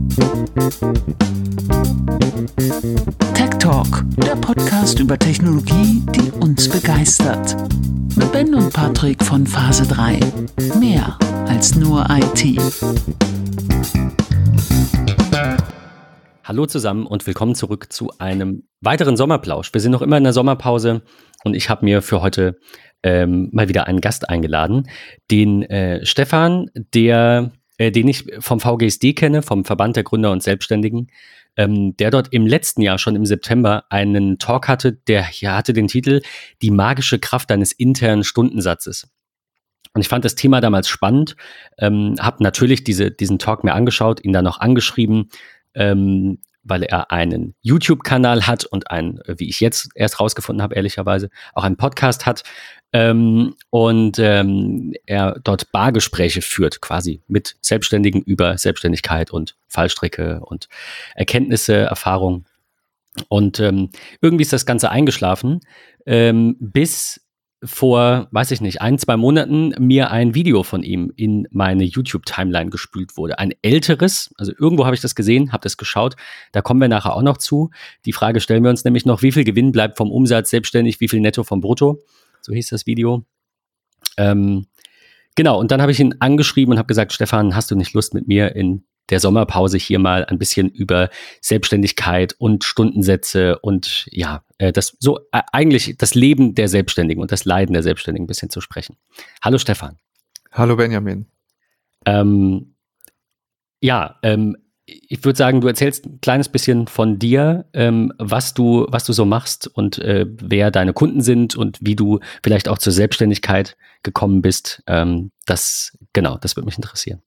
Tech Talk, der Podcast über Technologie, die uns begeistert. Mit Ben und Patrick von Phase 3. Mehr als nur IT. Hallo zusammen und willkommen zurück zu einem weiteren Sommerplausch. Wir sind noch immer in der Sommerpause und ich habe mir für heute mal wieder einen Gast eingeladen, den Stefan, den ich vom VGSD kenne, vom Verband der Gründer und Selbstständigen, der dort im letzten Jahr schon im September einen Talk hatte, der hier hatte den Titel Die magische Kraft deines internen Stundensatzes. Und ich fand das Thema damals spannend, habe natürlich diesen Talk mir angeschaut, ihn dann noch angeschrieben, weil er einen YouTube-Kanal hat und einen, wie ich jetzt erst rausgefunden habe, ehrlicherweise, auch einen Podcast hat und er dort Bargespräche führt, quasi mit Selbstständigen über Selbstständigkeit und Fallstricke und Erkenntnisse, Erfahrungen. Und irgendwie ist das Ganze eingeschlafen, bis vor, weiß ich nicht, 1-2 Monaten mir ein Video von ihm in meine YouTube-Timeline gespült wurde. Ein älteres, also irgendwo habe ich das gesehen, habe das geschaut, da kommen wir nachher auch noch zu. Die Frage stellen wir uns nämlich noch, wie viel Gewinn bleibt vom Umsatz selbstständig, wie viel netto vom Brutto? So hieß das Video. Genau, und dann habe ich ihn angeschrieben und habe gesagt, Stefan, hast du nicht Lust mit mir in der Sommerpause hier mal ein bisschen über Selbstständigkeit und Stundensätze und ja, eigentlich das Leben der Selbstständigen und das Leiden der Selbstständigen ein bisschen zu sprechen. Hallo Stefan. Hallo Benjamin. Ich würde sagen, du erzählst ein kleines bisschen von dir, was du so machst und wer deine Kunden sind und wie du vielleicht auch zur Selbstständigkeit gekommen bist. Das würde mich interessieren.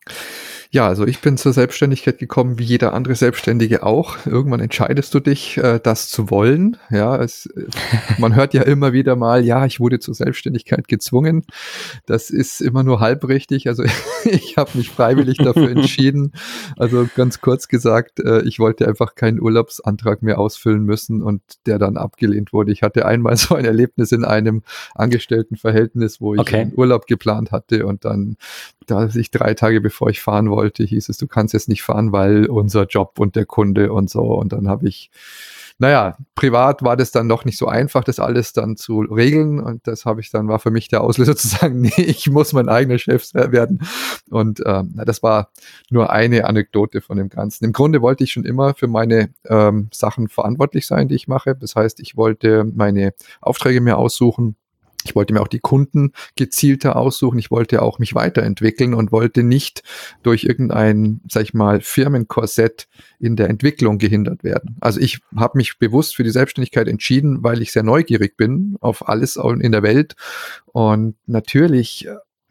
Ja, also ich bin zur Selbstständigkeit gekommen, wie jeder andere Selbstständige auch. Irgendwann entscheidest du dich, das zu wollen. Ja, man hört ja immer wieder mal, ja, ich wurde zur Selbstständigkeit gezwungen. Das ist immer nur halb richtig. Also ich habe mich freiwillig dafür entschieden. Also ganz kurz gesagt, ich wollte einfach keinen Urlaubsantrag mehr ausfüllen müssen und der dann abgelehnt wurde. Ich hatte einmal so ein Erlebnis in einem Angestelltenverhältnis, wo ich einen Urlaub geplant hatte und dann, da ich 3 Tage bevor ich fahren wollte, hieß es, du kannst jetzt nicht fahren, weil unser Job und der Kunde und so. Und dann habe ich, privat war das dann noch nicht so einfach, das alles dann zu regeln. Und das war für mich der Auslöser zu sagen, nee, ich muss mein eigener Chef werden. Und das war nur eine Anekdote von dem Ganzen. Im Grunde wollte ich schon immer für meine Sachen verantwortlich sein, die ich mache. Das heißt, ich wollte meine Aufträge mir aussuchen. Ich wollte mir auch die Kunden gezielter aussuchen. Ich wollte auch mich weiterentwickeln und wollte nicht durch irgendein, Firmenkorsett in der Entwicklung gehindert werden. Also ich habe mich bewusst für die Selbstständigkeit entschieden, weil ich sehr neugierig bin auf alles in der Welt und natürlich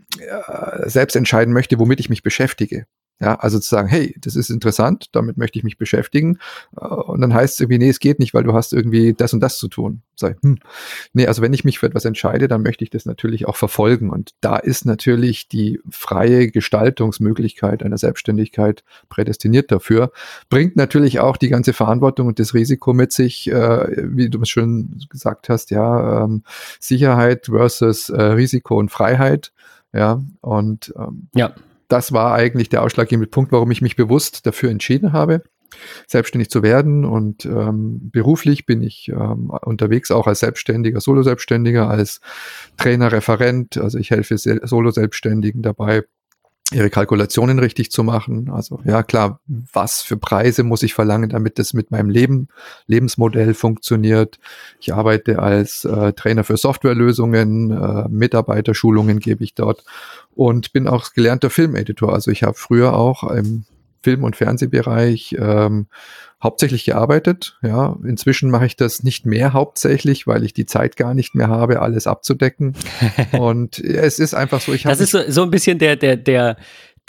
selbst entscheiden möchte, womit ich mich beschäftige. Ja, also zu sagen, hey, das ist interessant, damit möchte ich mich beschäftigen. Und dann heißt es irgendwie, nee, es geht nicht, weil du hast irgendwie das und das zu tun. Nee, also wenn ich mich für etwas entscheide, dann möchte ich das natürlich auch verfolgen. Und da ist natürlich die freie Gestaltungsmöglichkeit einer Selbstständigkeit prädestiniert dafür. Bringt natürlich auch die ganze Verantwortung und das Risiko mit sich, wie du es schon gesagt hast, ja, Sicherheit versus Risiko und Freiheit. Ja, und das war eigentlich der ausschlaggebende Punkt, warum ich mich bewusst dafür entschieden habe, selbstständig zu werden. Und beruflich bin ich unterwegs auch als Selbstständiger, Solo-Selbstständiger, als Trainer, Referent. Also ich helfe Solo-Selbstständigen dabei, ihre Kalkulationen richtig zu machen. Also ja klar, was für Preise muss ich verlangen, damit das mit meinem Lebensmodell funktioniert. Ich arbeite als Trainer für Softwarelösungen, Mitarbeiterschulungen gebe ich dort und bin auch gelernter Filmeditor. Also ich habe früher auch im Film- und Fernsehbereich hauptsächlich gearbeitet. Ja, inzwischen mache ich das nicht mehr hauptsächlich, weil ich die Zeit gar nicht mehr habe, alles abzudecken. Und es ist einfach so, das ist so ein bisschen der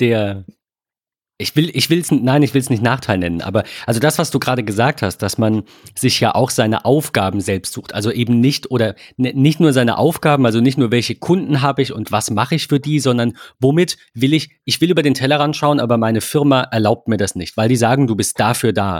ich will es nicht Nachteil nennen, aber also das, was du gerade gesagt hast, dass man sich ja auch seine Aufgaben selbst sucht, also eben nicht nur seine Aufgaben, also nicht nur welche Kunden habe ich und was mache ich für die, sondern womit will ich will über den Tellerrand schauen, aber meine Firma erlaubt mir das nicht, weil die sagen, du bist dafür da.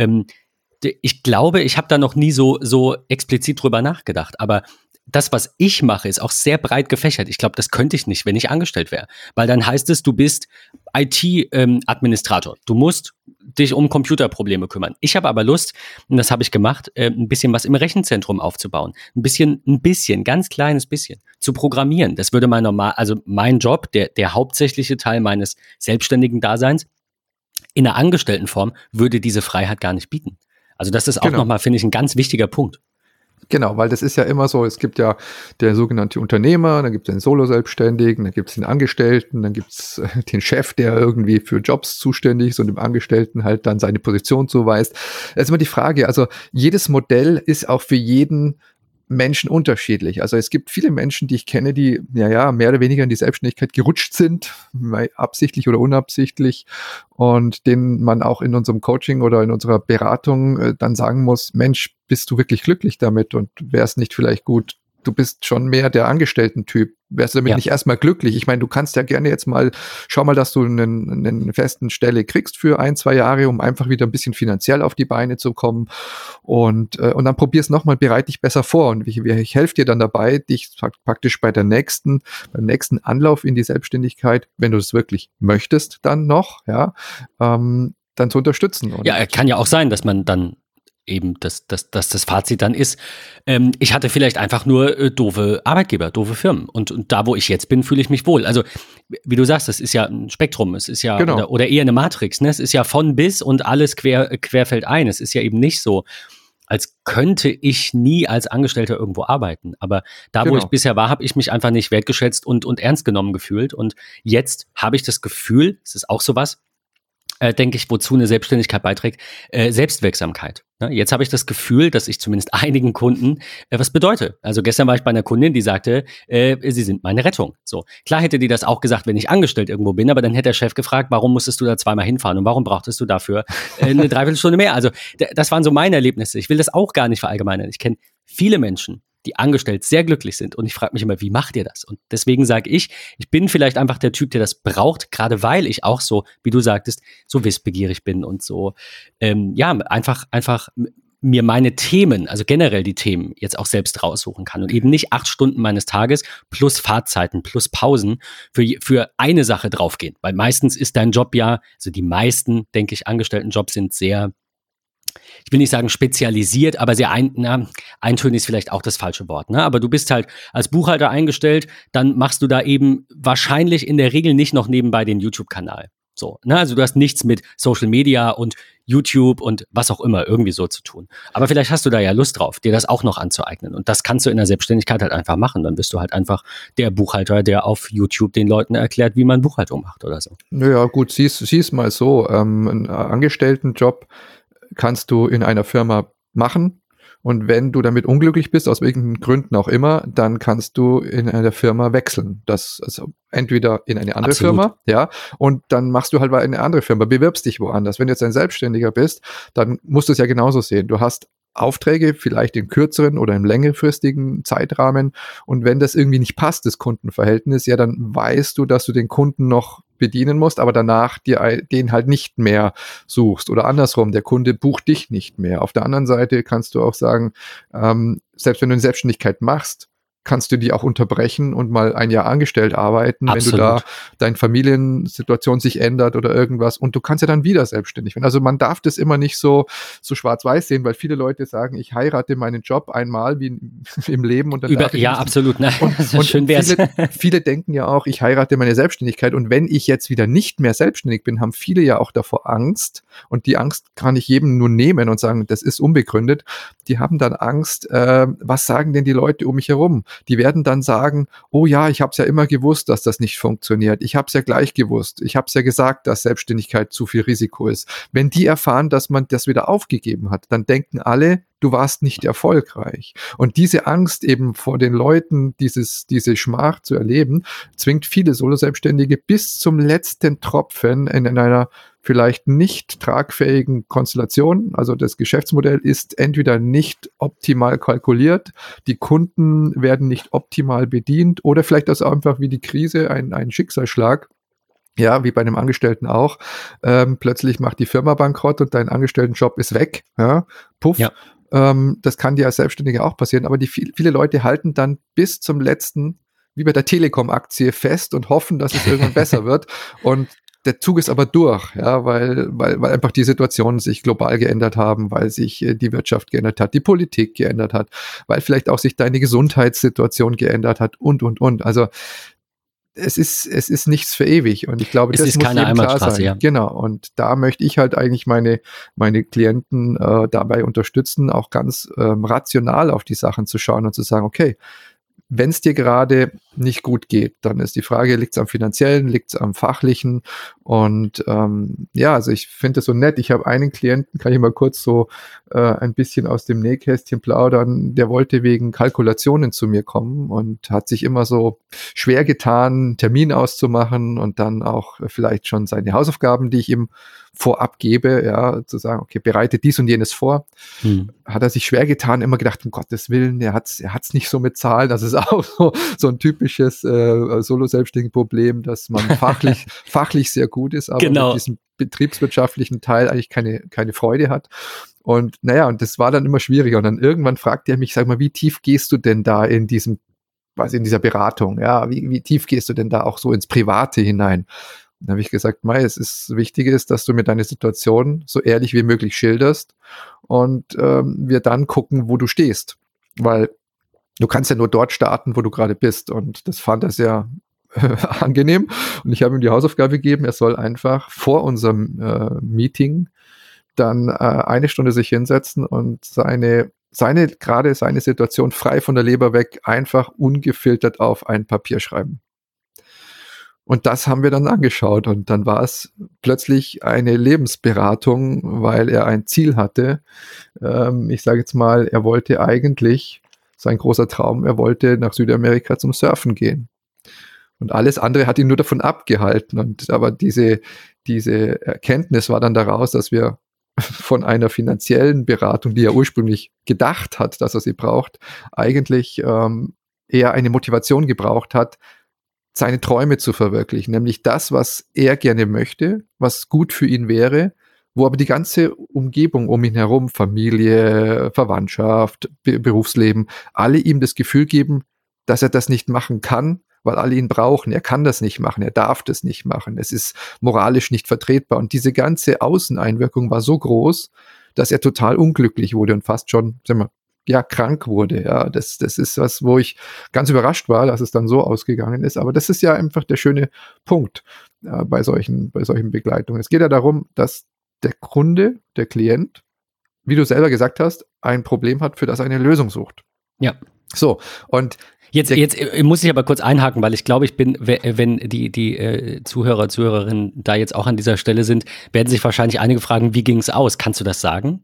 Ich glaube, ich habe da noch nie so explizit drüber nachgedacht, aber das, was ich mache, ist auch sehr breit gefächert. Ich glaube, das könnte ich nicht, wenn ich angestellt wäre. Weil dann heißt es, du bist IT-Administrator. Du musst dich um Computerprobleme kümmern. Ich habe aber Lust, und das habe ich gemacht, ein bisschen was im Rechenzentrum aufzubauen. Ein bisschen, ganz kleines bisschen zu programmieren. Das würde mein Job, der hauptsächliche Teil meines selbstständigen Daseins, in der Angestelltenform würde diese Freiheit gar nicht bieten. Also das ist auch nochmal, finde ich, ein ganz wichtiger Punkt. Genau, weil das ist ja immer so, es gibt ja der sogenannte Unternehmer, dann gibt es den Solo-Selbstständigen, dann gibt es den Angestellten, dann gibt es den Chef, der irgendwie für Jobs zuständig ist und dem Angestellten halt dann seine Position zuweist. Das ist immer die Frage, also jedes Modell ist auch für jeden Menschen unterschiedlich. Also es gibt viele Menschen, die ich kenne, die mehr oder weniger in die Selbstständigkeit gerutscht sind, absichtlich oder unabsichtlich, und denen man auch in unserem Coaching oder in unserer Beratung dann sagen muss, Mensch, bist du wirklich glücklich damit und wäre es nicht vielleicht gut, du bist schon mehr der Angestellten-Typ, wärst du damit nicht erstmal glücklich? Ich meine, du kannst ja gerne jetzt schau mal, dass du einen festen Stelle kriegst für 1-2 Jahre, um einfach wieder ein bisschen finanziell auf die Beine zu kommen, und dann probier's nochmal, bereite dich besser vor, und ich helfe dir dann dabei, dich praktisch beim nächsten Anlauf in die Selbstständigkeit, wenn du es wirklich möchtest, dann noch, dann zu unterstützen. Und Kann ja auch sein, dass man dann eben dass das Fazit dann ist, ich hatte vielleicht einfach nur doofe Arbeitgeber, doofe Firmen, und da, wo ich jetzt bin, fühle ich mich wohl. Also, wie du sagst, das ist ja ein Spektrum, es ist ja, oder eher eine Matrix, ne? Es ist ja von bis und alles querfällt ein. Es ist ja eben nicht so, als könnte ich nie als Angestellter irgendwo arbeiten. Aber da, wo ich bisher war, habe ich mich einfach nicht wertgeschätzt und ernst genommen gefühlt. Und jetzt habe ich das Gefühl, es ist auch sowas, denke ich, wozu eine Selbstständigkeit beiträgt, Selbstwirksamkeit. Ne? Jetzt habe ich das Gefühl, dass ich zumindest einigen Kunden was bedeute. Also gestern war ich bei einer Kundin, die sagte, sie sind meine Rettung. So, klar hätte die das auch gesagt, wenn ich angestellt irgendwo bin, aber dann hätte der Chef gefragt, warum musstest du da zweimal hinfahren und warum brauchtest du dafür eine Dreiviertelstunde mehr? Also das waren so meine Erlebnisse. Ich will das auch gar nicht verallgemeinern. Ich kenne viele Menschen, die angestellt sehr glücklich sind. Und ich frage mich immer, wie macht ihr das? Und deswegen sage ich bin vielleicht einfach der Typ, der das braucht, gerade weil ich auch so, wie du sagtest, so wissbegierig bin und so, einfach mir meine Themen, also generell die Themen, jetzt auch selbst raussuchen kann und eben nicht 8 Stunden meines Tages plus Fahrtzeiten plus Pausen für eine Sache draufgehen. Weil meistens ist dein Job also die meisten, denke ich, Angestelltenjobs sind sehr, ich will nicht sagen spezialisiert, aber sehr eintönig ist vielleicht auch das falsche Wort. Ne? Aber du bist halt als Buchhalter eingestellt, dann machst du da eben wahrscheinlich in der Regel nicht noch nebenbei den YouTube-Kanal. So, ne? Also du hast nichts mit Social Media und YouTube und was auch immer irgendwie so zu tun. Aber vielleicht hast du da ja Lust drauf, dir das auch noch anzueignen. Und das kannst du in der Selbstständigkeit halt einfach machen. Dann bist du halt einfach der Buchhalter, der auf YouTube den Leuten erklärt, wie man Buchhaltung macht oder so. Naja, gut, sieh's mal so. Ein Angestelltenjob kannst du in einer Firma machen, und wenn du damit unglücklich bist, aus welchen Gründen auch immer, dann kannst du in einer Firma wechseln. Also entweder in eine andere Firma, und dann machst du halt eine andere Firma, bewirbst dich woanders. Wenn du jetzt ein Selbstständiger bist, dann musst du es ja genauso sehen. Du hast Aufträge, vielleicht im kürzeren oder im längerfristigen Zeitrahmen, und wenn das irgendwie nicht passt, das Kundenverhältnis, dann weißt du, dass du den Kunden noch bedienen musst, aber danach den halt nicht mehr suchst, oder andersrum, der Kunde bucht dich nicht mehr. Auf der anderen Seite kannst du auch sagen, selbst wenn du eine Selbstständigkeit machst, kannst du die auch unterbrechen und mal ein Jahr angestellt arbeiten, Absolut. wenn du da deine Familiensituation sich ändert oder irgendwas, und du kannst ja dann wieder selbstständig werden. Also man darf das immer nicht so schwarz-weiß sehen, weil viele Leute sagen, ich heirate meinen Job einmal wie im Leben und dann darf ich nicht. Absolut. Ne? Und schön wär's. Viele denken ja auch, ich heirate meine Selbstständigkeit, und wenn ich jetzt wieder nicht mehr selbstständig bin, haben viele ja auch davor Angst, und die Angst kann ich jedem nur nehmen und sagen, das ist unbegründet. Die haben dann Angst, was sagen denn die Leute um mich herum? Die werden dann sagen, oh ja, ich habe es ja immer gewusst, dass das nicht funktioniert. Ich habe es ja gleich gewusst. Ich habe es ja gesagt, dass Selbstständigkeit zu viel Risiko ist. Wenn die erfahren, dass man das wieder aufgegeben hat, dann denken alle, du warst nicht erfolgreich. Und diese Angst eben vor den Leuten, diese Schmach zu erleben, zwingt viele Solo-Selbstständige bis zum letzten Tropfen in einer vielleicht nicht tragfähigen Konstellation. Also das Geschäftsmodell ist entweder nicht optimal kalkuliert, die Kunden werden nicht optimal bedient, oder vielleicht ist einfach wie die Krise ein Schicksalsschlag. Ja, wie bei einem Angestellten auch. Plötzlich macht die Firma bankrott und dein Angestelltenjob ist weg. Ja, puff. Ja. Das kann dir als Selbstständiger auch passieren, aber viele Leute halten dann bis zum letzten, wie bei der Telekom-Aktie, fest und hoffen, dass es irgendwann besser wird. Und der Zug ist aber durch, ja, weil einfach die Situationen sich global geändert haben, weil sich die Wirtschaft geändert hat, die Politik geändert hat, weil vielleicht auch sich deine Gesundheitssituation geändert hat und. Also es ist nichts für ewig und ich glaube, Es das ist muss keine jedem klar Einbahnstraße, sein. ja. Genau, und da möchte ich halt eigentlich meine Klienten dabei unterstützen, auch ganz rational auf die Sachen zu schauen und zu sagen, okay, wenn es dir gerade nicht gut geht, dann ist die Frage, liegt es am Finanziellen, liegt es am Fachlichen? Und ja, also ich finde es so nett. Ich habe einen Klienten, kann ich mal kurz so ein bisschen aus dem Nähkästchen plaudern, der wollte wegen Kalkulationen zu mir kommen und hat sich immer so schwer getan, einen Termin auszumachen und dann auch vielleicht schon seine Hausaufgaben, die ich ihm vorab gebe, ja, zu sagen, okay, bereite dies und jenes vor. Hat er sich schwer getan, immer gedacht, um Gottes Willen, er hat's nicht so mit Zahlen. Das ist auch so ein typisches solo-selbstständigen Problem, dass man fachlich sehr gut ist, aber Genau. mit diesem betriebswirtschaftlichen Teil eigentlich keine Freude hat. Und naja, und das war dann immer schwieriger. Und dann irgendwann fragte er mich, sag mal, wie tief gehst du denn da in dieser Beratung? Ja, wie tief gehst du denn da auch so ins Private hinein? Dann habe ich gesagt, Wichtige ist, dass du mir deine Situation so ehrlich wie möglich schilderst und wir dann gucken, wo du stehst. Weil du kannst ja nur dort starten, wo du gerade bist. Und das fand er sehr angenehm. Und ich habe ihm die Hausaufgabe gegeben, er soll einfach vor unserem Meeting dann 1 Stunde sich hinsetzen und seine Situation frei von der Leber weg einfach ungefiltert auf ein Papier schreiben. Und das haben wir dann angeschaut und dann war es plötzlich eine Lebensberatung, weil er ein Ziel hatte. Ich sage jetzt mal, er wollte eigentlich, sein großer Traum, er wollte nach Südamerika zum Surfen gehen. Und alles andere hat ihn nur davon abgehalten. Aber diese Erkenntnis war dann daraus, dass wir von einer finanziellen Beratung, die er ursprünglich gedacht hat, dass er sie braucht, eigentlich eher eine Motivation gebraucht hat, seine Träume zu verwirklichen, nämlich das, was er gerne möchte, was gut für ihn wäre, wo aber die ganze Umgebung um ihn herum, Familie, Verwandtschaft, Berufsleben, alle ihm das Gefühl geben, dass er das nicht machen kann, weil alle ihn brauchen. Er kann das nicht machen, er darf das nicht machen. Es ist moralisch nicht vertretbar. Und diese ganze Außeneinwirkung war so groß, dass er total unglücklich wurde und fast schon, krank wurde. Ja, das ist was, wo ich ganz überrascht war, dass es dann so ausgegangen ist. Aber das ist ja einfach der schöne Punkt bei solchen Begleitungen. Es geht ja darum, dass der Kunde, der Klient, wie du selber gesagt hast, ein Problem hat, für das er eine Lösung sucht. Ja. So, und Jetzt muss ich aber kurz einhaken, weil ich glaube, wenn die Zuhörer, Zuhörerinnen da jetzt auch an dieser Stelle sind, werden sich wahrscheinlich einige fragen, wie ging es aus? Kannst du das sagen?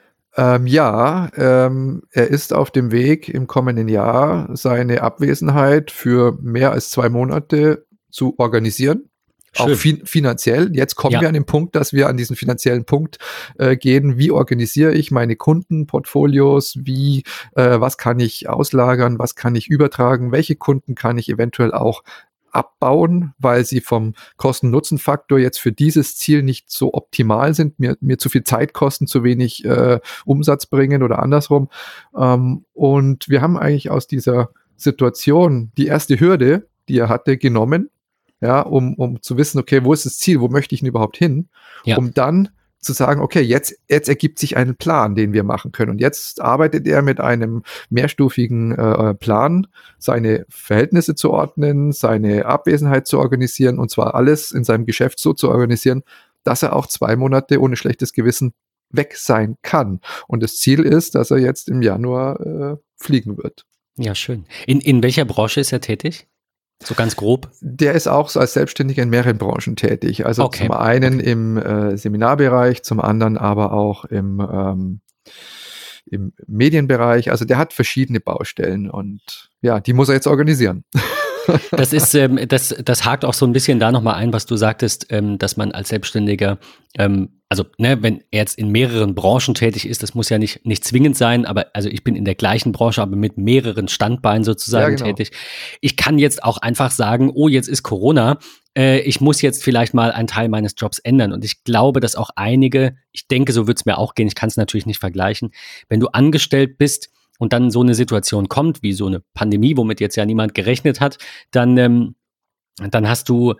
Er ist auf dem Weg, im kommenden Jahr seine Abwesenheit für mehr als 2 Monate zu organisieren. Schön. Auch finanziell. Jetzt kommen wir an den Punkt, dass wir an diesen finanziellen Punkt gehen. Wie organisiere ich meine Kundenportfolios? Was kann ich auslagern? Was kann ich übertragen? Welche Kunden kann ich eventuell auch abbauen, weil sie vom Kosten-Nutzen-Faktor jetzt für dieses Ziel nicht so optimal sind, mir zu viel Zeit kosten, zu wenig Umsatz bringen oder andersrum. Und wir haben eigentlich aus dieser Situation die erste Hürde, die er hatte, genommen, ja, um zu wissen, okay, wo ist das Ziel, wo möchte ich denn überhaupt hin, um dann zu sagen, okay, jetzt ergibt sich ein Plan, den wir machen können. Und jetzt arbeitet er mit einem mehrstufigen Plan, seine Verhältnisse zu ordnen, seine Abwesenheit zu organisieren und zwar alles in seinem Geschäft so zu organisieren, dass er auch 2 Monate ohne schlechtes Gewissen weg sein kann. Und das Ziel ist, dass er jetzt im Januar fliegen wird. Ja, schön. In welcher Branche ist er tätig? So ganz grob? Der ist auch so als Selbstständiger in mehreren Branchen tätig. Also zum einen im Seminarbereich, zum anderen aber auch im Medienbereich. Also der hat verschiedene Baustellen und ja, die muss er jetzt organisieren. Das ist, das hakt auch so ein bisschen da nochmal ein, was du sagtest, dass man als Selbstständiger, wenn er jetzt in mehreren Branchen tätig ist, das muss ja nicht zwingend sein, aber also ich bin in der gleichen Branche, aber mit mehreren Standbeinen sozusagen tätig. Ich kann jetzt auch einfach sagen, oh, jetzt ist Corona, ich muss jetzt vielleicht mal einen Teil meines Jobs ändern. Und ich glaube, dass auch einige, ich denke, so wird es mir auch gehen, ich kann es natürlich nicht vergleichen, wenn du angestellt bist, und dann so eine Situation kommt, wie so eine Pandemie, womit jetzt ja niemand gerechnet hat, dann hast du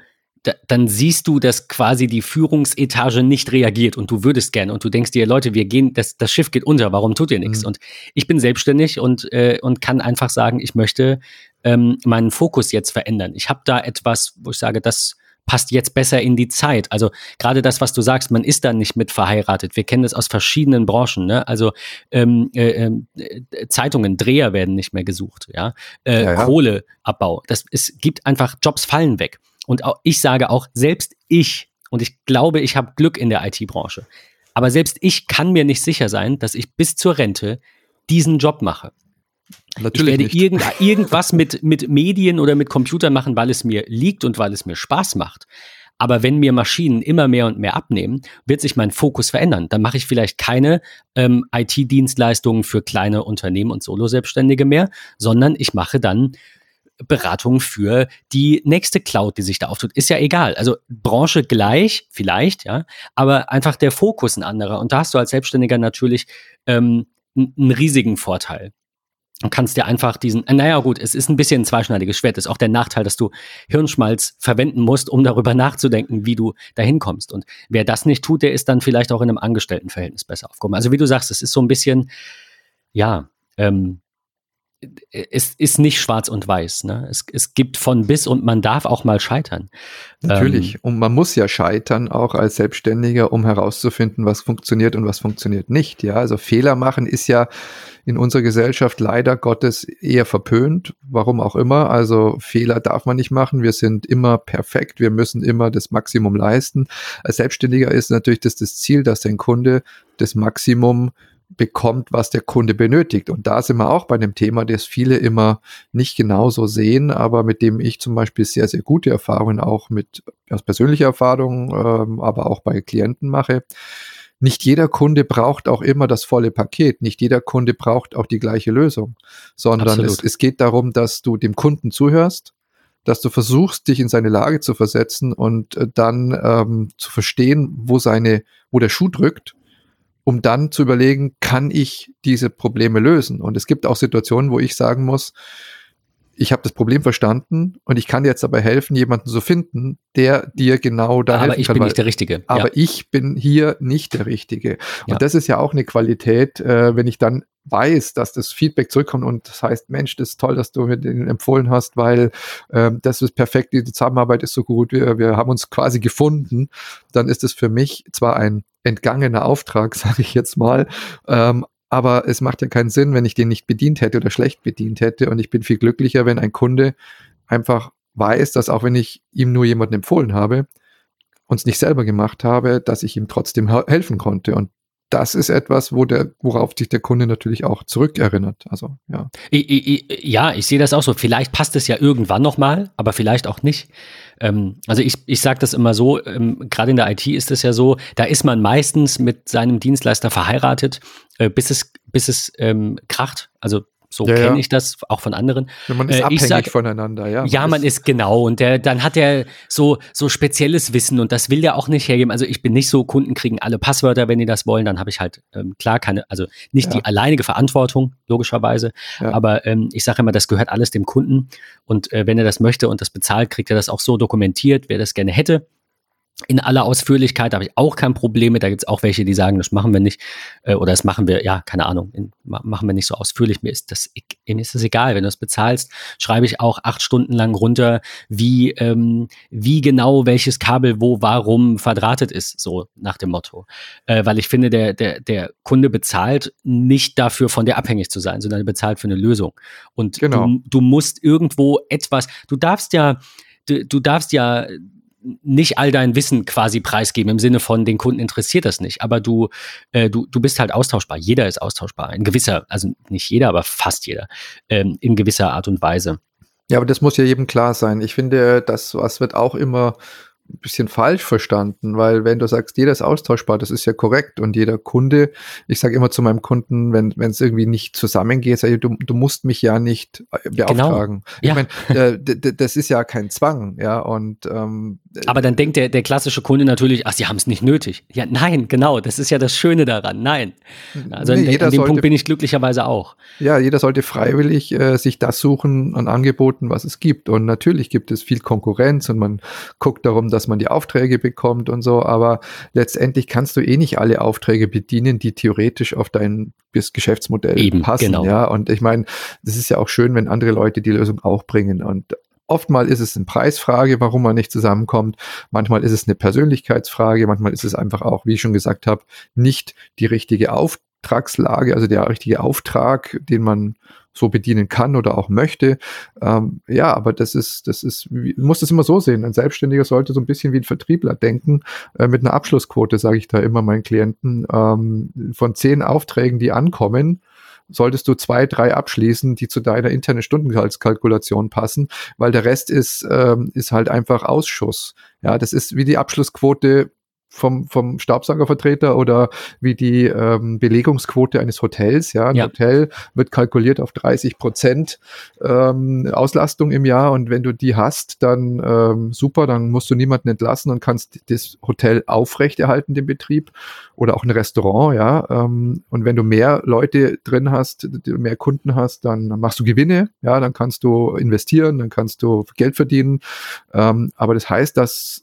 dann siehst du, dass quasi die Führungsetage nicht reagiert und du würdest gerne und du denkst dir, Leute, das Schiff geht unter, warum tut ihr nichts? Und ich bin selbstständig und kann einfach sagen, ich möchte meinen Fokus jetzt verändern. Ich habe da etwas, wo ich sage, das passt jetzt besser in die Zeit. Also gerade das, was du sagst, man ist da nicht mit verheiratet. Wir kennen das aus verschiedenen Branchen. Ne? Also Zeitungen, Dreher werden nicht mehr gesucht. Ja? Kohleabbau. Es gibt einfach, Jobs fallen weg. Und auch, ich sage auch, selbst ich, und ich glaube, ich habe Glück in der IT-Branche, aber selbst ich kann mir nicht sicher sein, dass ich bis zur Rente diesen Job mache. Natürlich ich werde irgendwas mit Medien oder mit Computern machen, weil es mir liegt und weil es mir Spaß macht. Aber wenn mir Maschinen immer mehr und mehr abnehmen, wird sich mein Fokus verändern. Dann mache ich vielleicht keine IT-Dienstleistungen für kleine Unternehmen und Solo-Selbstständige mehr, sondern ich mache dann Beratung für die nächste Cloud, die sich da auftut. Ist ja egal. Also Branche gleich, vielleicht, ja, aber einfach der Fokus ein anderer. Und da hast du als Selbstständiger natürlich einen riesigen Vorteil. Du kannst dir einfach naja gut, es ist ein bisschen ein zweischneidiges Schwert. Das ist auch der Nachteil, dass du Hirnschmalz verwenden musst, um darüber nachzudenken, wie du dahin kommst. Und wer das nicht tut, der ist dann vielleicht auch in einem Angestelltenverhältnis besser aufgehoben. Also wie du sagst, es ist so ein bisschen, ja, es ist nicht schwarz und weiß. Ne? Es gibt von bis und man darf auch mal scheitern. Natürlich. Und man muss ja scheitern, auch als Selbstständiger, um herauszufinden, was funktioniert und was funktioniert nicht. Ja, also Fehler machen ist ja in unserer Gesellschaft leider Gottes eher verpönt. Warum auch immer. Also Fehler darf man nicht machen. Wir sind immer perfekt. Wir müssen immer das Maximum leisten. Als Selbstständiger ist natürlich das Ziel, dass dein Kunde das Maximum bekommt, was der Kunde benötigt. Und da sind wir auch bei dem Thema, das viele immer nicht genauso sehen, aber mit dem ich zum Beispiel sehr, sehr gute Erfahrungen auch aus persönlicher Erfahrung, aber auch bei Klienten mache. Nicht jeder Kunde braucht auch immer das volle Paket. Nicht jeder Kunde braucht auch die gleiche Lösung, sondern es geht darum, dass du dem Kunden zuhörst, dass du versuchst, dich in seine Lage zu versetzen und dann zu verstehen, wo der Schuh drückt, um dann zu überlegen, kann ich diese Probleme lösen? Und es gibt auch Situationen, wo ich sagen muss, ich habe das Problem verstanden und ich kann dir jetzt dabei helfen, jemanden zu finden, der dir genau da helfen kann. Aber ich bin nicht der Richtige. Aber ich bin hier nicht der Richtige. Und Ja. das ist ja auch eine Qualität, wenn ich dann weiß, dass das Feedback zurückkommt und das heißt, Mensch, das ist toll, dass du mir den empfohlen hast, weil das ist perfekt, die Zusammenarbeit ist so gut, wir haben uns quasi gefunden, dann ist es für mich zwar ein entgangener Auftrag, sage ich jetzt mal, aber es macht ja keinen Sinn, wenn ich den nicht bedient hätte oder schlecht bedient hätte und ich bin viel glücklicher, wenn ein Kunde einfach weiß, dass auch wenn ich ihm nur jemanden empfohlen habe und es nicht selber gemacht habe, dass ich ihm trotzdem helfen konnte und das ist etwas, worauf sich der Kunde natürlich auch zurückerinnert. Also, ja. Ja, ich sehe das auch so. Vielleicht passt es ja irgendwann nochmal, aber vielleicht auch nicht. Also ich sage das immer so, gerade in der IT ist es ja so, da ist man meistens mit seinem Dienstleister verheiratet, bis es kracht. Also so kenne ich das auch von anderen. Man ist abhängig voneinander, ja. Ja, man ist genau. Und dann hat er so spezielles Wissen und das will der auch nicht hergeben. Also ich bin nicht so, Kunden kriegen alle Passwörter, wenn die das wollen. Dann habe ich halt klar nicht die alleinige Verantwortung, logischerweise. Ja. Aber ich sage immer, das gehört alles dem Kunden. Und wenn er das möchte und das bezahlt, kriegt er das auch so dokumentiert, wer das gerne hätte. In aller Ausführlichkeit habe ich auch kein Problem mit. Da gibt es auch welche, die sagen, das machen wir nicht. Oder das machen wir, ja, keine Ahnung, machen wir nicht so ausführlich. Mir ist das egal. Wenn du das bezahlst, schreibe ich auch 8 Stunden lang runter, wie genau welches Kabel wo, warum verdrahtet ist, so nach dem Motto. Weil ich finde, der Kunde bezahlt nicht dafür, von dir abhängig zu sein, sondern er bezahlt für eine Lösung. Und du musst irgendwo etwas, du darfst ja nicht all dein Wissen quasi preisgeben, im Sinne von, den Kunden interessiert das nicht, aber du bist halt austauschbar. Jeder ist austauschbar. In gewisser, also nicht jeder, aber fast jeder, in gewisser Art und Weise. Ja, aber das muss ja jedem klar sein. Ich finde, das wird auch immer ein bisschen falsch verstanden, weil wenn du sagst, jeder ist austauschbar, das ist ja korrekt und jeder Kunde, ich sage immer zu meinem Kunden, wenn es irgendwie nicht zusammengeht, sage ich, du musst mich ja nicht beauftragen. Genau. Ja. Ich meine, das ist ja kein Zwang, ja, und Aber dann denkt der klassische Kunde natürlich, ach, sie haben es nicht nötig. Ja, nein, genau, das ist ja das Schöne daran. Nein. Also Nee, an dem Punkt bin ich glücklicherweise auch. Ja, jeder sollte freiwillig sich das suchen an Angeboten, was es gibt. Und natürlich gibt es viel Konkurrenz und man guckt darum, dass man die Aufträge bekommt und so. Aber letztendlich kannst du eh nicht alle Aufträge bedienen, die theoretisch auf dein Geschäftsmodell Eben, passen. genau. Ja, und ich meine, das ist ja auch schön, wenn andere Leute die Lösung auch bringen. Und oftmal ist es eine Preisfrage, warum man nicht zusammenkommt. Manchmal ist es eine Persönlichkeitsfrage. Manchmal ist es einfach auch, wie ich schon gesagt habe, nicht die richtige Auftragslage, also der richtige Auftrag, den man so bedienen kann oder auch möchte. Ja, aber das ist, du musst es immer so sehen. Ein Selbstständiger sollte so ein bisschen wie ein Vertriebler denken, mit einer Abschlussquote, sage ich da immer meinen Klienten. Von 10 Aufträgen, die ankommen, solltest du 2, 3 abschließen, die zu deiner internen Stundenkalkulation passen, weil der Rest ist halt einfach Ausschuss. Ja, das ist wie die Abschlussquote vom Staubsaugervertreter oder wie die Belegungsquote eines Hotels. Ja, ein Hotel wird kalkuliert auf 30% Auslastung im Jahr, und wenn du die hast, dann super, dann musst du niemanden entlassen und kannst das Hotel aufrechterhalten, den Betrieb, oder auch ein Restaurant. Ja, und wenn du mehr Leute drin hast, mehr Kunden hast, dann machst du Gewinne. Ja, dann kannst du investieren, dann kannst du Geld verdienen. Aber das heißt, dass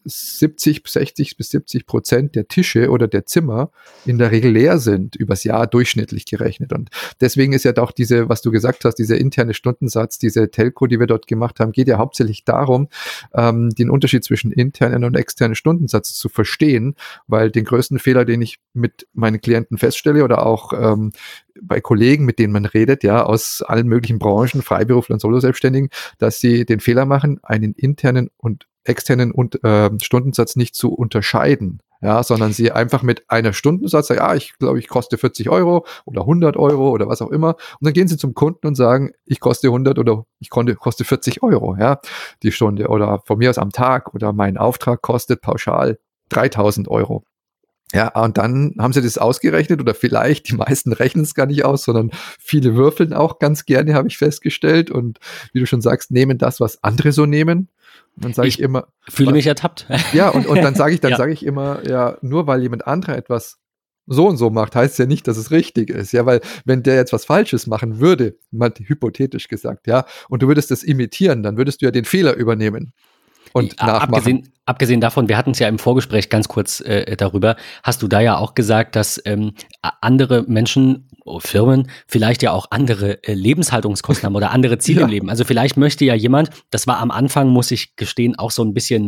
60 bis 70% der Tische oder der Zimmer in der Regel leer sind, übers Jahr durchschnittlich gerechnet. Und deswegen ist ja doch diese, was du gesagt hast, dieser interne Stundensatz, diese Telco, die wir dort gemacht haben, geht ja hauptsächlich darum, den Unterschied zwischen internen und externen Stundensatz zu verstehen, weil den größten Fehler, den ich mit meinen Klienten feststelle oder auch bei Kollegen, mit denen man redet, ja, aus allen möglichen Branchen, Freiberuflern, Solo-Selbstständigen, dass sie den Fehler machen, einen internen und externen Stundensatz nicht zu unterscheiden, ja, sondern sie einfach mit einer Stundensatz sagen, ja, ich glaube, ich koste 40 Euro oder 100 Euro oder was auch immer, und dann gehen sie zum Kunden und sagen, ich koste 100 oder ich koste 40 Euro, ja, die Stunde, oder von mir aus am Tag, oder mein Auftrag kostet pauschal 3.000 Euro. Ja, und dann haben sie das ausgerechnet, oder vielleicht, die meisten rechnen es gar nicht aus, sondern viele würfeln auch ganz gerne, habe ich festgestellt, und wie du schon sagst, nehmen das, was andere so nehmen. Und dann sage ich immer, fühle mich ertappt. Ja, und dann sage ich immer, ja, nur weil jemand anderer etwas so und so macht, heißt ja nicht, dass es richtig ist. Ja, weil wenn der jetzt was Falsches machen würde, mal hypothetisch gesagt, ja, und du würdest das imitieren, dann würdest du ja den Fehler übernehmen und nachmachen. Abgesehen davon, wir hatten es ja im Vorgespräch ganz kurz darüber, hast du da ja auch gesagt, dass andere Menschen, Firmen, vielleicht ja auch andere Lebenshaltungskosten haben oder andere Ziele im Leben. Also vielleicht möchte ja jemand, das war am Anfang, muss ich gestehen, auch so ein bisschen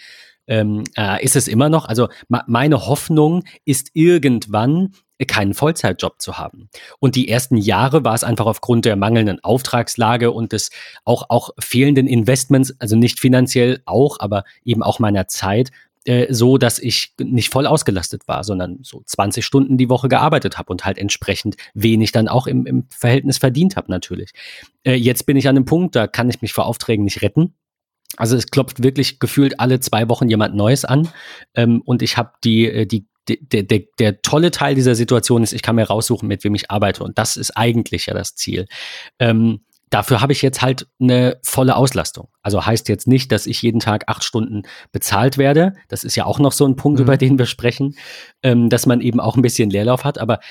ist es immer noch, also meine Hoffnung ist irgendwann, keinen Vollzeitjob zu haben. Und die ersten Jahre war es einfach aufgrund der mangelnden Auftragslage und des auch fehlenden Investments, also nicht finanziell auch, aber eben auch meiner Zeit, so, dass ich nicht voll ausgelastet war, sondern so 20 Stunden die Woche gearbeitet habe und halt entsprechend wenig dann auch im Verhältnis verdient habe natürlich. Jetzt bin ich an einem Punkt, da kann ich mich vor Aufträgen nicht retten. Also es klopft wirklich gefühlt alle 2 Wochen jemand Neues an, und ich habe der tolle Teil dieser Situation ist, ich kann mir raussuchen, mit wem ich arbeite, und das ist eigentlich ja das Ziel. Dafür habe ich jetzt halt eine volle Auslastung. Also heißt jetzt nicht, dass ich jeden Tag 8 Stunden bezahlt werde. Das ist ja auch noch so ein Punkt, über den wir sprechen, dass man eben auch ein bisschen Leerlauf hat. Aber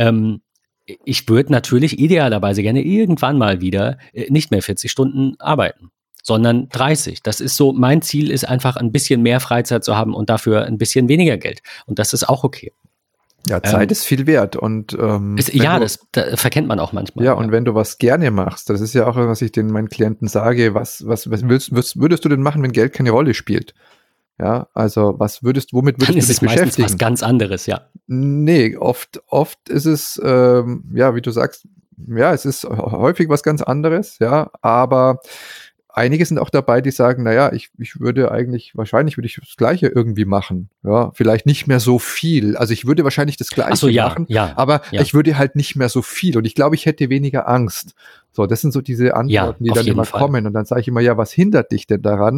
ich würde natürlich idealerweise gerne irgendwann mal wieder nicht mehr 40 Stunden arbeiten, sondern 30. Das ist so, mein Ziel ist einfach ein bisschen mehr Freizeit zu haben und dafür ein bisschen weniger Geld. Und das ist auch okay. Ja, Zeit ist viel wert, und das verkennt man auch manchmal. Ja, und wenn du was gerne machst, das ist ja auch, was ich meinen Klienten sage, was würdest du denn machen, wenn Geld keine Rolle spielt? Ja, also womit würdest du dich beschäftigen? Dann ist es meistens was ganz anderes, ja. Nee, oft ist es, wie du sagst, ja, es ist häufig was ganz anderes, ja, aber einige sind auch dabei, die sagen, naja, wahrscheinlich würde ich das Gleiche irgendwie machen. Ja, vielleicht nicht mehr so viel. Also ich würde wahrscheinlich das Gleiche machen, aber ich würde halt nicht mehr so viel. Und ich glaube, ich hätte weniger Angst. So, das sind so diese Antworten, die dann immer kommen. Und dann sage ich immer, ja, was hindert dich denn daran,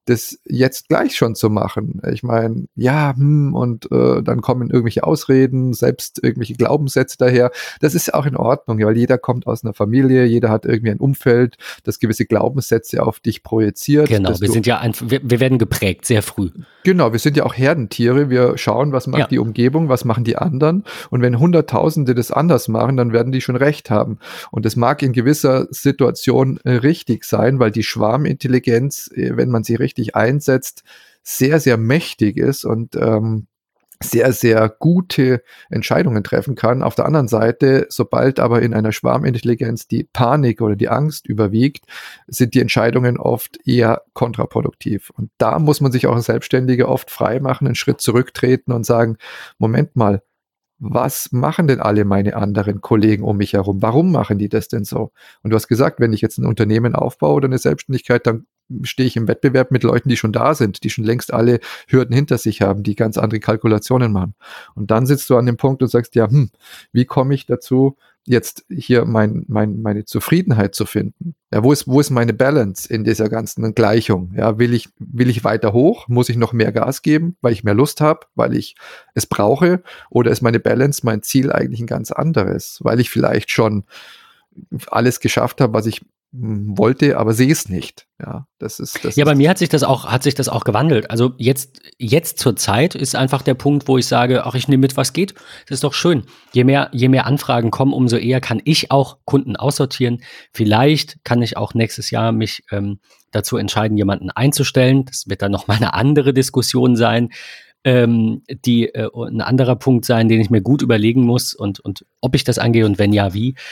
das jetzt gleich schon zu machen. Ich meine, ja, und dann kommen irgendwelche Ausreden, selbst irgendwelche Glaubenssätze daher. Das ist auch in Ordnung, weil jeder kommt aus einer Familie, jeder hat irgendwie ein Umfeld, das gewisse Glaubenssätze auf dich projiziert. Genau, wir werden geprägt, sehr früh. Genau, wir sind ja auch Herdentiere. Wir schauen, was macht die Umgebung, was machen die anderen. Und wenn Hunderttausende das anders machen, dann werden die schon recht haben. Und das mag in gewisser Situation richtig sein, weil die Schwarmintelligenz, wenn man sie richtig einsetzt, sehr, sehr mächtig ist und sehr, sehr gute Entscheidungen treffen kann. Auf der anderen Seite, sobald aber in einer Schwarmintelligenz die Panik oder die Angst überwiegt, sind die Entscheidungen oft eher kontraproduktiv. Und da muss man sich auch als Selbstständiger oft frei machen, einen Schritt zurücktreten und sagen, Moment mal, was machen denn alle meine anderen Kollegen um mich herum? Warum machen die das denn so? Und du hast gesagt, wenn ich jetzt ein Unternehmen aufbaue oder eine Selbstständigkeit, dann stehe ich im Wettbewerb mit Leuten, die schon da sind, die schon längst alle Hürden hinter sich haben, die ganz andere Kalkulationen machen. Und dann sitzt du an dem Punkt und sagst, ja, wie komme ich dazu, jetzt hier meine Zufriedenheit zu finden? Ja, wo ist meine Balance in dieser ganzen Gleichung? Ja, will ich weiter hoch? Muss ich noch mehr Gas geben, weil ich mehr Lust habe, weil ich es brauche? Oder ist meine Balance, mein Ziel eigentlich ein ganz anderes? Weil ich vielleicht schon alles geschafft habe, was ich wollte, aber sehe es nicht. Ja, bei mir hat sich das auch gewandelt. Also jetzt zur Zeit ist einfach der Punkt, wo ich sage, ach, ich nehme mit, was geht. Das ist doch schön. Je mehr Anfragen kommen, umso eher kann ich auch Kunden aussortieren. Vielleicht kann ich auch nächstes Jahr mich dazu entscheiden, jemanden einzustellen. Das wird dann noch mal eine andere Diskussion sein, die ein anderer Punkt sein, den ich mir gut überlegen muss und ob ich das angehe und wenn ja, wie.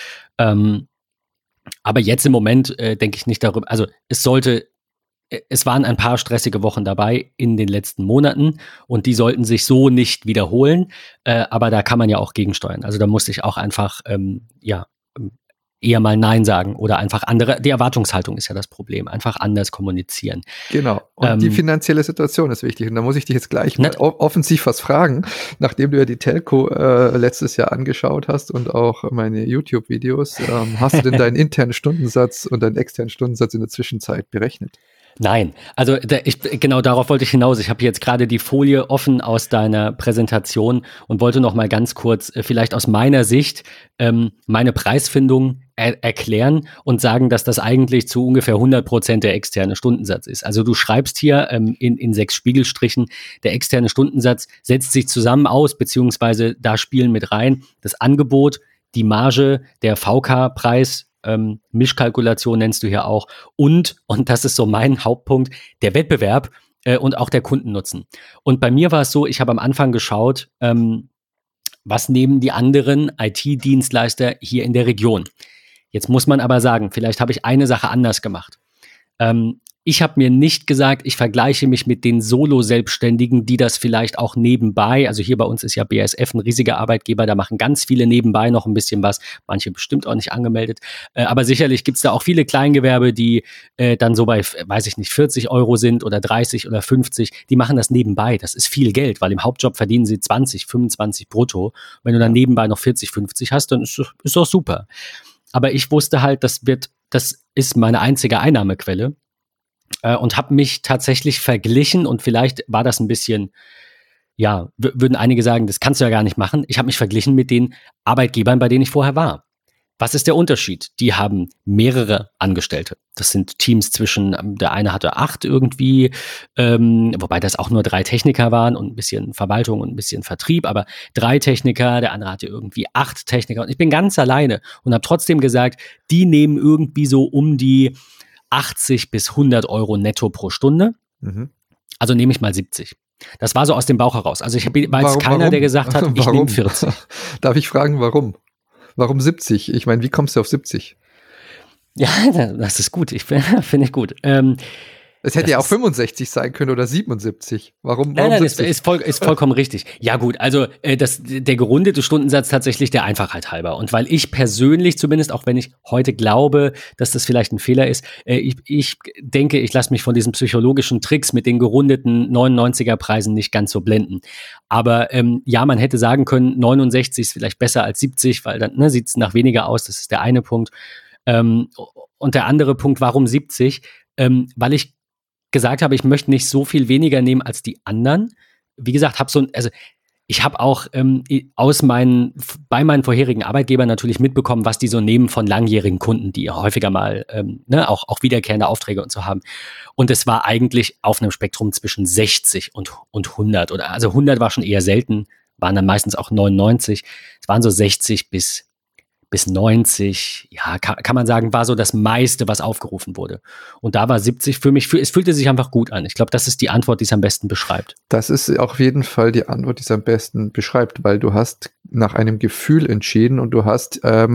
Aber jetzt im Moment denke ich nicht darüber, also es waren ein paar stressige Wochen dabei in den letzten Monaten und die sollten sich so nicht wiederholen, aber da kann man ja auch gegensteuern. Also da musste ich auch einfach eher mal Nein sagen oder einfach die Erwartungshaltung ist ja das Problem, einfach anders kommunizieren. Genau, und die finanzielle Situation ist wichtig und da muss ich dich jetzt gleich mal offensiv was fragen, nachdem du ja die Telco letztes Jahr angeschaut hast und auch meine YouTube-Videos, hast du denn deinen internen Stundensatz und deinen externen Stundensatz in der Zwischenzeit berechnet? Nein, also genau darauf wollte ich hinaus. Ich habe jetzt gerade die Folie offen aus deiner Präsentation und wollte noch mal ganz kurz vielleicht aus meiner Sicht meine Preisfindung erklären und sagen, dass das eigentlich zu ungefähr 100% der externe Stundensatz ist. Also du schreibst hier in 6 Spiegelstrichen, der externe Stundensatz setzt sich zusammen aus, beziehungsweise da spielen mit rein das Angebot, die Marge, der VK-Preis, Mischkalkulation nennst du hier auch und das ist so mein Hauptpunkt, der Wettbewerb und auch der Kundennutzen. Und bei mir war es so, ich habe am Anfang geschaut, was nehmen die anderen IT-Dienstleister hier in der Region. Jetzt muss man aber sagen, vielleicht habe ich eine Sache anders gemacht. Ich habe mir nicht gesagt, ich vergleiche mich mit den Solo-Selbstständigen, die das vielleicht auch nebenbei, also hier bei uns ist ja BASF ein riesiger Arbeitgeber, da machen ganz viele nebenbei noch ein bisschen was, manche bestimmt auch nicht angemeldet, aber sicherlich gibt es da auch viele Kleingewerbe, die dann so bei, weiß ich nicht, 40 € sind oder 30 oder 50, die machen das nebenbei, das ist viel Geld, weil im Hauptjob verdienen sie 20, 25 brutto, wenn du dann nebenbei noch 40, 50 hast, dann ist doch super. Aber ich wusste halt, das ist meine einzige Einnahmequelle. Und habe mich tatsächlich verglichen und vielleicht war das ein bisschen, ja, würden einige sagen, das kannst du ja gar nicht machen. Ich habe mich verglichen mit den Arbeitgebern, bei denen ich vorher war. Was ist der Unterschied? Die haben mehrere Angestellte. Das sind Teams der eine hatte 8 irgendwie, wobei das auch nur 3 Techniker waren und ein bisschen Verwaltung und ein bisschen Vertrieb, aber 3 Techniker, der andere hatte irgendwie 8 Techniker und ich bin ganz alleine und habe trotzdem gesagt, die nehmen irgendwie so um die 80 bis 100 € netto pro Stunde. Also nehme ich mal 70. Das war so aus dem Bauch heraus. Also ich war jetzt keiner, der gesagt hat, ich nehme 40. Darf ich fragen, warum? Warum 70? Ich meine, wie kommst du auf 70? Ja, das ist gut. Finde ich gut. Es hätte ja auch 65 sein können oder 77. Warum Nein, das ist vollkommen richtig. Ja gut, also der gerundete Stundensatz tatsächlich der Einfachheit halber. Und weil ich persönlich zumindest, auch wenn ich heute glaube, dass das vielleicht ein Fehler ist, ich denke, ich lasse mich von diesen psychologischen Tricks mit den gerundeten 99er-Preisen nicht ganz so blenden. Aber ja, man hätte sagen können, 69 ist vielleicht besser als 70, weil dann sieht es nach weniger aus. Das ist der eine Punkt. Und der andere Punkt, warum 70? Weil ich gesagt habe, ich möchte nicht so viel weniger nehmen als die anderen. Wie gesagt, ich habe auch bei meinen vorherigen Arbeitgebern natürlich mitbekommen, was die so nehmen von langjährigen Kunden, die häufiger mal auch wiederkehrende Aufträge und so haben. Und es war eigentlich auf einem Spektrum zwischen 60 und 100. Also 100 war schon eher selten, waren dann meistens auch 99. Es waren so 60 bis 90, ja, kann man sagen, war so das meiste, was aufgerufen wurde. Und da war 70 für mich, es fühlte sich einfach gut an. Ich glaube, das ist die Antwort, die es am besten beschreibt. Das ist auf jeden Fall die Antwort, die es am besten beschreibt, weil du hast nach einem Gefühl entschieden und du hast,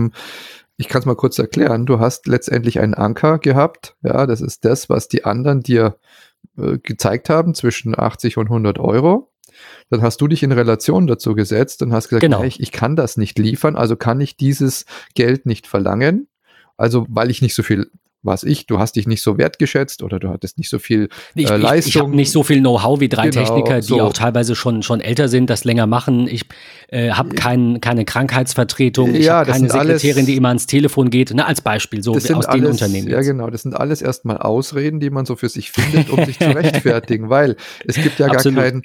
ich kann es mal kurz erklären, du hast letztendlich einen Anker gehabt. Ja, das ist das, was die anderen dir gezeigt haben, zwischen 80 und 100 Euro. Dann hast du dich in Relation dazu gesetzt und hast gesagt, Genau. hey, ich kann das nicht liefern, also kann ich dieses Geld nicht verlangen. Also weil ich nicht so viel, du hast dich nicht so wertgeschätzt oder du hattest nicht so viel Leistung. Ich habe nicht so viel Know-how wie drei Techniker, die so. auch teilweise schon älter sind, das länger machen. Ich habe keine Krankheitsvertretung, ich habe keine Sekretärin, die immer ans Telefon geht, als Beispiel, so aus den Unternehmen. Ja, genau, das sind alles erstmal Ausreden, die man so für sich findet, um sich zu rechtfertigen, weil es gibt ja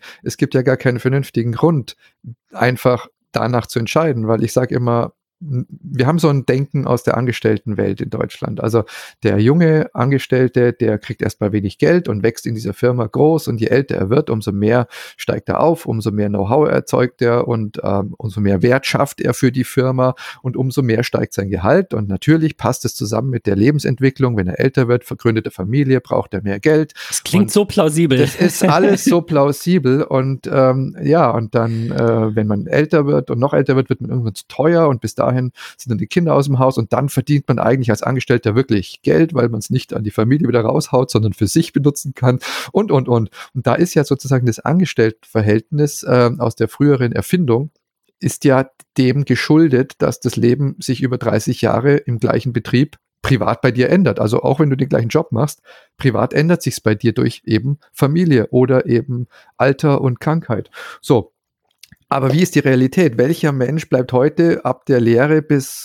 gar keinen vernünftigen Grund, einfach danach zu entscheiden, weil ich sage immer, wir haben so ein Denken aus der Angestelltenwelt in Deutschland. Also der junge Angestellte, der kriegt erstmal wenig Geld und wächst in dieser Firma groß und je älter er wird, umso mehr steigt er auf, umso mehr Know-how erzeugt er und umso mehr Wert schafft er für die Firma und umso mehr steigt sein Gehalt und natürlich passt es zusammen mit der Lebensentwicklung. Wenn er älter wird, vergründete Familie, braucht er mehr Geld. Das klingt so plausibel. Das ist alles so plausibel und und dann, wenn man älter wird und noch älter wird, wird man irgendwann zu teuer und bis dahin sind dann die Kinder aus dem Haus und dann verdient man eigentlich als Angestellter wirklich Geld, weil man es nicht an die Familie wieder raushaut, sondern für sich benutzen kann und. Und da ist ja sozusagen das Angestelltenverhältnis aus der früheren Erfindung ist ja dem geschuldet, dass das Leben sich über 30 Jahre im gleichen Betrieb privat bei dir ändert. Also auch wenn du den gleichen Job machst, privat ändert sich es bei dir durch eben Familie oder eben Alter und Krankheit. So. Aber wie ist die Realität? Welcher Mensch bleibt heute ab der Lehre bis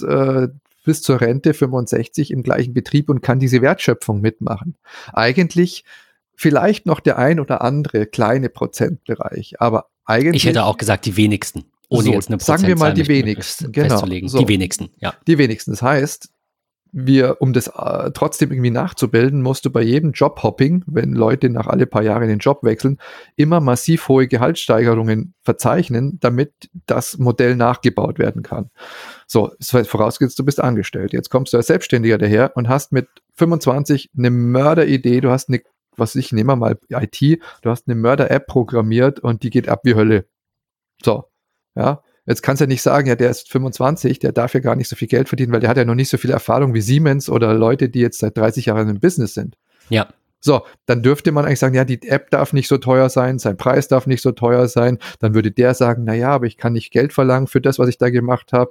zur Rente 65 im gleichen Betrieb und kann diese Wertschöpfung mitmachen? Eigentlich vielleicht noch der ein oder andere kleine Prozentbereich, aber eigentlich... Ich hätte auch gesagt, die wenigsten. Ohne jetzt eine Prozentzahl sagen wir mal die wenigsten, festzulegen. Genau. Die wenigsten, ja. Die wenigsten. Das heißt, um das trotzdem irgendwie nachzubilden, musst du bei jedem Jobhopping, wenn Leute nach alle paar Jahre den Job wechseln, immer massiv hohe Gehaltssteigerungen verzeichnen, damit das Modell nachgebaut werden kann. So, das heißt, vorausgesetzt, du bist angestellt. Jetzt kommst du als Selbstständiger daher und hast mit 25 eine Mörderidee, du hast nehmen wir mal IT, du hast eine Mörder-App programmiert und die geht ab wie Hölle. So, ja. Jetzt kannst du ja nicht sagen, ja, der ist 25, der darf ja gar nicht so viel Geld verdienen, weil der hat ja noch nicht so viel Erfahrung wie Siemens oder Leute, die jetzt seit 30 Jahren im Business sind. Ja. So, dann dürfte man eigentlich sagen, ja, die App darf nicht so teuer sein, sein Preis darf nicht so teuer sein. Dann würde der sagen, naja, aber ich kann nicht Geld verlangen für das, was ich da gemacht habe.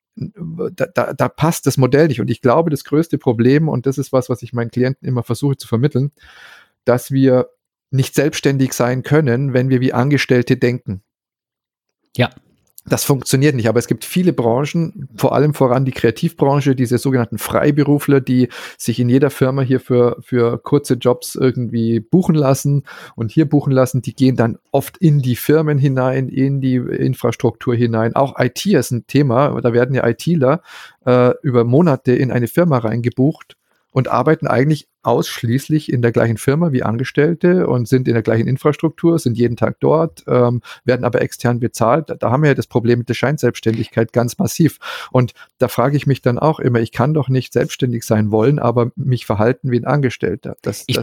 Da passt das Modell nicht. Und ich glaube, das größte Problem, und das ist was ich meinen Klienten immer versuche zu vermitteln, dass wir nicht selbstständig sein können, wenn wir wie Angestellte denken. Ja. Das funktioniert nicht, aber es gibt viele Branchen, vor allem voran die Kreativbranche, diese sogenannten Freiberufler, die sich in jeder Firma hier für kurze Jobs irgendwie buchen lassen und hier buchen lassen, die gehen dann oft in die Firmen hinein, in die Infrastruktur hinein. Auch IT ist ein Thema, da werden ja ITler über Monate in eine Firma reingebucht und arbeiten eigentlich ausschließlich in der gleichen Firma wie Angestellte und sind in der gleichen Infrastruktur, sind jeden Tag dort, werden aber extern bezahlt. Da haben wir ja das Problem mit der Scheinselbstständigkeit ganz massiv. Und da frage ich mich dann auch immer, ich kann doch nicht selbstständig sein wollen, aber mich verhalten wie ein Angestellter. Ich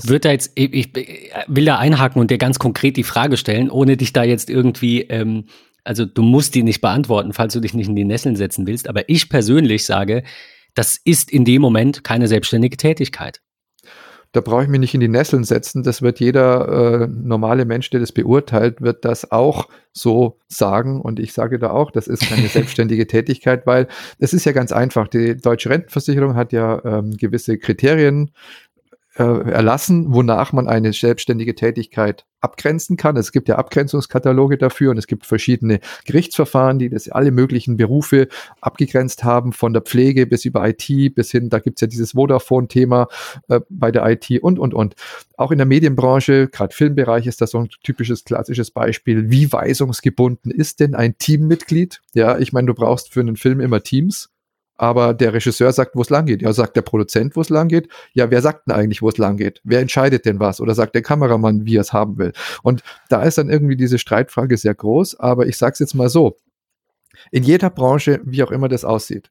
will da einhaken und dir ganz konkret die Frage stellen, ohne dich da jetzt irgendwie, also du musst die nicht beantworten, falls du dich nicht in die Nesseln setzen willst, aber ich persönlich sage, das ist in dem Moment keine selbstständige Tätigkeit. Da brauche ich mich nicht in die Nesseln setzen. Das wird jeder normale Mensch, der das beurteilt, wird das auch so sagen. Und ich sage da auch, das ist keine selbstständige Tätigkeit, weil es ist ja ganz einfach. Die Deutsche Rentenversicherung hat ja gewisse Kriterien erlassen, wonach man eine selbstständige Tätigkeit abgrenzen kann. Es gibt ja Abgrenzungskataloge dafür und es gibt verschiedene Gerichtsverfahren, die das alle möglichen Berufe abgegrenzt haben, von der Pflege bis über IT bis hin, da gibt es ja dieses Vodafone-Thema bei der IT und. Auch in der Medienbranche, gerade Filmbereich ist das so ein typisches, klassisches Beispiel. Wie weisungsgebunden ist denn ein Teammitglied? Ja, ich meine, du brauchst für einen Film immer Teams. Aber der Regisseur sagt, wo es lang geht. Ja, sagt der Produzent, wo es lang geht? Ja, wer sagt denn eigentlich, wo es lang geht? Wer entscheidet denn was? Oder sagt der Kameramann, wie er es haben will? Und da ist dann irgendwie diese Streitfrage sehr groß. Aber ich sage es jetzt mal so. In jeder Branche, wie auch immer das aussieht,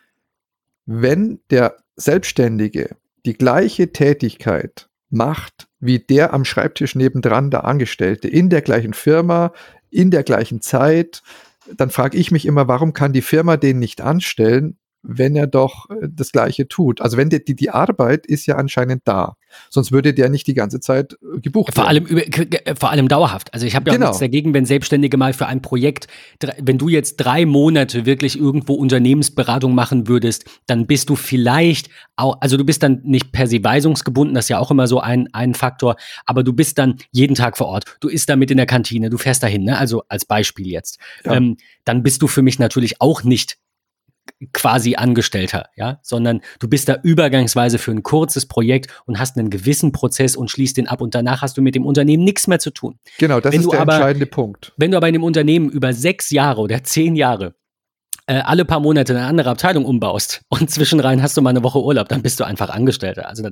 wenn der Selbstständige die gleiche Tätigkeit macht, wie der am Schreibtisch nebendran der Angestellte, in der gleichen Firma, in der gleichen Zeit, dann frage ich mich immer, warum kann die Firma den nicht anstellen, wenn er doch das Gleiche tut. Also wenn die Arbeit ist ja anscheinend da. Sonst würde der nicht die ganze Zeit gebucht werden. Vor allem dauerhaft. Also ich habe ja auch nichts dagegen, wenn Selbstständige mal für ein Projekt, wenn du jetzt 3 Monate wirklich irgendwo Unternehmensberatung machen würdest, dann bist du vielleicht auch, also du bist dann nicht per se weisungsgebunden, das ist ja auch immer so ein Faktor, aber du bist dann jeden Tag vor Ort. Du isst da mit in der Kantine, du fährst dahin, ne? Also als Beispiel jetzt. Ja. Dann bist du für mich natürlich auch nicht quasi Angestellter, ja, sondern du bist da übergangsweise für ein kurzes Projekt und hast einen gewissen Prozess und schließt den ab und danach hast du mit dem Unternehmen nichts mehr zu tun. Genau, das ist der entscheidende Punkt. Wenn du aber in dem Unternehmen über 6 Jahre oder 10 Jahre alle paar Monate eine andere Abteilung umbaust und zwischenrein hast du mal eine Woche Urlaub, dann bist du einfach Angestellter. Also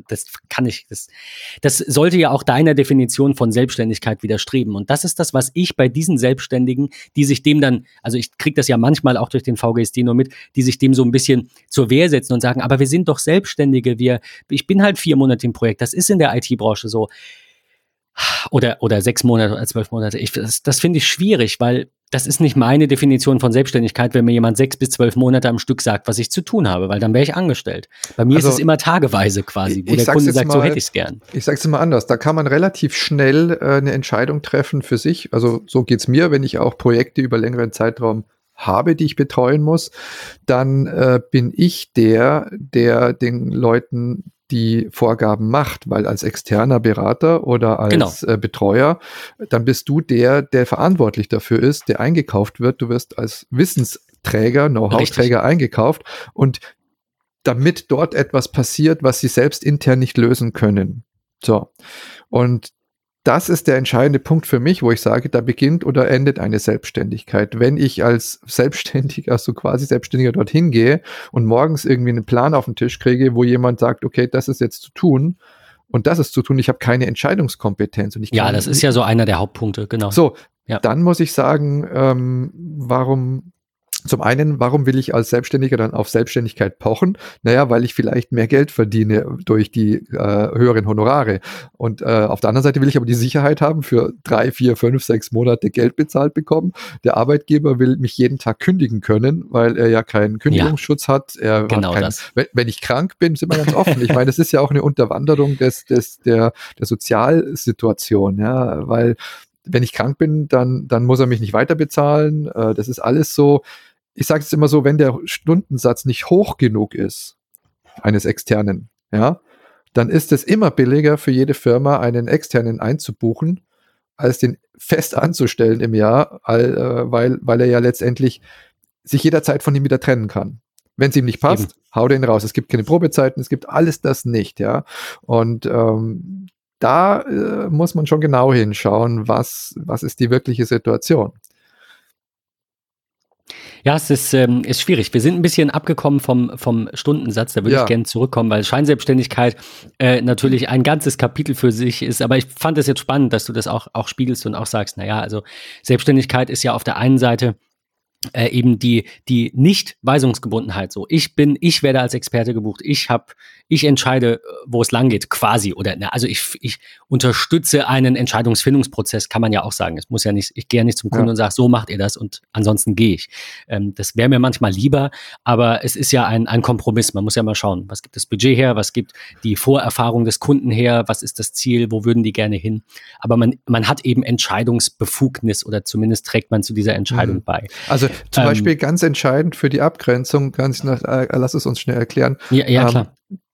das sollte ja auch deiner Definition von Selbstständigkeit widerstreben. Und das ist das, was ich bei diesen Selbstständigen, die sich dem dann, also ich kriege das ja manchmal auch durch den VGSD nur mit, die sich dem so ein bisschen zur Wehr setzen und sagen, aber wir sind doch Selbstständige, ich bin halt 4 Monate im Projekt, das ist in der IT-Branche so. Oder 6 Monate oder 12 Monate. Das finde ich schwierig, weil das ist nicht meine Definition von Selbstständigkeit, wenn mir jemand 6 bis 12 Monate am Stück sagt, was ich zu tun habe, weil dann wäre ich angestellt. Bei mir ist es immer tageweise quasi, wo der Kunde sagt, so hätte ich es gern. Ich sage es immer anders, da kann man relativ schnell eine Entscheidung treffen für sich. Also so geht es mir, wenn ich auch Projekte über längeren Zeitraum habe, die ich betreuen muss, dann bin ich der den Leuten die Vorgaben macht, weil als externer Berater oder als Betreuer, dann bist du der verantwortlich dafür ist, der eingekauft wird. Du wirst als Wissensträger, Know-how-Träger eingekauft und damit dort etwas passiert, was sie selbst intern nicht lösen können. So. Und das ist der entscheidende Punkt für mich, wo ich sage, da beginnt oder endet eine Selbstständigkeit. Wenn ich als Selbstständiger, also quasi Selbstständiger dorthin gehe und morgens irgendwie einen Plan auf den Tisch kriege, wo jemand sagt, okay, das ist jetzt zu tun und das ist zu tun, ich habe keine Entscheidungskompetenz. Und das ist ja so einer der Hauptpunkte, genau. So, dann muss ich sagen, warum will ich als Selbstständiger dann auf Selbstständigkeit pochen? Naja, weil ich vielleicht mehr Geld verdiene durch die höheren Honorare. Und auf der anderen Seite will ich aber die Sicherheit haben, für 3, 4, 5, 6 Monate Geld bezahlt bekommen. Der Arbeitgeber will mich jeden Tag kündigen können, weil er ja keinen Kündigungsschutz hat. Wenn ich krank bin, sind wir ganz offen. Ich meine, das ist ja auch eine Unterwanderung der Sozialsituation, ja, weil wenn ich krank bin, dann muss er mich nicht weiter bezahlen. Das ist alles so. Ich sage es immer so, wenn der Stundensatz nicht hoch genug ist, eines externen, ja, dann ist es immer billiger für jede Firma, einen externen einzubuchen, als den fest anzustellen im Jahr, weil er ja letztendlich sich jederzeit von ihm wieder trennen kann. Wenn es ihm nicht passt, haut er ihn raus. Es gibt keine Probezeiten, es gibt alles das nicht, ja. Und da muss man schon genau hinschauen, was ist die wirkliche Situation. Ja, es ist schwierig. Wir sind ein bisschen abgekommen vom Stundensatz, da würde ich gerne zurückkommen, weil Scheinselbstständigkeit natürlich ein ganzes Kapitel für sich ist. Aber ich fand es jetzt spannend, dass du das auch spiegelst und auch sagst, naja, also Selbstständigkeit ist ja auf der einen Seite eben die Nicht-Weisungsgebundenheit so. Ich werde als Experte gebucht. Ich entscheide, wo es lang geht, quasi. Also ich unterstütze einen Entscheidungsfindungsprozess, kann man ja auch sagen. Es muss ja nicht, ich gehe ja nicht zum Kunden und sage, so macht ihr das und ansonsten gehe ich. Das wäre mir manchmal lieber, aber es ist ja ein Kompromiss. Man muss ja mal schauen, was gibt das Budget her, was gibt die Vorerfahrung des Kunden her, was ist das Ziel, wo würden die gerne hin. Aber man hat eben Entscheidungsbefugnis oder zumindest trägt man zu dieser Entscheidung bei. Also zum Beispiel ganz entscheidend für die Abgrenzung, lass es uns schnell erklären. Ja, klar.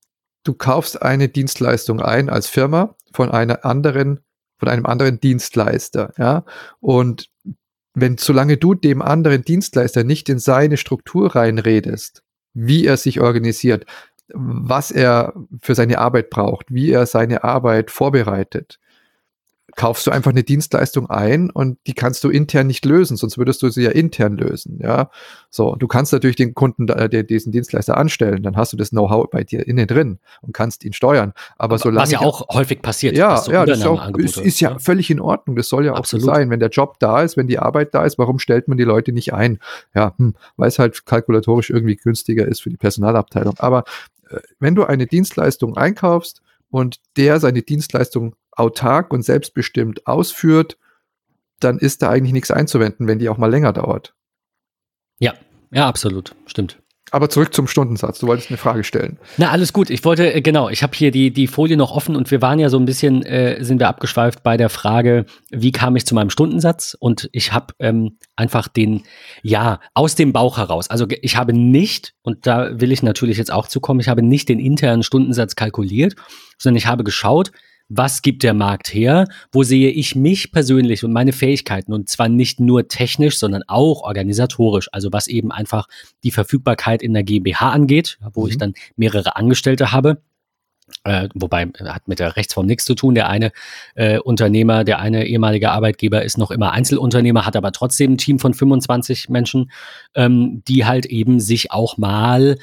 du kaufst eine Dienstleistung ein als Firma von einem anderen Dienstleister, ja, und solange du dem anderen Dienstleister nicht in seine Struktur reinredest, wie er sich organisiert, was er für seine Arbeit braucht, wie er seine Arbeit vorbereitet, kaufst du einfach eine Dienstleistung ein und die kannst du intern nicht lösen, sonst würdest du sie ja intern lösen, ja. So, du kannst natürlich den Kunden, diesen Dienstleister anstellen, dann hast du das Know-how bei dir innen drin und kannst ihn steuern. Aber solange was ja auch häufig passiert, ja, dass so das Übernahmeangebote, ist ja völlig in Ordnung, das soll ja Absolut. auch so sein. Wenn der Job da ist, wenn die Arbeit da ist, warum stellt man die Leute nicht ein? Ja, weil es halt kalkulatorisch irgendwie günstiger ist für die Personalabteilung. Aber wenn du eine Dienstleistung einkaufst und der seine Dienstleistung autark und selbstbestimmt ausführt, dann ist da eigentlich nichts einzuwenden, wenn die auch mal länger dauert. Ja, absolut, stimmt. Aber zurück zum Stundensatz. Du wolltest eine Frage stellen. Na, alles gut. Ich wollte, ich habe hier die Folie noch offen und wir waren ja so ein bisschen, sind wir abgeschweift bei der Frage, wie kam ich zu meinem Stundensatz? Und ich habe einfach aus dem Bauch heraus. Also ich habe nicht, und da will ich natürlich jetzt auch zukommen, ich habe nicht den internen Stundensatz kalkuliert, sondern ich habe geschaut, was gibt der Markt her? Wo sehe ich mich persönlich und meine Fähigkeiten? Und zwar nicht nur technisch, sondern auch organisatorisch. Also was eben einfach die Verfügbarkeit in der GmbH angeht, wo ich dann mehrere Angestellte habe. Wobei, hat mit der Rechtsform nichts zu tun. Der eine Unternehmer, der eine ehemalige Arbeitgeber ist noch immer Einzelunternehmer, hat aber trotzdem ein Team von 25 Menschen, die halt eben sich auch mal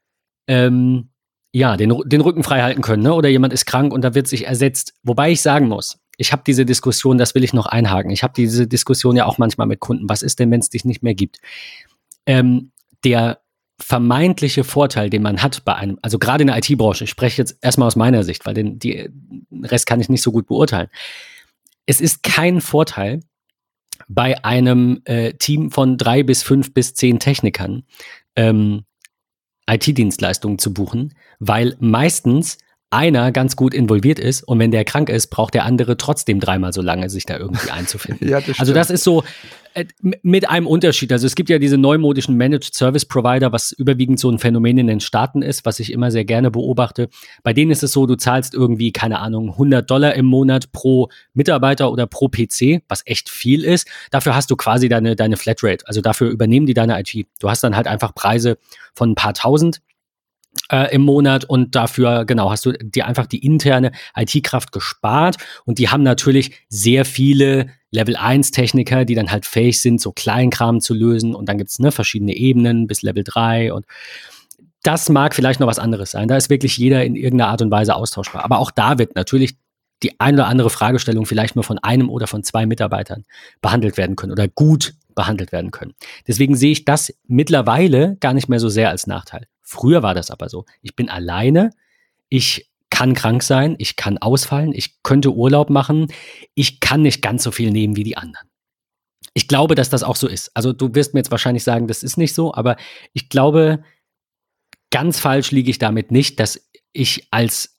den Rücken frei halten können, ne? Oder jemand ist krank und da wird sich ersetzt. Wobei ich sagen muss, ich habe diese Diskussion, das will ich noch einhaken, ich habe diese Diskussion ja auch manchmal mit Kunden. Was ist denn, wenn es dich nicht mehr gibt? Der vermeintliche Vorteil, den man hat bei einem, also gerade in der IT-Branche, ich spreche jetzt erstmal aus meiner Sicht, weil den Rest kann ich nicht so gut beurteilen. Es ist kein Vorteil, bei einem Team von 3 bis 5 bis 10 Technikern IT-Dienstleistungen zu buchen, weil meistens einer ganz gut involviert ist und wenn der krank ist, braucht der andere trotzdem 3-mal so lange, sich da irgendwie einzufinden. Ja, das also das ist so mit einem Unterschied. Also es gibt ja diese neumodischen Managed Service Provider, was überwiegend so ein Phänomen in den Staaten ist, was ich immer sehr gerne beobachte. Bei denen ist es so, du zahlst irgendwie, keine Ahnung, $100 im Monat pro Mitarbeiter oder pro PC, was echt viel ist. Dafür hast du quasi deine Flatrate. Also dafür übernehmen die deine IT. Du hast dann halt einfach Preise von ein paar tausend im Monat und dafür, hast du dir einfach die interne IT-Kraft gespart und die haben natürlich sehr viele Level-1-Techniker, die dann halt fähig sind, so Kleinkram zu lösen und dann gibt es verschiedene Ebenen bis Level 3 und das mag vielleicht noch was anderes sein. Da ist wirklich jeder in irgendeiner Art und Weise austauschbar. Aber auch da wird natürlich die ein oder andere Fragestellung vielleicht nur von einem oder von 2 Mitarbeitern behandelt werden können oder gut behandelt werden können. Deswegen sehe ich das mittlerweile gar nicht mehr so sehr als Nachteil. Früher war das aber so. Ich bin alleine, ich kann krank sein, ich kann ausfallen, ich könnte Urlaub machen, ich kann nicht ganz so viel nehmen wie die anderen. Ich glaube, dass das auch so ist. Also du wirst mir jetzt wahrscheinlich sagen, das ist nicht so, aber ich glaube, ganz falsch liege ich damit nicht, dass ich als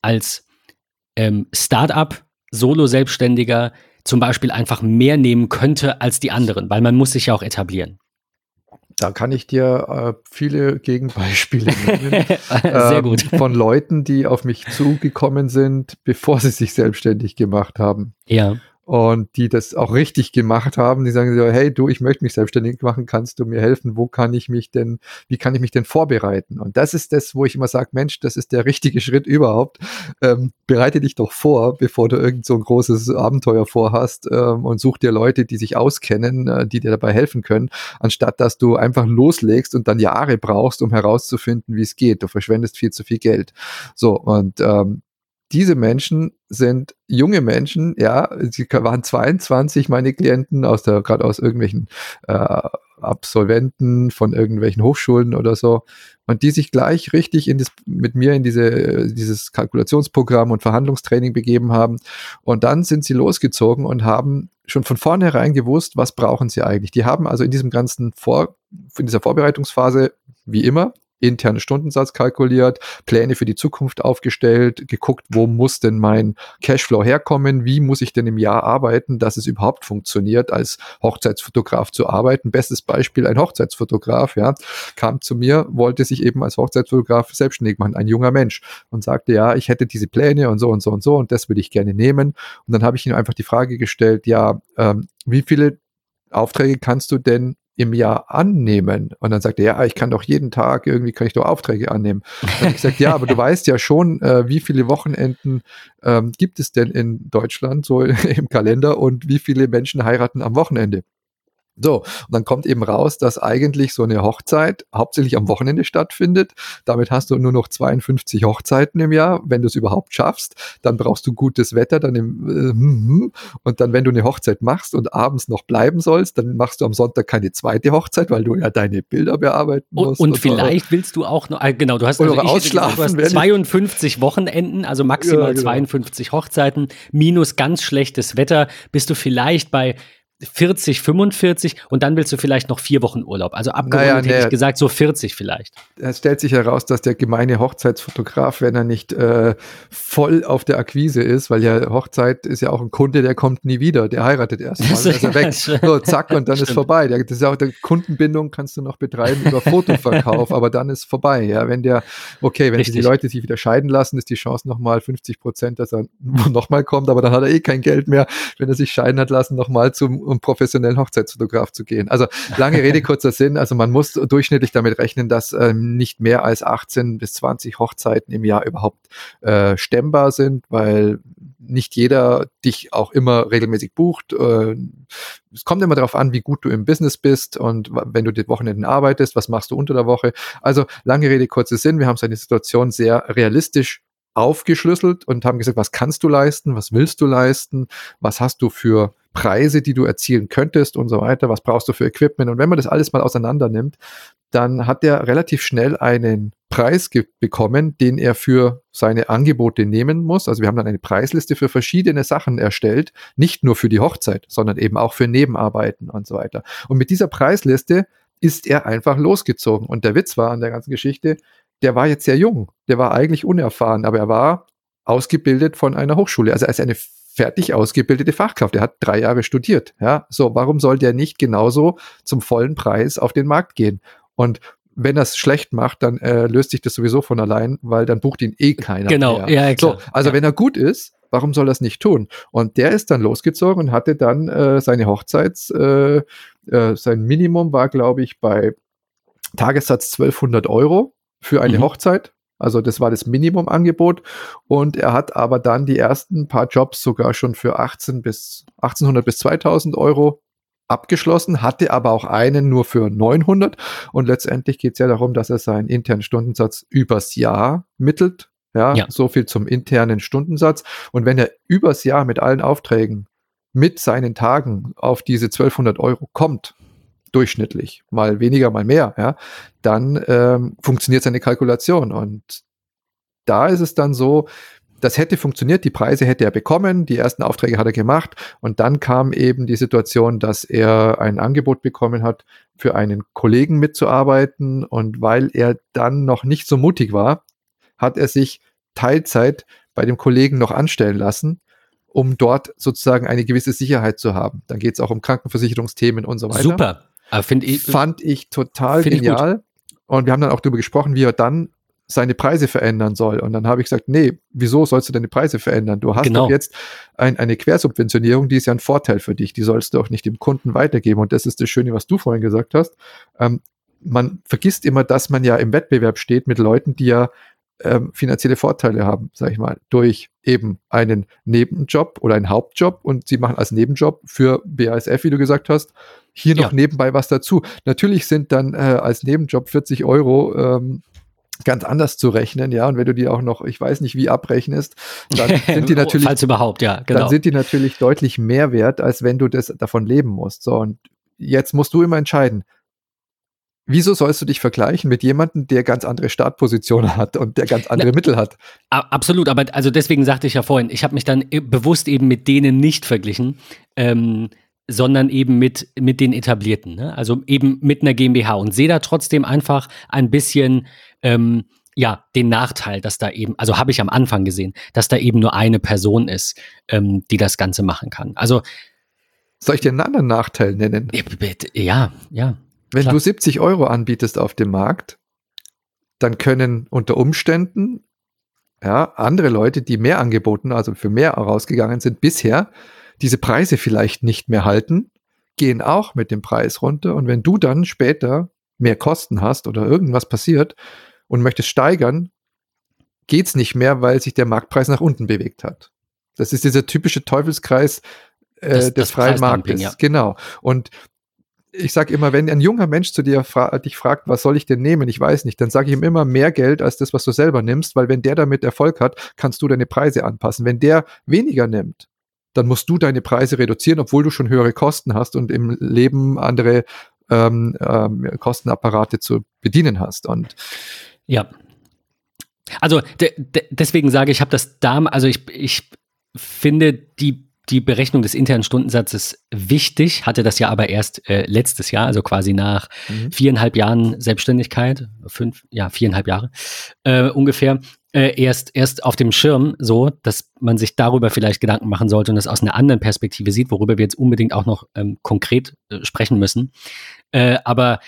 Start-up, Solo-Selbstständiger zum Beispiel einfach mehr nehmen könnte als die anderen, weil man muss sich ja auch etablieren. Da kann ich dir viele Gegenbeispiele nennen. Sehr gut. Von Leuten, die auf mich zugekommen sind, bevor sie sich selbstständig gemacht haben. Ja. Und die das auch richtig gemacht haben, die sagen so, hey du, ich möchte mich selbstständig machen, kannst du mir helfen, wie kann ich mich denn vorbereiten? Und das ist das, wo ich immer sage, Mensch, das ist der richtige Schritt überhaupt. Bereite dich doch vor, bevor du irgend so ein großes Abenteuer vorhast und such dir Leute, die sich auskennen, die dir dabei helfen können, anstatt dass du einfach loslegst und dann Jahre brauchst, um herauszufinden, wie es geht. Du verschwendest viel zu viel Geld. So, und diese Menschen sind junge Menschen, ja, sie waren 22, meine Klienten, gerade aus irgendwelchen Absolventen von irgendwelchen Hochschulen oder so, und die sich gleich richtig mit mir in dieses Kalkulationsprogramm und Verhandlungstraining begeben haben. Und dann sind sie losgezogen und haben schon von vornherein gewusst, was brauchen sie eigentlich. Die haben also in dieser Vorbereitungsphase, wie immer, internen Stundensatz kalkuliert, Pläne für die Zukunft aufgestellt, geguckt, wo muss denn mein Cashflow herkommen, wie muss ich denn im Jahr arbeiten, dass es überhaupt funktioniert, als Hochzeitsfotograf zu arbeiten. Bestes Beispiel, ein Hochzeitsfotograf, ja, kam zu mir, wollte sich eben als Hochzeitsfotograf selbstständig machen, ein junger Mensch, und sagte, ja, ich hätte diese Pläne und so und so und so und das würde ich gerne nehmen. Und dann habe ich ihm einfach die Frage gestellt, ja, wie viele Aufträge kannst du denn im Jahr annehmen? Und dann sagt er, ja, ich kann doch jeden Tag, irgendwie kann ich doch Aufträge annehmen. Dann habe ich gesagt, ja, aber du weißt ja schon, wie viele Wochenenden gibt es denn in Deutschland so im Kalender und wie viele Menschen heiraten am Wochenende? So, und dann kommt eben raus, dass eigentlich so eine Hochzeit hauptsächlich am Wochenende stattfindet. Damit hast du nur noch 52 Hochzeiten im Jahr, wenn du es überhaupt schaffst. Dann brauchst du gutes Wetter, dann und dann, wenn du eine Hochzeit machst und abends noch bleiben sollst, dann machst du am Sonntag keine zweite Hochzeit, weil du ja deine Bilder bearbeiten musst. Und vielleicht willst du auch noch, genau, du hast, also ausschlafen, du hast 52 Wochenenden, also maximal 52 Hochzeiten, minus ganz schlechtes Wetter, bist du vielleicht bei 40, 45 und dann willst du vielleicht noch 4 Wochen Urlaub. Also abgerundet hätte ich gesagt, so 40 vielleicht. Es stellt sich heraus, dass der gemeine Hochzeitsfotograf, wenn er nicht voll auf der Akquise ist, weil ja Hochzeit ist ja auch ein Kunde, der kommt nie wieder, der heiratet erstmal, dann ist er weg. So, zack, und dann ist vorbei. Das ist ja auch der Kundenbindung kannst du noch betreiben über Fotoverkauf, aber dann ist vorbei. Ja, wenn die Leute sich wieder scheiden lassen, ist die Chance nochmal 50%, dass er nochmal kommt, aber dann hat er eh kein Geld mehr, wenn er sich scheiden hat lassen, nochmal um professionellen Hochzeitsfotograf zu gehen. Also lange Rede, kurzer Sinn. Also man muss durchschnittlich damit rechnen, dass nicht mehr als 18 bis 20 Hochzeiten im Jahr überhaupt stemmbar sind, weil nicht jeder dich auch immer regelmäßig bucht. Es kommt immer darauf an, wie gut du im Business bist und wenn du die Wochenenden arbeitest, was machst du unter der Woche. Also lange Rede, kurzer Sinn. Wir haben seine Situation sehr realistisch aufgeschlüsselt und haben gesagt, was kannst du leisten, was willst du leisten, was hast du für Preise, die du erzielen könntest und so weiter, was brauchst du für Equipment. Und wenn man das alles mal auseinander nimmt, dann hat er relativ schnell einen Preis bekommen, den er für seine Angebote nehmen muss. Also wir haben dann eine Preisliste für verschiedene Sachen erstellt, nicht nur für die Hochzeit, sondern eben auch für Nebenarbeiten und so weiter. Und mit dieser Preisliste ist er einfach losgezogen. Und der Witz war an der ganzen Geschichte, der war jetzt sehr jung, der war eigentlich unerfahren, aber er war ausgebildet von einer Hochschule, also als eine fertig ausgebildete Fachkraft. Er hat 3 Jahre studiert. Ja, so, warum soll der nicht genauso zum vollen Preis auf den Markt gehen? Und wenn er es schlecht macht, dann löst sich das sowieso von allein, weil dann bucht ihn eh keiner. Genau, mehr. ja, klar. So, also wenn er gut ist, warum soll er es nicht tun? Und der ist dann losgezogen und hatte dann seine sein Minimum war, glaube ich, bei Tagessatz 1200 € für eine Hochzeit. Also das war das Minimumangebot und er hat aber dann die ersten paar Jobs sogar schon für 1800 bis 2000 € abgeschlossen, hatte aber auch einen nur für 900 und letztendlich geht es ja darum, dass er seinen internen Stundensatz übers Jahr mittelt. Ja, so viel zum internen Stundensatz. Und wenn er übers Jahr mit allen Aufträgen mit seinen Tagen auf diese 1200 € kommt, durchschnittlich, mal weniger, mal mehr, ja, dann funktioniert seine Kalkulation. Und da ist es dann so, das hätte funktioniert, die Preise hätte er bekommen, die ersten Aufträge hat er gemacht und dann kam eben die Situation, dass er ein Angebot bekommen hat, für einen Kollegen mitzuarbeiten und weil er dann noch nicht so mutig war, hat er sich Teilzeit bei dem Kollegen noch anstellen lassen, um dort sozusagen eine gewisse Sicherheit zu haben. Dann geht es auch um Krankenversicherungsthemen und so weiter. Super. Fand ich total genial. Und wir haben dann auch darüber gesprochen, wie er dann seine Preise verändern soll. Und dann habe ich gesagt, nee, wieso sollst du deine Preise verändern? Du hast doch jetzt eine Quersubventionierung, die ist ja ein Vorteil für dich. Die sollst du auch nicht dem Kunden weitergeben. Und das ist das Schöne, was du vorhin gesagt hast. Man vergisst immer, dass man ja im Wettbewerb steht mit Leuten, die ja finanzielle Vorteile haben, sag ich mal, durch eben einen Nebenjob oder einen Hauptjob und sie machen als Nebenjob für BASF, wie du gesagt hast, hier noch nebenbei was dazu. Natürlich sind dann als Nebenjob 40 € ganz anders zu rechnen, ja, und wenn du die auch noch, ich weiß nicht wie abrechnest, dann sind die natürlich, falls überhaupt, ja, genau. Dann sind die natürlich deutlich mehr wert, als wenn du davon leben musst. So, und jetzt musst du immer entscheiden, wieso sollst du dich vergleichen mit jemandem, der ganz andere Startpositionen hat und der ganz andere Mittel hat? Absolut, aber also deswegen sagte ich ja vorhin, ich habe mich dann bewusst eben mit denen nicht verglichen, sondern eben mit den Etablierten, ne? Also eben mit einer GmbH und sehe da trotzdem einfach ein bisschen den Nachteil, dass da eben, also habe ich am Anfang gesehen, dass da eben nur eine Person ist, die das Ganze machen kann. Also soll ich dir einen anderen Nachteil nennen? Ja. Wenn klar. du 70 € anbietest auf dem Markt, dann können unter Umständen andere Leute, die mehr angeboten, also für mehr rausgegangen sind bisher, diese Preise vielleicht nicht mehr halten, gehen auch mit dem Preis runter. Und wenn du dann später mehr Kosten hast oder irgendwas passiert und möchtest steigern, geht's nicht mehr, weil sich der Marktpreis nach unten bewegt hat. Das ist dieser typische Teufelskreis des freien Marktes. Ja. Genau. Und ich sage immer, wenn ein junger Mensch zu dir dich fragt, was soll ich denn nehmen, ich weiß nicht, dann sage ich ihm immer mehr Geld als das, was du selber nimmst, weil wenn der damit Erfolg hat, kannst du deine Preise anpassen. Wenn der weniger nimmt, dann musst du deine Preise reduzieren, obwohl du schon höhere Kosten hast und im Leben andere Kostenapparate zu bedienen hast. Und ja. Also deswegen sage ich, habe das also ich finde die Berechnung des internen Stundensatzes wichtig, hatte das ja aber erst letztes Jahr, also quasi nach 4,5 Jahren Selbstständigkeit, 4,5 Jahre ungefähr, erst auf dem Schirm, so, dass man sich darüber vielleicht Gedanken machen sollte und das aus einer anderen Perspektive sieht, worüber wir jetzt unbedingt auch noch konkret sprechen müssen. Aber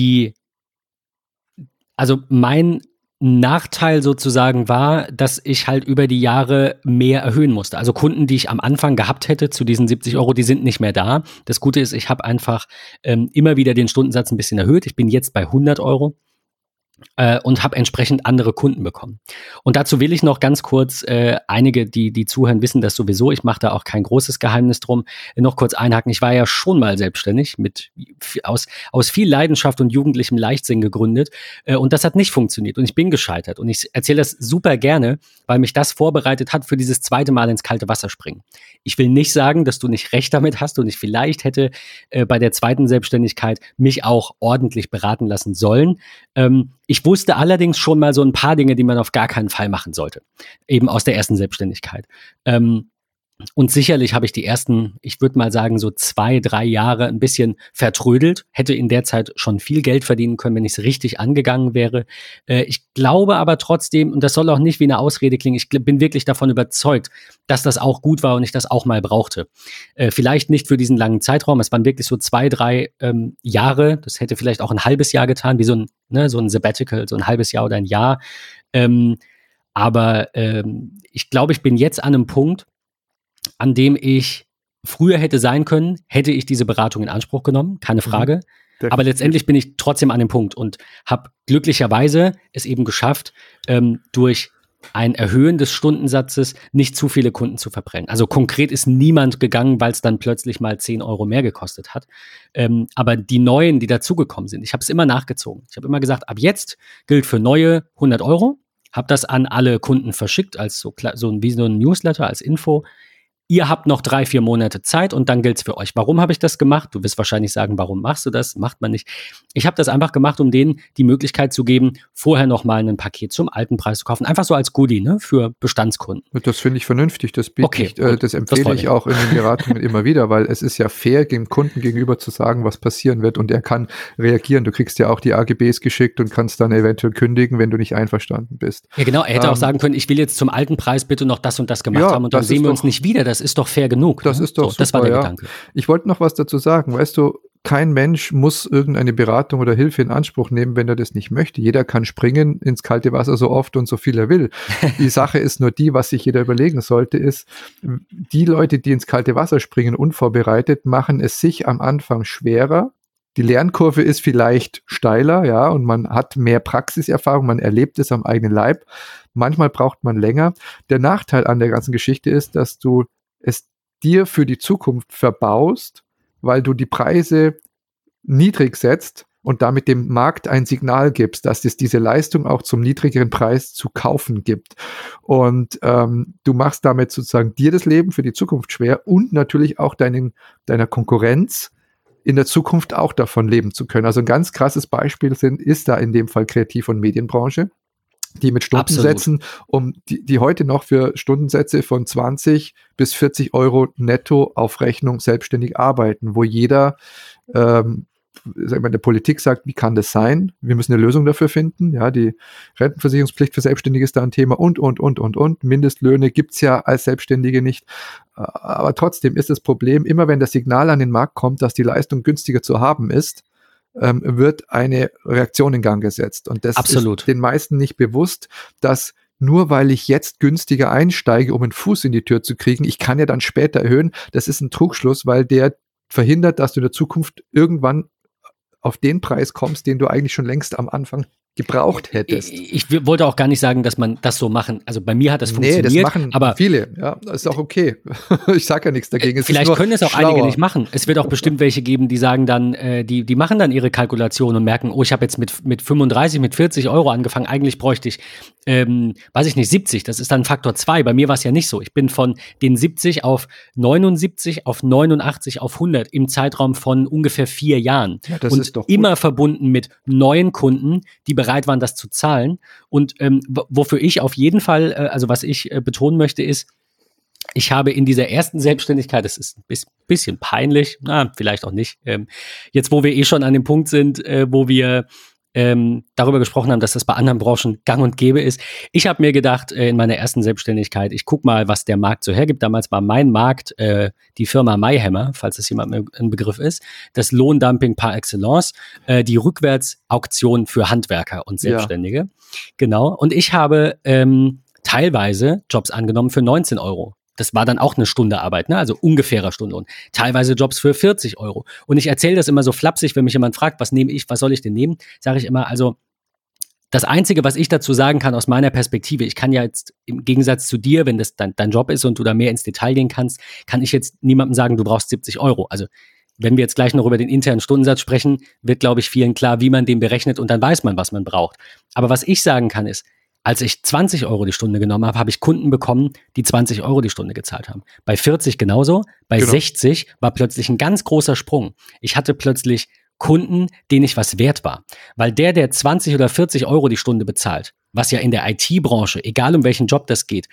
mein Nachteil sozusagen war, dass ich halt über die Jahre mehr erhöhen musste. Also Kunden, die ich am Anfang gehabt hätte zu diesen 70 €, die sind nicht mehr da. Das Gute ist, ich habe einfach immer wieder den Stundensatz ein bisschen erhöht. Ich bin jetzt bei 100 € und habe entsprechend andere Kunden bekommen. Und dazu will ich noch ganz kurz, einige, die zuhören, wissen das sowieso, ich mache da auch kein großes Geheimnis drum, noch kurz einhaken. Ich war ja schon mal selbstständig, aus viel Leidenschaft und jugendlichem Leichtsinn gegründet und das hat nicht funktioniert und ich bin gescheitert. Und ich erzähle das super gerne, weil mich das vorbereitet hat für dieses zweite Mal ins kalte Wasser springen. Ich will nicht sagen, dass du nicht recht damit hast und ich vielleicht hätte bei der zweiten Selbstständigkeit mich auch ordentlich beraten lassen sollen. Ich wusste allerdings schon mal so ein paar Dinge, die man auf gar keinen Fall machen sollte. Eben aus der ersten Selbstständigkeit. Und sicherlich habe ich die ersten, ich würde mal sagen, so 2-3 Jahre ein bisschen vertrödelt. Hätte in der Zeit schon viel Geld verdienen können, wenn ich es richtig angegangen wäre. Ich glaube aber trotzdem, und das soll auch nicht wie eine Ausrede klingen, ich bin wirklich davon überzeugt, dass das auch gut war und ich das auch mal brauchte. Vielleicht nicht für diesen langen Zeitraum, es waren wirklich so 2-3 Jahre, das hätte vielleicht auch ein halbes Jahr getan, wie so ein Sabbatical, so ein halbes Jahr oder ein Jahr. Aber ich glaube, ich bin jetzt an einem Punkt, an dem ich früher hätte sein können, hätte ich diese Beratung in Anspruch genommen, keine Frage. Aber letztendlich bin ich trotzdem an dem Punkt und habe glücklicherweise es eben geschafft, durch ein Erhöhen des Stundensatzes nicht zu viele Kunden zu verbrennen. Also konkret ist niemand gegangen, weil es dann plötzlich mal 10 € mehr gekostet hat. Aber die Neuen, die dazugekommen sind, ich habe es immer nachgezogen. Ich habe immer gesagt, ab jetzt gilt für Neue 100 €. Habe das an alle Kunden verschickt, als wie so ein Newsletter, als Info. Ihr habt noch 3-4 Monate Zeit und dann gilt's für euch. Warum habe ich das gemacht? Du wirst wahrscheinlich sagen, warum machst du das? Macht man nicht. Ich habe das einfach gemacht, um denen die Möglichkeit zu geben, vorher noch mal ein Paket zum alten Preis zu kaufen. Einfach so als Goodie, ne, für Bestandskunden. Das finde ich vernünftig. Das empfehle ich auch in den Beratungen immer wieder, weil es ist ja fair, dem Kunden gegenüber zu sagen, was passieren wird und er kann reagieren. Du kriegst ja auch die AGBs geschickt und kannst dann eventuell kündigen, wenn du nicht einverstanden bist. Ja, genau. Er hätte auch sagen können, ich will jetzt zum alten Preis bitte noch das und das gemacht haben und dann sehen wir uns nicht wieder. Das ist doch fair genug. Das ist doch super, das war der Gedanke. Ich wollte noch was dazu sagen. Weißt du, kein Mensch muss irgendeine Beratung oder Hilfe in Anspruch nehmen, wenn er das nicht möchte. Jeder kann springen ins kalte Wasser so oft und so viel er will. Die Sache ist nur die, was sich jeder überlegen sollte, ist, die Leute, die ins kalte Wasser springen, unvorbereitet, machen es sich am Anfang schwerer. Die Lernkurve ist vielleicht steiler, ja, und man hat mehr Praxiserfahrung, man erlebt es am eigenen Leib. Manchmal braucht man länger. Der Nachteil an der ganzen Geschichte ist, dass du es dir für die Zukunft verbaust, weil du die Preise niedrig setzt und damit dem Markt ein Signal gibst, dass es diese Leistung auch zum niedrigeren Preis zu kaufen gibt. Und du machst damit sozusagen dir das Leben für die Zukunft schwer und natürlich auch deiner Konkurrenz in der Zukunft auch davon leben zu können. Also ein ganz krasses Beispiel ist da in dem Fall Kreativ- und Medienbranche. die mit Stundensätzen, die heute noch für Stundensätze von 20 bis 40 Euro netto auf Rechnung selbstständig arbeiten, wo jeder der Politik sagt, wie kann das sein? Wir müssen eine Lösung dafür finden. Ja, die Rentenversicherungspflicht für Selbstständige ist da ein Thema und. Mindestlöhne gibt es ja als Selbstständige nicht. Aber trotzdem ist das Problem, immer wenn das Signal an den Markt kommt, dass die Leistung günstiger zu haben ist, wird eine Reaktion in Gang gesetzt. Und das ist den meisten nicht bewusst, dass nur weil ich jetzt günstiger einsteige, um einen Fuß in die Tür zu kriegen, ich kann ja dann später erhöhen. Das ist ein Trugschluss, weil der verhindert, dass du in der Zukunft irgendwann auf den Preis kommst, den du eigentlich schon längst am Anfang gebraucht hättest. Ich wollte auch gar nicht sagen, dass man das so machen, also bei mir hat das funktioniert. Nee, das machen aber viele, ja, das ist auch okay. Ich sage ja nichts dagegen. Vielleicht können es auch einige nicht machen. Es wird auch bestimmt welche geben, die sagen dann, die machen dann ihre Kalkulation und merken, oh, ich habe jetzt mit 35, mit 40 Euro angefangen, eigentlich bräuchte ich, weiß ich nicht, 70, das ist dann Faktor 2. Bei mir war es ja nicht so. Ich bin von den 70 auf 79, auf 89, auf 100 im Zeitraum von ungefähr 4 Jahren. Ja, das ist doch gut. Immer verbunden mit neuen Kunden, die bereit waren, das zu zahlen. Und wofür ich auf jeden Fall, also was ich betonen möchte, ist, ich habe in dieser ersten Selbstständigkeit, das ist ein bisschen peinlich, vielleicht auch nicht, jetzt wo wir eh schon an dem Punkt sind, wo wir darüber gesprochen haben, dass das bei anderen Branchen gang und gäbe ist. Ich habe mir gedacht, in meiner ersten Selbstständigkeit, ich gucke mal, was der Markt so hergibt. Damals war mein Markt die Firma Mayhammer, falls das jemand ein Begriff ist, das Lohndumping par excellence, die Rückwärtsauktion für Handwerker und Selbstständige. Ja. Genau. Und ich habe teilweise Jobs angenommen für 19 Euro. Das war dann auch eine Stunde Arbeit, ne? Also ungefährer Stundenlohn. Teilweise Jobs für 40 Euro. Und ich erzähle das immer so flapsig, wenn mich jemand fragt, was soll ich denn nehmen? Sage ich immer, also das Einzige, was ich dazu sagen kann aus meiner Perspektive, ich kann ja jetzt im Gegensatz zu dir, wenn das dein Job ist und du da mehr ins Detail gehen kannst, kann ich jetzt niemandem sagen, du brauchst 70 Euro. Also wenn wir jetzt gleich noch über den internen Stundensatz sprechen, wird, glaube ich, vielen klar, wie man den berechnet und dann weiß man, was man braucht. Aber was ich sagen kann ist, als ich 20 Euro die Stunde genommen habe, habe ich Kunden bekommen, die 20 Euro die Stunde gezahlt haben. Bei 40 genauso, bei 60 war plötzlich ein ganz großer Sprung. Ich hatte plötzlich Kunden, denen ich was wert war. Weil der 20 oder 40 Euro die Stunde bezahlt, was ja in der IT-Branche, egal um welchen Job das geht,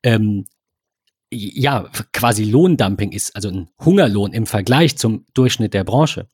ja, quasi Lohndumping ist, also ein Hungerlohn im Vergleich zum Durchschnitt der Branche,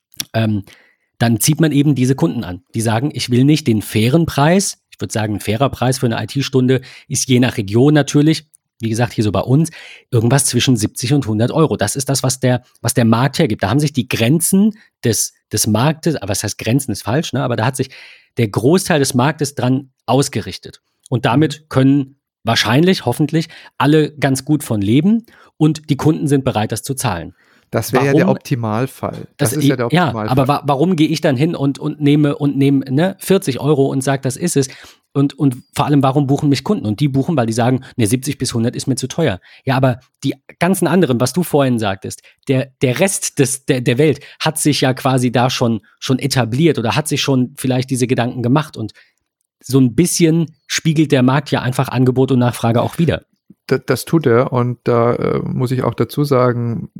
dann zieht man eben diese Kunden an. Die sagen, ich will nicht den fairen Preis. Ich würde sagen, ein fairer Preis für eine IT-Stunde ist je nach Region natürlich, wie gesagt, hier so bei uns, irgendwas zwischen 70 und 100 Euro. Das ist das, was der Markt hergibt. Da haben sich die Grenzen des Marktes, aber was heißt Grenzen ist falsch, ne? Aber da hat sich der Großteil des Marktes dran ausgerichtet. Und damit können wahrscheinlich, hoffentlich, alle ganz gut von leben und die Kunden sind bereit, das zu zahlen. Das wäre ja der Optimalfall. Das ist ja der Optimalfall. Ja, aber warum gehe ich dann hin und nehme 40 Euro und sage, das ist es? Und vor allem, warum buchen mich Kunden? Und die buchen, weil die sagen, 70 bis 100 ist mir zu teuer. Ja, aber die ganzen anderen, was du vorhin sagtest, der Rest der Welt hat sich ja quasi da schon etabliert oder hat sich schon vielleicht diese Gedanken gemacht. Und so ein bisschen spiegelt der Markt ja einfach Angebot und Nachfrage auch wider. Das tut er und da muss ich auch dazu sagen,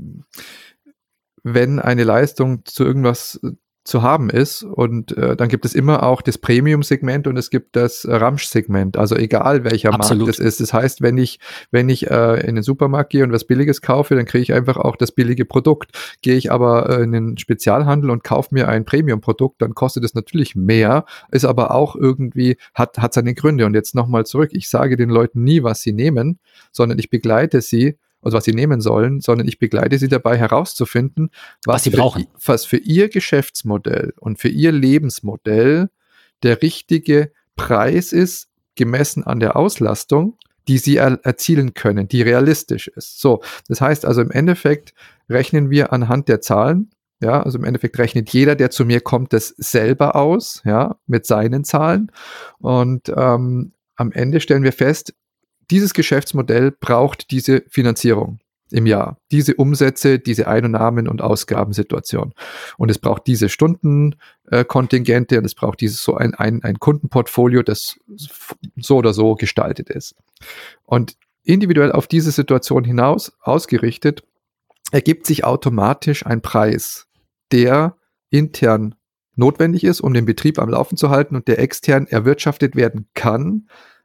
wenn eine Leistung zu irgendwas zu haben ist und dann gibt es immer auch das Premium-Segment und es gibt das Ramsch-Segment, also egal welcher Markt es ist. Das heißt, wenn ich in den Supermarkt gehe und was Billiges kaufe, dann kriege ich einfach auch das billige Produkt. Gehe ich aber in den Spezialhandel und kaufe mir ein Premium-Produkt, dann kostet es natürlich mehr, ist aber auch irgendwie, hat seine Gründe. Und jetzt nochmal zurück, ich sage den Leuten nie, was sie nehmen, sondern ich begleite sie, also was sie nehmen sollen, sondern ich begleite sie dabei herauszufinden, was sie brauchen. Was für ihr Geschäftsmodell und für ihr Lebensmodell der richtige Preis ist, gemessen an der Auslastung, die sie erzielen können, die realistisch ist. So, das heißt also im Endeffekt rechnen wir anhand der Zahlen, ja, also im Endeffekt rechnet jeder, der zu mir kommt, das selber aus, ja, mit seinen Zahlen und am Ende stellen wir fest, dieses Geschäftsmodell braucht diese Finanzierung im Jahr, diese Umsätze, diese Einnahmen- und Ausgabensituation. Und es braucht diese Stundenkontingente und es braucht dieses so ein Kundenportfolio, das so oder so gestaltet ist. Und individuell auf diese Situation hinaus ausgerichtet, ergibt sich automatisch ein Preis, der intern notwendig ist, um den Betrieb am Laufen zu halten und der extern erwirtschaftet werden kann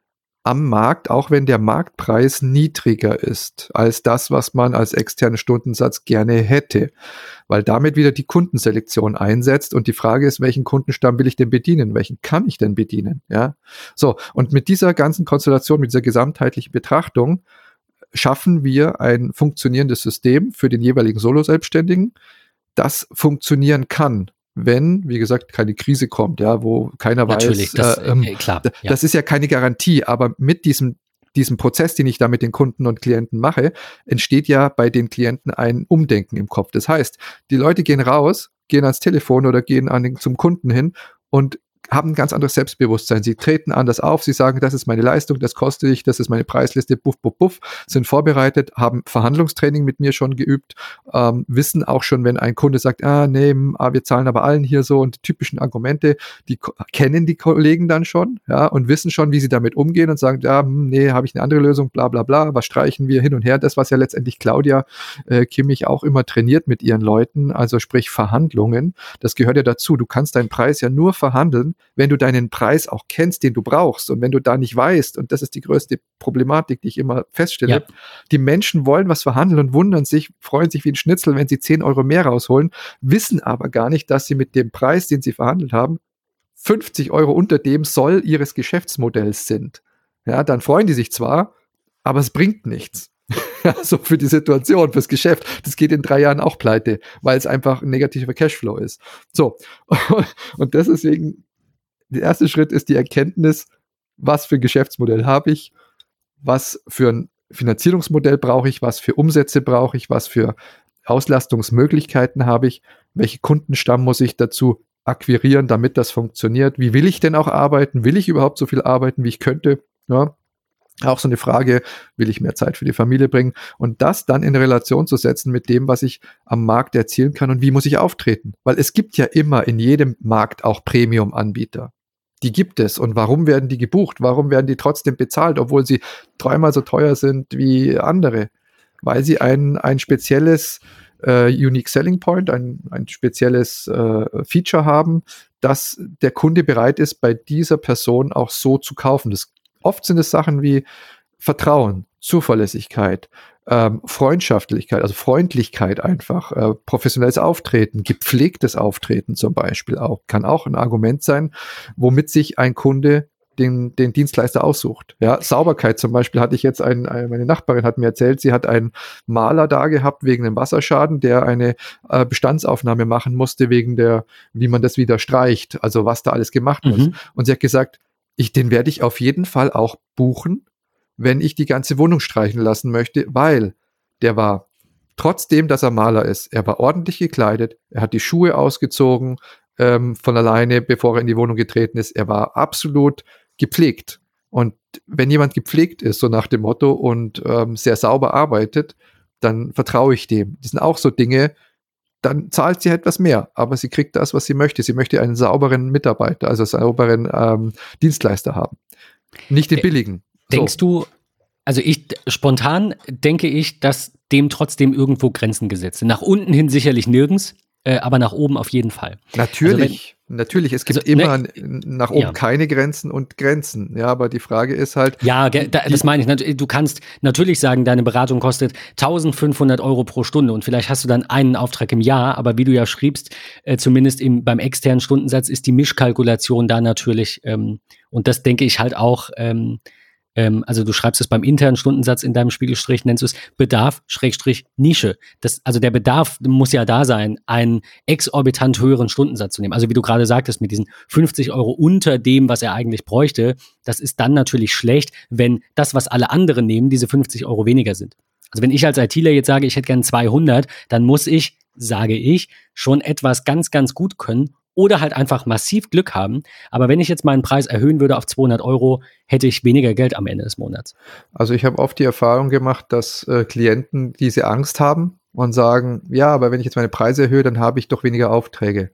am Markt, auch wenn der Marktpreis niedriger ist als das, was man als externen Stundensatz gerne hätte, weil damit wieder die Kundenselektion einsetzt und die Frage ist, welchen Kundenstamm will ich denn bedienen, welchen kann ich denn bedienen, ja? So, und mit dieser ganzen Konstellation, mit dieser gesamtheitlichen Betrachtung schaffen wir ein funktionierendes System für den jeweiligen Solo-Selbstständigen, das funktionieren kann, wenn, wie gesagt, keine Krise kommt, ja, wo keiner Natürlich, weiß, klar. Ja. das ist ja keine Garantie, aber mit diesem Prozess, den ich da mit den Kunden und Klienten mache, entsteht ja bei den Klienten ein Umdenken im Kopf. Das heißt, die Leute gehen raus, gehen ans Telefon oder gehen zum Kunden hin und haben ein ganz anderes Selbstbewusstsein. Sie treten anders auf, sie sagen, das ist meine Leistung, das kostet ich, das ist meine Preisliste, buff, buff, buff, sind vorbereitet, haben Verhandlungstraining mit mir schon geübt, wissen auch schon, wenn ein Kunde sagt, wir zahlen aber allen hier so und die typischen Argumente, die kennen die Kollegen dann schon, ja, und wissen schon, wie sie damit umgehen und sagen, habe ich eine andere Lösung, bla bla bla, was streichen wir hin und her, das, was ja letztendlich Claudia Kimmich auch immer trainiert mit ihren Leuten, also sprich Verhandlungen, das gehört ja dazu, du kannst deinen Preis ja nur verhandeln, wenn du deinen Preis auch kennst, den du brauchst und wenn du da nicht weißt, und das ist die größte Problematik, die ich immer feststelle, die Menschen wollen was verhandeln und wundern sich, freuen sich wie ein Schnitzel, wenn sie 10 Euro mehr rausholen, wissen aber gar nicht, dass sie mit dem Preis, den sie verhandelt haben, 50 Euro unter dem Soll ihres Geschäftsmodells sind. Ja, dann freuen die sich zwar, aber es bringt nichts. So für die Situation, fürs Geschäft. Das geht in 3 Jahren auch pleite, weil es einfach ein negativer Cashflow ist. So, und deswegen der erste Schritt ist die Erkenntnis, was für ein Geschäftsmodell habe ich, was für ein Finanzierungsmodell brauche ich, was für Umsätze brauche ich, was für Auslastungsmöglichkeiten habe ich, welche Kundenstamm muss ich dazu akquirieren, damit das funktioniert, wie will ich denn auch arbeiten, will ich überhaupt so viel arbeiten, wie ich könnte, ja? Auch so eine Frage, will ich mehr Zeit für die Familie bringen und das dann in Relation zu setzen mit dem, was ich am Markt erzielen kann und wie muss ich auftreten, weil es gibt ja immer in jedem Markt auch Premium-Anbieter. Die gibt es. Und warum werden die gebucht? Warum werden die trotzdem bezahlt, obwohl sie 3-mal so teuer sind wie andere? Weil sie ein spezielles Unique Selling Point, ein spezielles Feature haben, dass der Kunde bereit ist, bei dieser Person auch so zu kaufen. Oft sind es Sachen wie Vertrauen, Zuverlässigkeit, Freundschaftlichkeit, also Freundlichkeit einfach, professionelles Auftreten, gepflegtes Auftreten zum Beispiel auch, kann auch ein Argument sein, womit sich ein Kunde den Dienstleister aussucht. Ja, Sauberkeit zum Beispiel hatte ich jetzt meine Nachbarin hat mir erzählt, sie hat einen Maler da gehabt wegen einem Wasserschaden, der eine Bestandsaufnahme machen musste wegen wie man das wieder streicht, also was da alles gemacht muss. Und sie hat gesagt, den werde ich auf jeden Fall auch buchen, wenn ich die ganze Wohnung streichen lassen möchte, weil der war, trotzdem, dass er Maler ist, er war ordentlich gekleidet, er hat die Schuhe ausgezogen von alleine, bevor er in die Wohnung getreten ist, er war absolut gepflegt. Und wenn jemand gepflegt ist, so nach dem Motto, und sehr sauber arbeitet, dann vertraue ich dem. Das sind auch so Dinge, dann zahlt sie etwas mehr, aber sie kriegt das, was sie möchte. Sie möchte einen sauberen Mitarbeiter, also sauberen Dienstleister haben. Nicht den billigen. Denkst du, also spontan denke ich, dass dem trotzdem irgendwo Grenzen gesetzt sind. Nach unten hin sicherlich nirgends, aber nach oben auf jeden Fall. Natürlich, es gibt immer nach oben keine Grenzen und Grenzen. Ja, aber die Frage ist halt. Ja, das meine ich. Du kannst natürlich sagen, deine Beratung kostet 1.500 Euro pro Stunde und vielleicht hast du dann einen Auftrag im Jahr, aber wie du ja schriebst, zumindest beim externen Stundensatz ist die Mischkalkulation da natürlich, und das denke ich halt auch, also du schreibst es beim internen Stundensatz in deinem Spiegelstrich, nennst du es Bedarf, Nische. Also der Bedarf muss ja da sein, einen exorbitant höheren Stundensatz zu nehmen. Also wie du gerade sagtest, mit diesen 50 Euro unter dem, was er eigentlich bräuchte, das ist dann natürlich schlecht, wenn das, was alle anderen nehmen, diese 50 Euro weniger sind. Also wenn ich als ITler jetzt sage, ich hätte gern 200, dann muss ich, sage ich, schon etwas ganz, ganz gut können, oder halt einfach massiv Glück haben. Aber wenn ich jetzt meinen Preis erhöhen würde auf 200 Euro, hätte ich weniger Geld am Ende des Monats. Also ich habe oft die Erfahrung gemacht, dass Klienten diese Angst haben und sagen, ja, aber wenn ich jetzt meine Preise erhöhe, dann habe ich doch weniger Aufträge.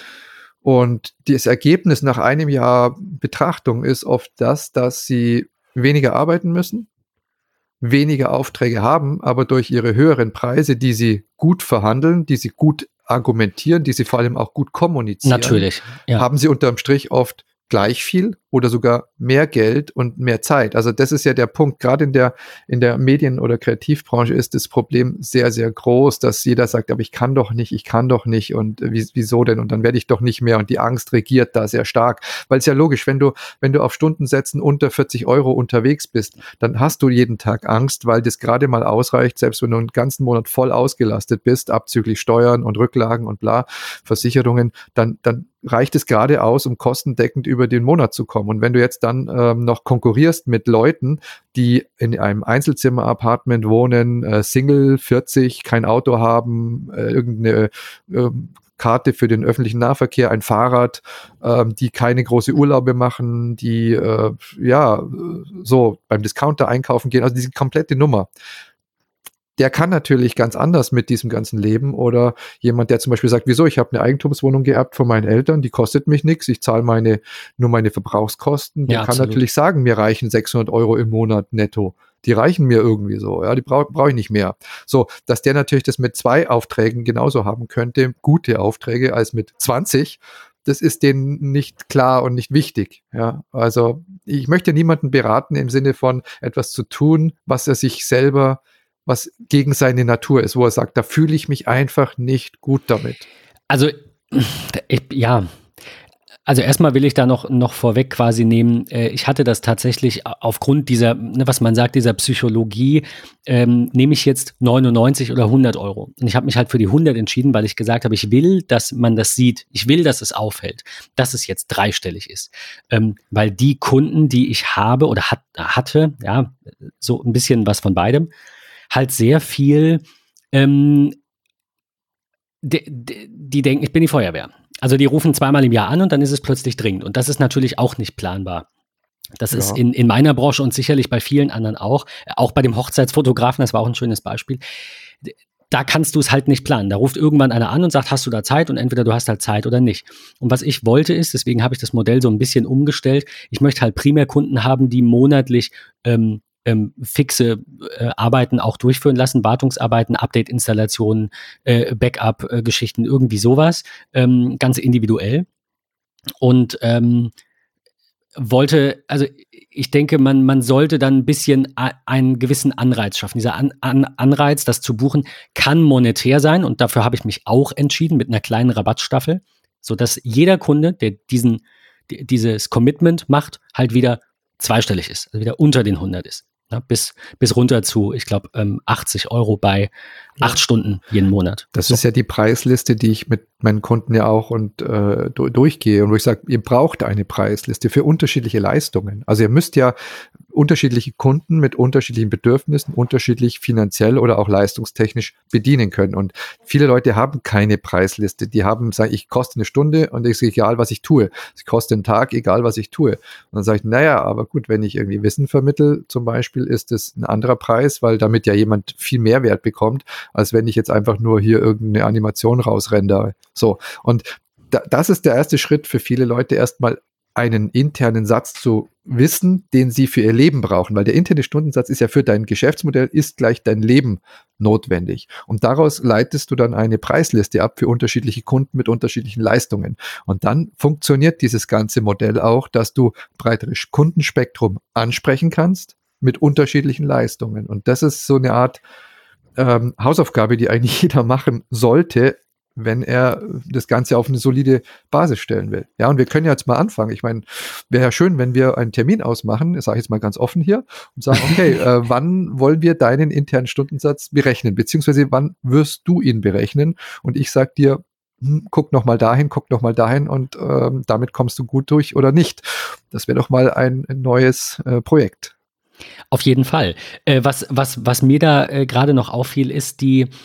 Und das Ergebnis nach einem Jahr Betrachtung ist oft das, dass sie weniger arbeiten müssen, weniger Aufträge haben, aber durch ihre höheren Preise, die sie gut verhandeln, die sie gut argumentieren, die sie vor allem auch gut kommunizieren, Natürlich, ja. haben sie unterm Strich oft gleich viel oder sogar mehr Geld und mehr Zeit. Also das ist ja der Punkt. Gerade in der Medien- oder Kreativbranche ist das Problem sehr, sehr groß, dass jeder sagt, aber ich kann doch nicht und wieso denn? Und dann werde ich doch nicht mehr. Und die Angst regiert da sehr stark. Weil es ja logisch, wenn du auf Stundensätzen unter 40 Euro unterwegs bist, dann hast du jeden Tag Angst, weil das gerade mal ausreicht, selbst wenn du einen ganzen Monat voll ausgelastet bist, abzüglich Steuern und Rücklagen und bla, Versicherungen, dann reicht es gerade aus, um kostendeckend über den Monat zu kommen. Und wenn du jetzt dann noch konkurrierst mit Leuten, die in einem Einzelzimmer-Apartment wohnen, Single, 40, kein Auto haben, irgendeine Karte für den öffentlichen Nahverkehr, ein Fahrrad, die keine große Urlaube machen, die so beim Discounter einkaufen gehen, also diese komplette Nummer. Der kann natürlich ganz anders mit diesem ganzen Leben oder jemand, der zum Beispiel sagt, wieso, ich habe eine Eigentumswohnung geerbt von meinen Eltern, die kostet mich nichts, ich zahle nur meine Verbrauchskosten, der kann natürlich sagen, mir reichen 600 Euro im Monat netto. Die reichen mir irgendwie so, ja, die brauche ich nicht mehr. So, dass der natürlich das mit 2 Aufträgen genauso haben könnte, gute Aufträge, als mit 20, das ist denen nicht klar und nicht wichtig. Ja, also ich möchte niemanden beraten im Sinne von etwas zu tun, was gegen seine Natur ist, wo er sagt, da fühle ich mich einfach nicht gut damit. Also, also erstmal will ich da noch vorweg quasi nehmen, ich hatte das tatsächlich aufgrund dieser, was man sagt, dieser Psychologie, nehme ich jetzt 99 oder 100 Euro. Und ich habe mich halt für die 100 entschieden, weil ich gesagt habe, ich will, dass man das sieht. Ich will, dass es auffällt, dass es jetzt dreistellig ist. Weil die Kunden, die ich habe oder hatte, ja, so ein bisschen was von beidem, halt sehr viel, die denken, ich bin die Feuerwehr. Also die rufen 2-mal im Jahr an und dann ist es plötzlich dringend. Und das ist natürlich auch nicht planbar. Das ist in meiner Branche und sicherlich bei vielen anderen auch bei dem Hochzeitsfotografen, das war auch ein schönes Beispiel. Da kannst du es halt nicht planen. Da ruft irgendwann einer an und sagt, hast du da Zeit? Und entweder du hast halt Zeit oder nicht. Und was ich wollte ist, deswegen habe ich das Modell so ein bisschen umgestellt, ich möchte halt primär Kunden haben, die monatlich fixe Arbeiten auch durchführen lassen, Wartungsarbeiten, Update-Installationen, Backup-Geschichten, irgendwie sowas, ganz individuell. Und also ich denke, man sollte dann ein bisschen einen gewissen Anreiz schaffen. Dieser Anreiz, das zu buchen, kann monetär sein und dafür habe ich mich auch entschieden mit einer kleinen Rabattstaffel, sodass jeder Kunde, der dieses Commitment macht, halt wieder zweistellig ist, also wieder unter den 100 ist. Ja, bis runter zu, ich glaube, 80 Euro bei 8 Stunden jeden Monat. Das ist ja die Preisliste, die ich mit meinen Kunden ja auch durchgehe und wo ich sage, ihr braucht eine Preisliste für unterschiedliche Leistungen. Also ihr müsst ja unterschiedliche Kunden mit unterschiedlichen Bedürfnissen unterschiedlich finanziell oder auch leistungstechnisch bedienen können. Und viele Leute haben keine Preisliste. Die sagen, ich koste eine Stunde und es ist egal, was ich tue. Ich koste einen Tag, egal, was ich tue. Und dann sage ich, naja, aber gut, wenn ich irgendwie Wissen vermittle zum Beispiel, ist es ein anderer Preis, weil damit ja jemand viel Mehrwert bekommt, als wenn ich jetzt einfach nur hier irgendeine Animation rausrendere. So. Und das ist der erste Schritt für viele Leute, erstmal einen internen Satz zu wissen, den sie für ihr Leben brauchen, weil der interne Stundensatz ist ja für dein Geschäftsmodell, ist gleich dein Leben notwendig. Und daraus leitest du dann eine Preisliste ab für unterschiedliche Kunden mit unterschiedlichen Leistungen. Und dann funktioniert dieses ganze Modell auch, dass du breiteres Kundenspektrum ansprechen kannst mit unterschiedlichen Leistungen. Und das ist so eine Art Hausaufgabe, die eigentlich jeder machen sollte, wenn er das Ganze auf eine solide Basis stellen will. Ja, und wir können ja jetzt mal anfangen. Ich meine, wäre ja schön, wenn wir einen Termin ausmachen, das sage ich jetzt mal ganz offen hier, und sagen, okay, wann wollen wir deinen internen Stundensatz berechnen, beziehungsweise wann wirst du ihn berechnen? Und ich sage dir, guck noch mal dahin und damit kommst du gut durch oder nicht. Das wäre doch mal ein neues Projekt. Auf jeden Fall. Was mir da gerade noch auffiel, ist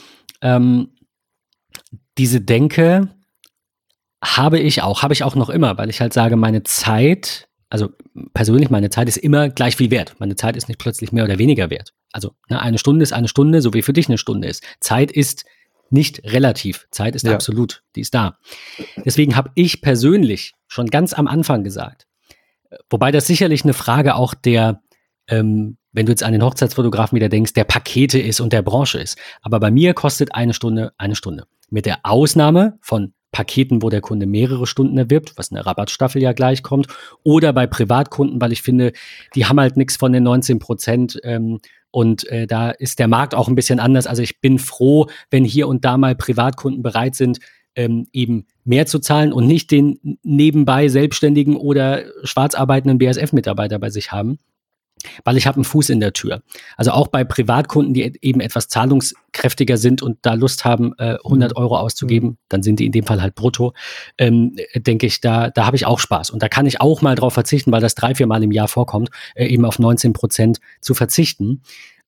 diese Denke habe ich auch noch immer, weil ich halt sage, meine Zeit, also persönlich, meine Zeit ist immer gleich viel wert. Meine Zeit ist nicht plötzlich mehr oder weniger wert. Also eine Stunde ist eine Stunde, so wie für dich eine Stunde ist. Zeit ist nicht relativ. Zeit ist absolut. Die ist da. Deswegen habe ich persönlich schon ganz am Anfang gesagt, wobei das sicherlich eine Frage auch wenn du jetzt an den Hochzeitsfotografen wieder denkst, der Pakete ist und der Branche ist. Aber bei mir kostet eine Stunde eine Stunde. mit der Ausnahme von Paketen, wo der Kunde mehrere Stunden erwirbt, was eine Rabattstaffel ja gleich kommt, oder bei Privatkunden, weil ich finde, die haben halt nichts von den 19%, und da ist der Markt auch ein bisschen anders. Also ich bin froh, wenn hier und da mal Privatkunden bereit sind, eben mehr zu zahlen und nicht den nebenbei selbstständigen oder schwarz arbeitenden BASF-Mitarbeiter bei sich haben, weil ich habe einen Fuß in der Tür. Also auch bei Privatkunden, die eben etwas zahlungskräftiger sind und da Lust haben, 100 Euro auszugeben, dann sind die in dem Fall halt brutto, denke ich, da habe ich auch Spaß. Und da kann ich auch mal drauf verzichten, weil das 3-4 Mal im Jahr vorkommt, eben auf 19% zu verzichten.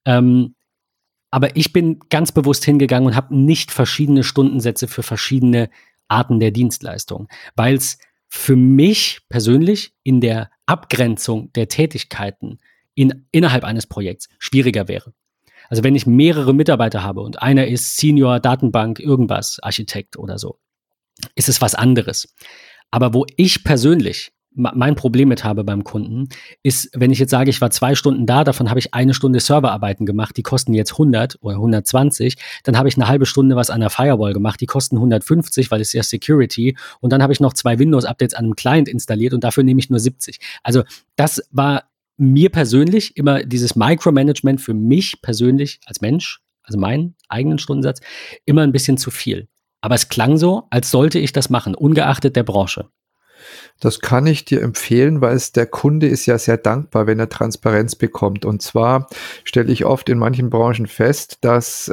Aber ich bin ganz bewusst hingegangen und habe nicht verschiedene Stundensätze für verschiedene Arten der Dienstleistung, weil es für mich persönlich in der Abgrenzung der Tätigkeiten innerhalb eines Projekts schwieriger wäre. Also wenn ich mehrere Mitarbeiter habe und einer ist Senior Datenbank irgendwas, Architekt oder so, ist es was anderes. Aber wo ich persönlich mein Problem mit habe beim Kunden, ist, wenn ich jetzt sage, ich war 2 Stunden da, davon habe ich 1 Stunde Serverarbeiten gemacht, die kosten jetzt 100 oder 120, dann habe ich eine halbe Stunde was an der Firewall gemacht, die kosten 150, weil es ja Security, und dann habe ich noch 2 Windows-Updates an einem Client installiert und dafür nehme ich nur 70. Also das war mir persönlich immer dieses Micromanagement für mich persönlich als Mensch, also meinen eigenen Stundensatz, immer ein bisschen zu viel. Aber es klang so, als sollte ich das machen, ungeachtet der Branche. Das kann ich dir empfehlen, weil der Kunde ist ja sehr dankbar, wenn er Transparenz bekommt. Und zwar stelle ich oft in manchen Branchen fest, dass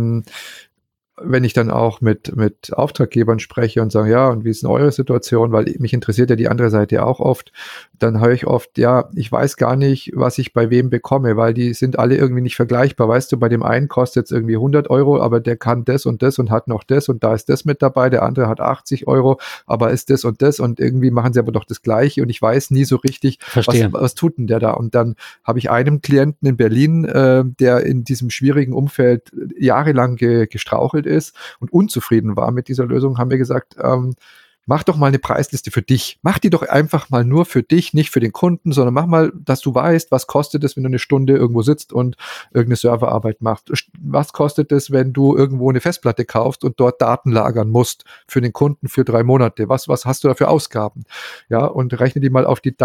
wenn ich dann auch mit Auftraggebern spreche und sage, ja, und wie ist denn eure Situation, weil mich interessiert ja die andere Seite auch oft, dann höre ich oft, ja, ich weiß gar nicht, was ich bei wem bekomme, weil die sind alle irgendwie nicht vergleichbar. Weißt du, bei dem einen kostet es irgendwie 100 Euro, aber der kann das und hat noch das und da ist das mit dabei, der andere hat 80 Euro, aber ist das und irgendwie machen sie aber doch das Gleiche und ich weiß nie so richtig, was tut denn der da? Und dann habe ich einen Klienten in Berlin, der in diesem schwierigen Umfeld jahrelang gestrauchelt ist und unzufrieden war mit dieser Lösung, haben wir gesagt, mach doch mal eine Preisliste für dich. Mach die doch einfach mal nur für dich, nicht für den Kunden, sondern mach mal, dass du weißt, was kostet es, wenn du eine Stunde irgendwo sitzt und irgendeine Serverarbeit machst. Was kostet es, wenn du irgendwo eine Festplatte kaufst und dort Daten lagern musst für den Kunden für 3 Monate? Was hast du da für Ausgaben? Ja, und rechne die mal auf die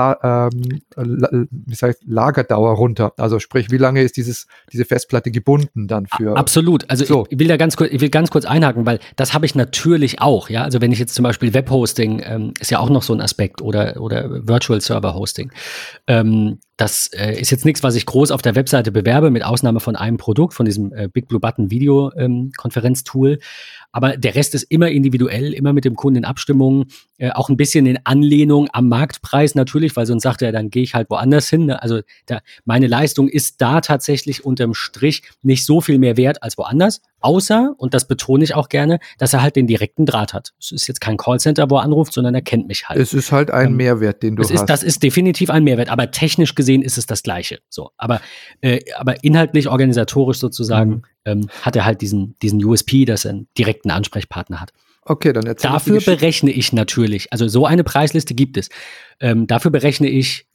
Lagerdauer runter. Also sprich, wie lange ist diese Festplatte gebunden dann für? Absolut. Also so. Ich will ganz kurz einhaken, weil das habe ich natürlich auch. Ja, also wenn ich jetzt zum Beispiel Webhosting ist ja auch noch so ein Aspekt oder Virtual Server Hosting. Das ist jetzt nichts, was ich groß auf der Webseite bewerbe, mit Ausnahme von einem Produkt, von diesem Big Blue Button Video Konferenztool. Aber der Rest ist immer individuell, immer mit dem Kunden in Abstimmung, auch ein bisschen in Anlehnung am Marktpreis natürlich, weil sonst sagt er, dann gehe ich halt woanders hin. Ne? Also meine Leistung ist da tatsächlich unterm Strich nicht so viel mehr wert als woanders, außer, und das betone ich auch gerne, dass er halt den direkten Draht hat. Es ist jetzt kein Callcenter, wo er anruft, sondern er kennt mich halt. Es ist halt ein Mehrwert, den du hast. Das ist definitiv ein Mehrwert, aber technisch gesehen ist es das Gleiche. So, aber inhaltlich, organisatorisch sozusagen hat er halt diesen USP, dass er einen direkten Ansprechpartner hat. Okay, dann erzähl. Dafür berechne ich natürlich, also so eine Preisliste gibt es. Dafür berechne ich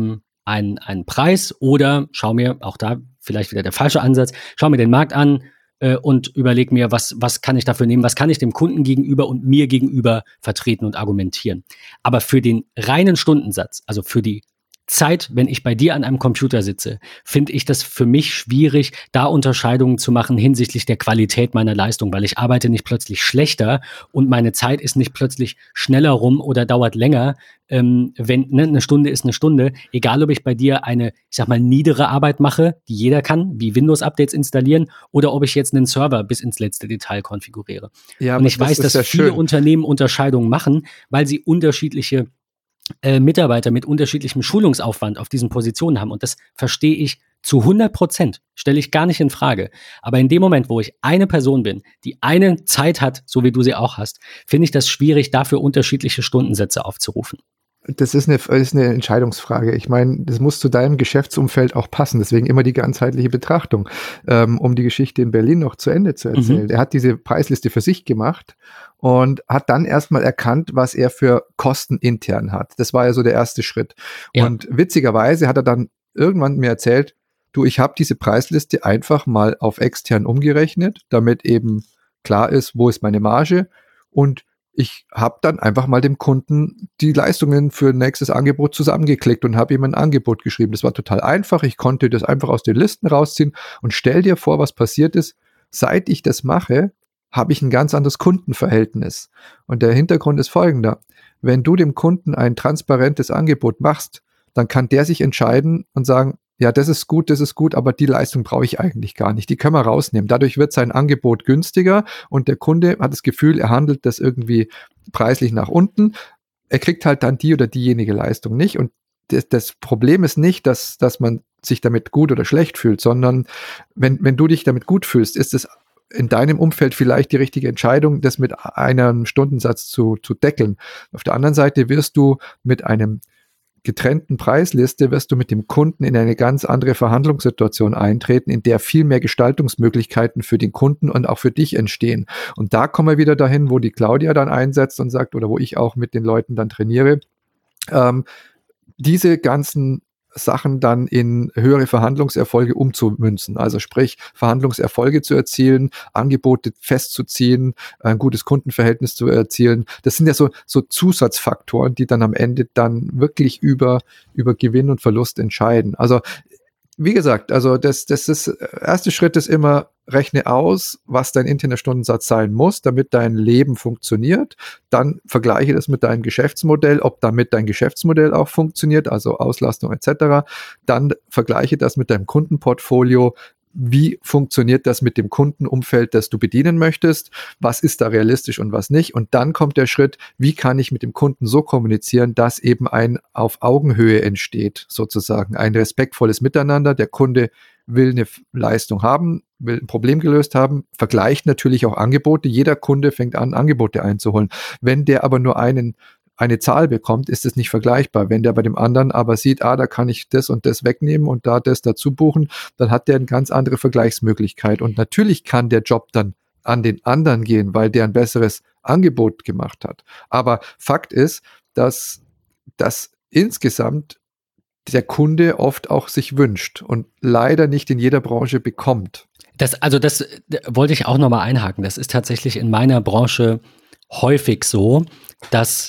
einen Preis oder schau mir, auch da vielleicht wieder der falsche Ansatz, schau mir den Markt an und überleg mir, was kann ich dafür nehmen, was kann ich dem Kunden gegenüber und mir gegenüber vertreten und argumentieren. Aber für den reinen Stundensatz, also für die Zeit, wenn ich bei dir an einem Computer sitze, finde ich das für mich schwierig, da Unterscheidungen zu machen hinsichtlich der Qualität meiner Leistung, weil ich arbeite nicht plötzlich schlechter und meine Zeit ist nicht plötzlich schneller rum oder dauert länger, wenn eine Stunde ist eine Stunde, egal ob ich bei dir eine, ich sag mal, niedere Arbeit mache, die jeder kann, wie Windows-Updates installieren, oder ob ich jetzt einen Server bis ins letzte Detail konfiguriere. Ja, und ich weiß, dass viele Unternehmen Unterscheidungen machen, weil sie unterschiedliche Mitarbeiter mit unterschiedlichem Schulungsaufwand auf diesen Positionen haben. Und das verstehe ich zu 100%, stelle ich gar nicht in Frage. Aber in dem Moment, wo ich eine Person bin, die eine Zeit hat, so wie du sie auch hast, finde ich das schwierig, dafür unterschiedliche Stundensätze aufzurufen. Das ist eine Entscheidungsfrage. Ich meine, das muss zu deinem Geschäftsumfeld auch passen. Deswegen immer die ganzheitliche Betrachtung. Um die Geschichte in Berlin noch zu Ende zu erzählen. Er hat diese Preisliste für sich gemacht und hat dann erstmal erkannt, was er für Kosten intern hat. Das war ja so der erste Schritt. Ja. Und witzigerweise hat er dann irgendwann mir erzählt, du, ich habe diese Preisliste einfach mal auf extern umgerechnet, damit eben klar ist, wo ist meine Marge, und ich habe dann einfach mal dem Kunden die Leistungen für ein nächstes Angebot zusammengeklickt und habe ihm ein Angebot geschrieben. Das war total einfach. Ich konnte das einfach aus den Listen rausziehen, und stell dir vor, was passiert ist. Seit ich das mache, habe ich ein ganz anderes Kundenverhältnis. Und der Hintergrund ist folgender: Wenn du dem Kunden ein transparentes Angebot machst, dann kann der sich entscheiden und sagen, ja, das ist gut, aber die Leistung brauche ich eigentlich gar nicht. Die können wir rausnehmen. Dadurch wird sein Angebot günstiger und der Kunde hat das Gefühl, er handelt das irgendwie preislich nach unten. Er kriegt halt dann die oder diejenige Leistung nicht. Und das Problem ist nicht, dass man sich damit gut oder schlecht fühlt, sondern wenn du dich damit gut fühlst, ist es in deinem Umfeld vielleicht die richtige Entscheidung, das mit einem Stundensatz zu deckeln. Auf der anderen Seite wirst du mit einem getrennten Preisliste wirst du mit dem Kunden in eine ganz andere Verhandlungssituation eintreten, in der viel mehr Gestaltungsmöglichkeiten für den Kunden und auch für dich entstehen. Und da kommen wir wieder dahin, wo die Claudia dann einsetzt und sagt, oder wo ich auch mit den Leuten dann trainiere, diese ganzen Sachen dann in höhere Verhandlungserfolge umzumünzen. Also sprich, Verhandlungserfolge zu erzielen, Angebote festzuziehen, ein gutes Kundenverhältnis zu erzielen. Das sind ja so Zusatzfaktoren, die dann am Ende dann wirklich über Gewinn und Verlust entscheiden. Also wie gesagt, also das ist, erste Schritt ist immer, rechne aus, was dein interner Stundensatz sein muss, damit dein Leben funktioniert. Dann vergleiche das mit deinem Geschäftsmodell, ob damit dein Geschäftsmodell auch funktioniert, also Auslastung etc. Dann vergleiche das mit deinem Kundenportfolio. Wie funktioniert das mit dem Kundenumfeld, das du bedienen möchtest? Was ist da realistisch und was nicht? Und dann kommt der Schritt, wie kann ich mit dem Kunden so kommunizieren, dass eben ein auf Augenhöhe entsteht, sozusagen ein respektvolles Miteinander. Der Kunde will eine Leistung haben, will ein Problem gelöst haben, vergleicht natürlich auch Angebote. Jeder Kunde fängt an, Angebote einzuholen. Wenn der aber nur eine Zahl bekommt, ist es nicht vergleichbar. Wenn der bei dem anderen aber sieht, da kann ich das und das wegnehmen und da das dazu buchen, dann hat der eine ganz andere Vergleichsmöglichkeit. Und natürlich kann der Job dann an den anderen gehen, weil der ein besseres Angebot gemacht hat. Aber Fakt ist, dass das insgesamt der Kunde oft auch sich wünscht und leider nicht in jeder Branche bekommt. Das wollte ich auch nochmal einhaken. Das ist tatsächlich in meiner Branche häufig so, dass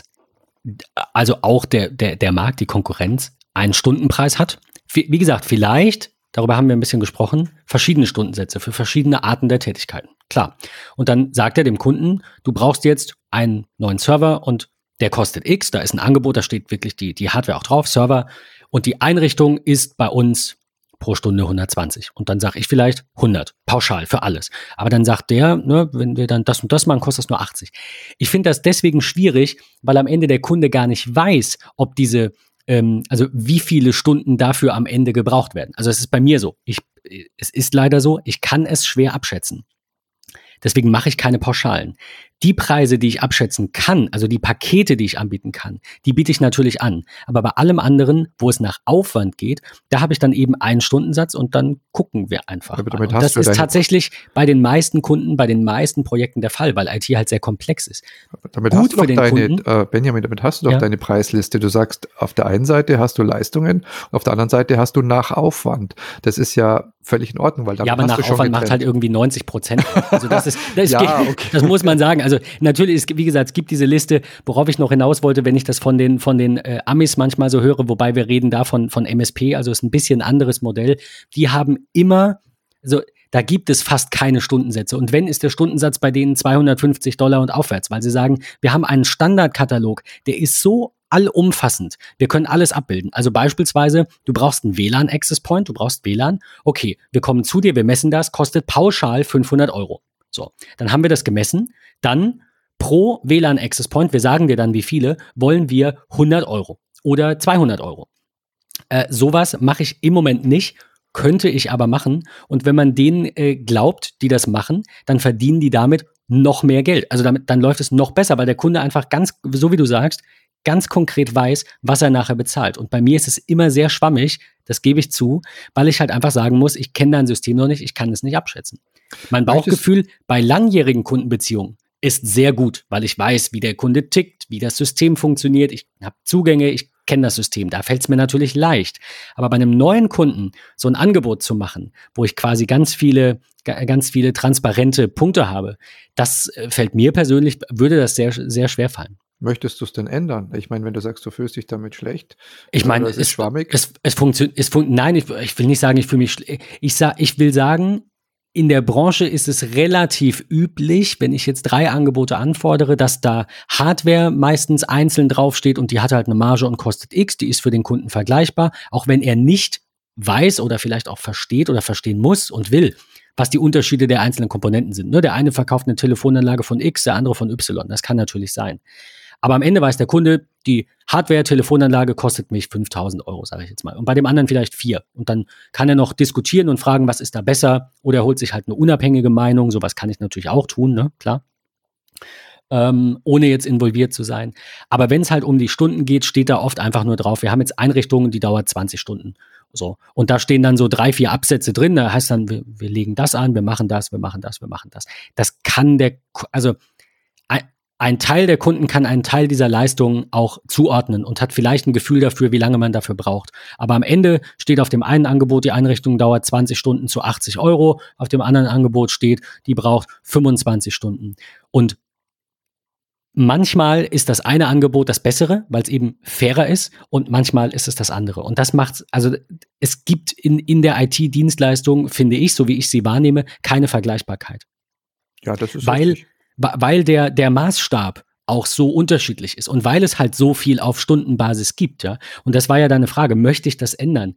also auch der Markt, die Konkurrenz, einen Stundenpreis hat. Wie gesagt, vielleicht, darüber haben wir ein bisschen gesprochen, verschiedene Stundensätze für verschiedene Arten der Tätigkeiten. Klar. Und dann sagt er dem Kunden, du brauchst jetzt einen neuen Server und der kostet X, da ist ein Angebot, da steht wirklich die Hardware auch drauf, Server. Und die Einrichtung ist bei uns pro Stunde 120. Und dann sage ich vielleicht 100, pauschal für alles. Aber dann sagt der, ne, wenn wir dann das und das machen, kostet das nur 80. Ich finde das deswegen schwierig, weil am Ende der Kunde gar nicht weiß, ob diese, also wie viele Stunden dafür am Ende gebraucht werden. Also es ist bei mir so. Es ist leider so, ich kann es schwer abschätzen. Deswegen mache ich keine Pauschalen. Die Preise, die ich abschätzen kann, also die Pakete, die ich anbieten kann, die biete ich natürlich an. Aber bei allem anderen, wo es nach Aufwand geht, da habe ich dann eben einen Stundensatz und dann gucken wir einfach. Und das ist tatsächlich bei den meisten Kunden, bei den meisten Projekten der Fall, weil IT halt sehr komplex ist. Damit hast du doch Benjamin, damit hast du doch deine Preisliste. Du sagst, auf der einen Seite hast du Leistungen, auf der anderen Seite hast du Nachaufwand. Das ist ja völlig in Ordnung, weil damit aber hast du schon Nachaufwand macht halt irgendwie 90%. Also das okay. Das muss man sagen. Also natürlich, wie gesagt, es gibt diese Liste, worauf ich noch hinaus wollte, wenn ich das von den Amis manchmal so höre, wobei wir reden da von MSP, also ist ein bisschen ein anderes Modell. Die haben immer, also da gibt es fast keine Stundensätze. Und wenn, ist der Stundensatz bei denen $250 und aufwärts, weil sie sagen, wir haben einen Standardkatalog, der ist so allumfassend. Wir können alles abbilden. Also beispielsweise, du brauchst einen WLAN-Access Point, du brauchst WLAN. Okay, wir kommen zu dir, wir messen das, kostet pauschal 500 Euro. So, dann haben wir das gemessen. Dann pro WLAN-Access Point, wir sagen dir dann, wie viele, wollen wir 100 Euro oder 200 Euro. Sowas mache ich im Moment nicht, könnte ich aber machen. Und wenn man denen glaubt, die das machen, dann verdienen die damit noch mehr Geld. Also dann läuft es noch besser, weil der Kunde einfach ganz, so wie du sagst, ganz konkret weiß, was er nachher bezahlt. Und bei mir ist es immer sehr schwammig, das gebe ich zu, weil ich halt einfach sagen muss, ich kenne dein System noch nicht, ich kann es nicht abschätzen. Mein Bauchgefühl bei langjährigen Kundenbeziehungen ist sehr gut, weil ich weiß, wie der Kunde tickt, wie das System funktioniert, ich habe Zugänge, ich kenne das System, da fällt es mir natürlich leicht. Aber bei einem neuen Kunden so ein Angebot zu machen, wo ich quasi ganz viele transparente Punkte habe, das fällt mir persönlich, würde das sehr, sehr schwer fallen. Möchtest du es denn ändern? Ich meine, wenn du sagst, du fühlst dich damit schlecht, ich meine, es ist schwammig. Es funktioniert, nein, ich will nicht sagen, ich fühle mich schlecht. Ich will sagen, in der Branche ist es relativ üblich, wenn ich jetzt 3 Angebote anfordere, dass da Hardware meistens einzeln draufsteht und die hat halt eine Marge und kostet X, die ist für den Kunden vergleichbar, auch wenn er nicht weiß oder vielleicht auch versteht oder verstehen muss und will, was die Unterschiede der einzelnen Komponenten sind. Ne? Der eine verkauft eine Telefonanlage von X, der andere von Y. Das kann natürlich sein. Aber am Ende weiß der Kunde, die Hardware-Telefonanlage kostet mich 5.000 €, sage ich jetzt mal. Und bei dem anderen vielleicht 4. Und dann kann er noch diskutieren und fragen, was ist da besser? Oder er holt sich halt eine unabhängige Meinung. Sowas kann ich natürlich auch tun, ne? Klar. Ohne jetzt involviert zu sein. Aber wenn es halt um die Stunden geht, steht da oft einfach nur drauf, wir haben jetzt Einrichtungen, die dauert 20 Stunden. So. Und da stehen dann so 3, 4 Absätze drin. Da heißt dann, wir legen das an, wir machen das, wir machen das, wir machen das. Das kann ein Teil der Kunden kann einen Teil dieser Leistung auch zuordnen und hat vielleicht ein Gefühl dafür, wie lange man dafür braucht. Aber am Ende steht auf dem einen Angebot, die Einrichtung dauert 20 Stunden zu 80 €. Auf dem anderen Angebot steht, die braucht 25 Stunden. Und manchmal ist das eine Angebot das bessere, weil es eben fairer ist, und manchmal ist es das andere. Und das macht, also es gibt in der IT-Dienstleistung, finde ich, so wie ich sie wahrnehme, keine Vergleichbarkeit. Ja, das ist richtig. Weil der Maßstab auch so unterschiedlich ist und weil es halt so viel auf Stundenbasis gibt, ja. Und das war ja deine Frage, möchte ich das ändern?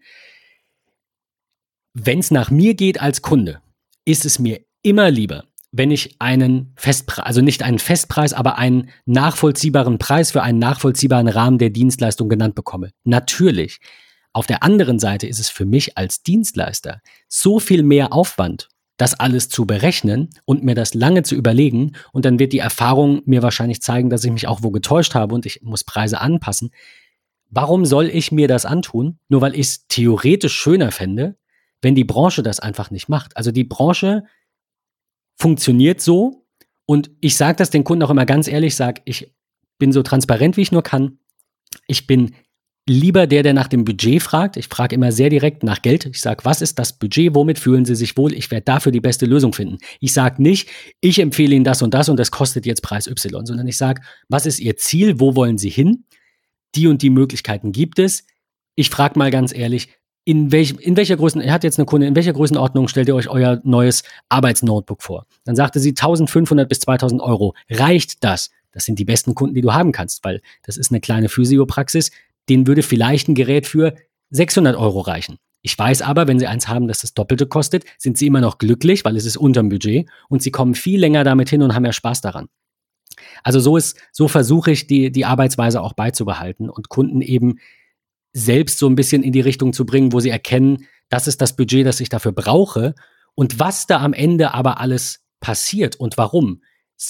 Wenn es nach mir geht als Kunde, ist es mir immer lieber, wenn ich einen Festpreis, also nicht einen Festpreis, aber einen nachvollziehbaren Preis für einen nachvollziehbaren Rahmen der Dienstleistung genannt bekomme. Natürlich. Auf der anderen Seite ist es für mich als Dienstleister so viel mehr Aufwand, das alles zu berechnen und mir das lange zu überlegen, und dann wird die Erfahrung mir wahrscheinlich zeigen, dass ich mich auch wo getäuscht habe und ich muss Preise anpassen. Warum soll ich mir das antun? Nur weil ich es theoretisch schöner fände, wenn die Branche das einfach nicht macht. Also die Branche funktioniert so, und ich sage das den Kunden auch immer ganz ehrlich, ich bin so transparent, wie ich nur kann. Ich bin lieber der nach dem Budget fragt. Ich frage immer sehr direkt nach Geld. Ich sage, was ist das Budget? Womit fühlen Sie sich wohl? Ich werde dafür die beste Lösung finden. Ich sage nicht, ich empfehle Ihnen das und das kostet jetzt Preis Y, sondern ich sage, was ist Ihr Ziel? Wo wollen Sie hin? Die und die Möglichkeiten gibt es. Ich frage mal ganz ehrlich, in welcher Größenordnung stellt ihr euch euer neues Arbeitsnotebook vor? Dann sagte sie 1.500 bis 2.000 €. Reicht das? Das sind die besten Kunden, die du haben kannst, weil das ist eine kleine Physiopraxis. Denen würde vielleicht ein Gerät für 600 € reichen. Ich weiß aber, wenn sie eins haben, das das Doppelte kostet, sind sie immer noch glücklich, weil es ist unterm Budget und sie kommen viel länger damit hin und haben ja Spaß daran. Also so versuche ich die Arbeitsweise auch beizubehalten und Kunden eben selbst so ein bisschen in die Richtung zu bringen, wo sie erkennen, das ist das Budget, das ich dafür brauche, und was da am Ende aber alles passiert und warum,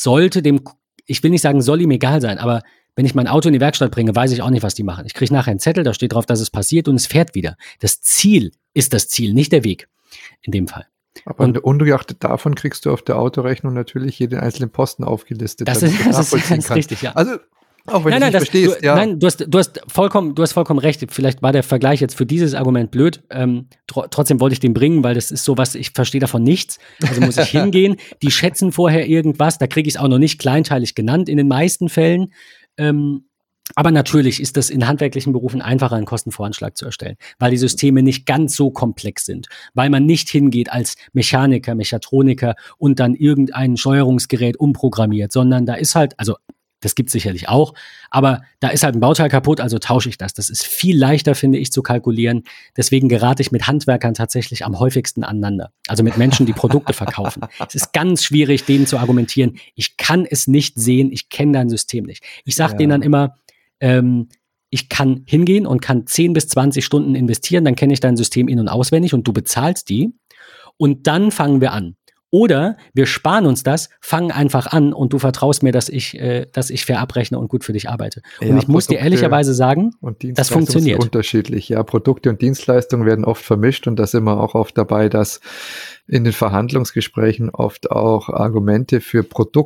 ich will nicht sagen, soll ihm egal sein, aber wenn ich mein Auto in die Werkstatt bringe, weiß ich auch nicht, was die machen. Ich kriege nachher einen Zettel, da steht drauf, dass es passiert, und es fährt wieder. Das Ziel ist das Ziel, nicht der Weg in dem Fall. Aber ungeachtet davon kriegst du auf der Autorechnung natürlich jeden einzelnen Posten aufgelistet. Das ist ganz richtig, ja. Also, auch wenn du nicht verstehst, ja. Nein, du hast vollkommen recht. Vielleicht war der Vergleich jetzt für dieses Argument blöd. Trotzdem wollte ich den bringen, weil das ist sowas, ich verstehe davon nichts. Also muss ich hingehen. Die schätzen vorher irgendwas. Da kriege ich es auch noch nicht kleinteilig genannt in den meisten Fällen. Aber natürlich ist das in handwerklichen Berufen einfacher, einen Kostenvoranschlag zu erstellen, weil die Systeme nicht ganz so komplex sind, weil man nicht hingeht als Mechaniker, Mechatroniker und dann irgendein Steuerungsgerät umprogrammiert, sondern da ist halt, also das gibt es sicherlich auch, aber da ist halt ein Bauteil kaputt, also tausche ich das. Das ist viel leichter, finde ich, zu kalkulieren. Deswegen gerate ich mit Handwerkern tatsächlich am häufigsten aneinander. Also mit Menschen, die Produkte verkaufen. Es ist ganz schwierig, denen zu argumentieren, ich kann es nicht sehen, ich kenne dein System nicht. Ich sage denen dann immer, ich kann hingehen und kann 10 bis 20 Stunden investieren, dann kenne ich dein System in- und auswendig und du bezahlst die, und dann fangen wir an. Oder wir sparen uns das, fangen einfach an und du vertraust mir, dass ich fair abrechne und gut für dich arbeite. Und ich muss dir ehrlicherweise sagen, das funktioniert. Sind unterschiedlich. Ja, Produkte und Dienstleistungen werden oft vermischt, und da sind wir auch oft dabei, dass in den Verhandlungsgesprächen oft auch Argumente für Produkt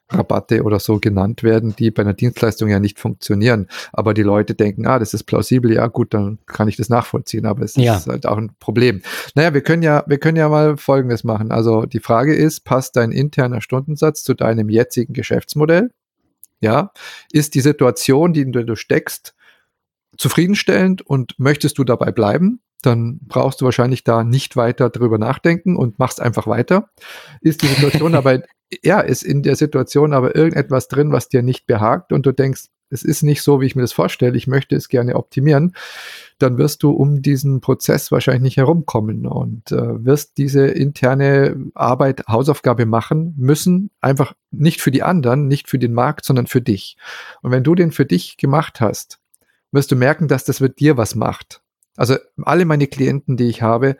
Rabatte oder so genannt werden, die bei einer Dienstleistung ja nicht funktionieren. Aber die Leute denken, das ist plausibel, ja gut, dann kann ich das nachvollziehen, aber es ist halt auch ein Problem. Naja, wir können ja mal Folgendes machen. Also die Frage ist, passt dein interner Stundensatz zu deinem jetzigen Geschäftsmodell? Ja, ist die Situation, die du steckst, zufriedenstellend und möchtest du dabei bleiben? Dann brauchst du wahrscheinlich da nicht weiter drüber nachdenken und machst einfach weiter. Ist die Situation aber, ist in der Situation aber irgendetwas drin, was dir nicht behagt und du denkst, es ist nicht so, wie ich mir das vorstelle, ich möchte es gerne optimieren, dann wirst du um diesen Prozess wahrscheinlich nicht herumkommen und wirst diese interne Arbeit, Hausaufgabe machen müssen, einfach nicht für die anderen, nicht für den Markt, sondern für dich. Und wenn du den für dich gemacht hast, wirst du merken, dass das mit dir was macht. Also alle meine Klienten, die ich habe,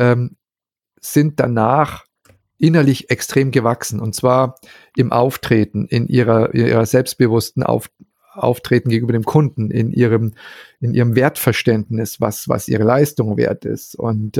sind danach innerlich extrem gewachsen. Und zwar im Auftreten, in ihrer selbstbewussten Auftreten gegenüber dem Kunden, in ihrem Wertverständnis, was ihre Leistung wert ist. Und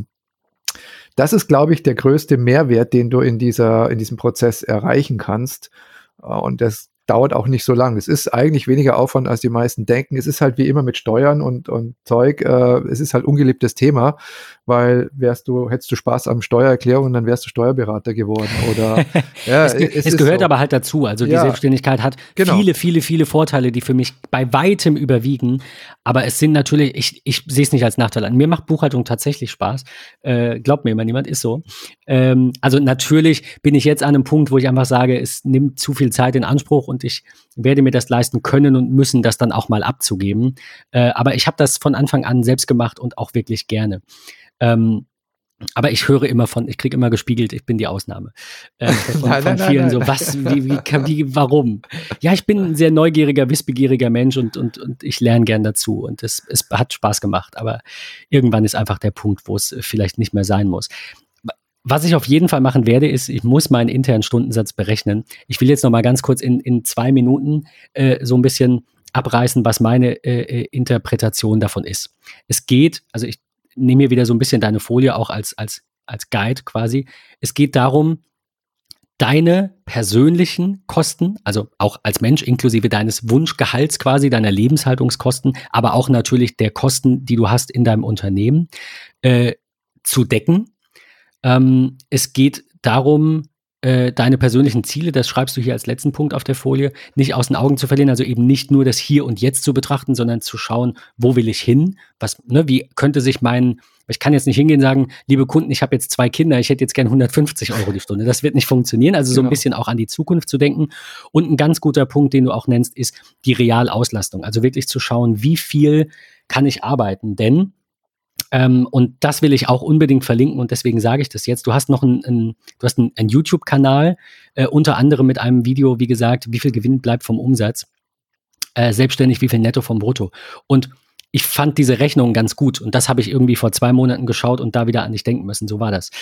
das ist, glaube ich, der größte Mehrwert, den du in diesem Prozess erreichen kannst. Und das dauert auch nicht so lang. Es ist eigentlich weniger Aufwand, als die meisten denken. Es ist halt wie immer mit Steuern und Zeug. Es ist halt ungeliebtes Thema, weil hättest du Spaß am Steuererklärung, dann wärst du Steuerberater geworden. Oder es gehört so. Aber halt dazu. Also die Selbstständigkeit hat viele, viele, viele Vorteile, die für mich bei weitem überwiegen. Aber es sind natürlich, ich sehe es nicht als Nachteil an. Mir macht Buchhaltung tatsächlich Spaß. Glaubt mir immer niemand, ist so. Also natürlich bin ich jetzt an einem Punkt, wo ich einfach sage, es nimmt zu viel Zeit in Anspruch und ich werde mir das leisten können und müssen, das dann auch mal abzugeben. Aber ich habe das von Anfang an selbst gemacht und auch wirklich gerne. Aber ich höre immer ich kriege immer gespiegelt, ich bin die Ausnahme. Von vielen so, was, wie, warum? Ja, ich bin ein sehr neugieriger, wissbegieriger Mensch und ich lerne gern dazu und es hat Spaß gemacht, aber irgendwann ist einfach der Punkt, wo es vielleicht nicht mehr sein muss. Was ich auf jeden Fall machen werde, ist, ich muss meinen internen Stundensatz berechnen. Ich will jetzt noch mal ganz kurz in 2 Minuten so ein bisschen abreißen, was meine Interpretation davon ist. Es geht, also ich nehme mir wieder so ein bisschen deine Folie auch als Guide quasi. Es geht darum, deine persönlichen Kosten, also auch als Mensch inklusive deines Wunschgehalts quasi, deiner Lebenshaltungskosten, aber auch natürlich der Kosten, die du hast in deinem Unternehmen, zu decken. Es geht darum, deine persönlichen Ziele, das schreibst du hier als letzten Punkt auf der Folie, nicht aus den Augen zu verlieren, also eben nicht nur das Hier und Jetzt zu betrachten, sondern zu schauen, wo will ich hin? Wie könnte sich ich kann jetzt nicht hingehen und sagen, liebe Kunden, ich habe jetzt 2 Kinder, ich hätte jetzt gern 150 € die Stunde. Das wird nicht funktionieren, also so ein bisschen auch an die Zukunft zu denken. Und ein ganz guter Punkt, den du auch nennst, ist die Realauslastung. Also wirklich zu schauen, wie viel kann ich arbeiten, denn und das will ich auch unbedingt verlinken und deswegen sage ich das jetzt. Du hast noch einen YouTube-Kanal, unter anderem mit einem Video, wie gesagt, wie viel Gewinn bleibt vom Umsatz, selbstständig, wie viel netto vom Brutto. Und ich fand diese Rechnung ganz gut und das habe ich irgendwie vor 2 Monaten geschaut und da wieder an dich denken müssen. So war das.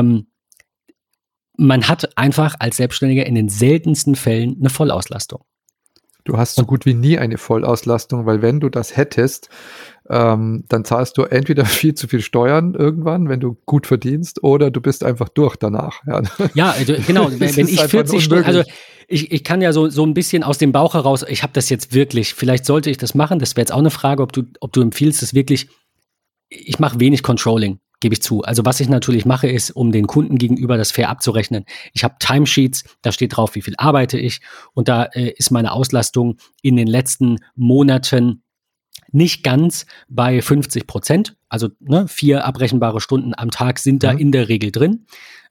Man hat einfach als Selbstständiger in den seltensten Fällen eine Vollauslastung. Du hast so gut wie nie eine Vollauslastung, weil wenn du das hättest, dann zahlst du entweder viel zu viel Steuern irgendwann, wenn du gut verdienst, oder du bist einfach durch danach. Ja, genau. Wenn ich 40 Stunden, also ich kann ja so ein bisschen aus dem Bauch heraus, ich habe das jetzt wirklich, vielleicht sollte ich das machen, das wäre jetzt auch eine Frage, ob du empfiehlst, es wirklich, ich mache wenig Controlling, gebe ich zu. Also was ich natürlich mache, ist, um den Kunden gegenüber das fair abzurechnen. Ich habe Timesheets, da steht drauf, wie viel arbeite ich und da ist meine Auslastung in den letzten Monaten nicht ganz bei 50%. Also 4 abrechenbare Stunden am Tag sind da in der Regel drin.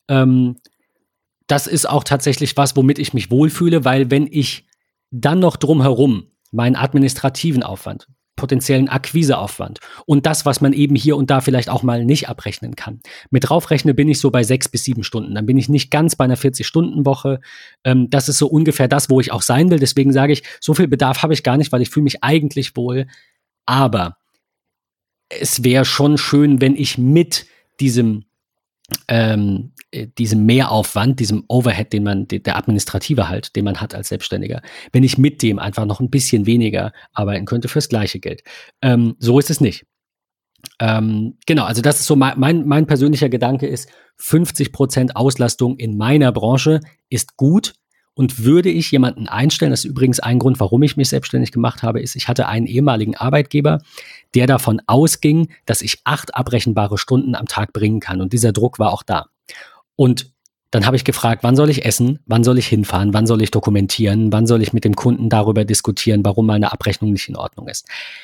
Das ist auch tatsächlich was, womit ich mich wohlfühle, weil wenn ich dann noch drumherum meinen administrativen Aufwand, potenziellen Akquiseaufwand und das, was man eben hier und da vielleicht auch mal nicht abrechnen kann, mit draufrechne, bin ich so bei 6 bis 7 Stunden. Dann bin ich nicht ganz bei einer 40-Stunden-Woche. Das ist so ungefähr das, wo ich auch sein will. Deswegen sage ich, so viel Bedarf habe ich gar nicht, weil ich fühle mich eigentlich wohl. Aber es wäre schon schön, wenn ich mit diesem Mehraufwand, diesem Overhead, der administrative halt, den man hat als Selbstständiger, wenn ich mit dem einfach noch ein bisschen weniger arbeiten könnte fürs gleiche Geld. So ist es nicht. Genau, also das ist so mein persönlicher Gedanke ist, 50% Auslastung in meiner Branche ist gut Und würde ich jemanden einstellen, das ist übrigens ein Grund, warum ich mich selbstständig gemacht habe, ist, ich hatte einen ehemaligen Arbeitgeber, der davon ausging, dass ich 8 abrechenbare Stunden am Tag bringen kann. Und dieser Druck war auch da. Und dann habe ich gefragt, wann soll ich essen, wann soll ich hinfahren, wann soll ich dokumentieren, wann soll ich mit dem Kunden darüber diskutieren, warum meine Abrechnung nicht in Ordnung ist.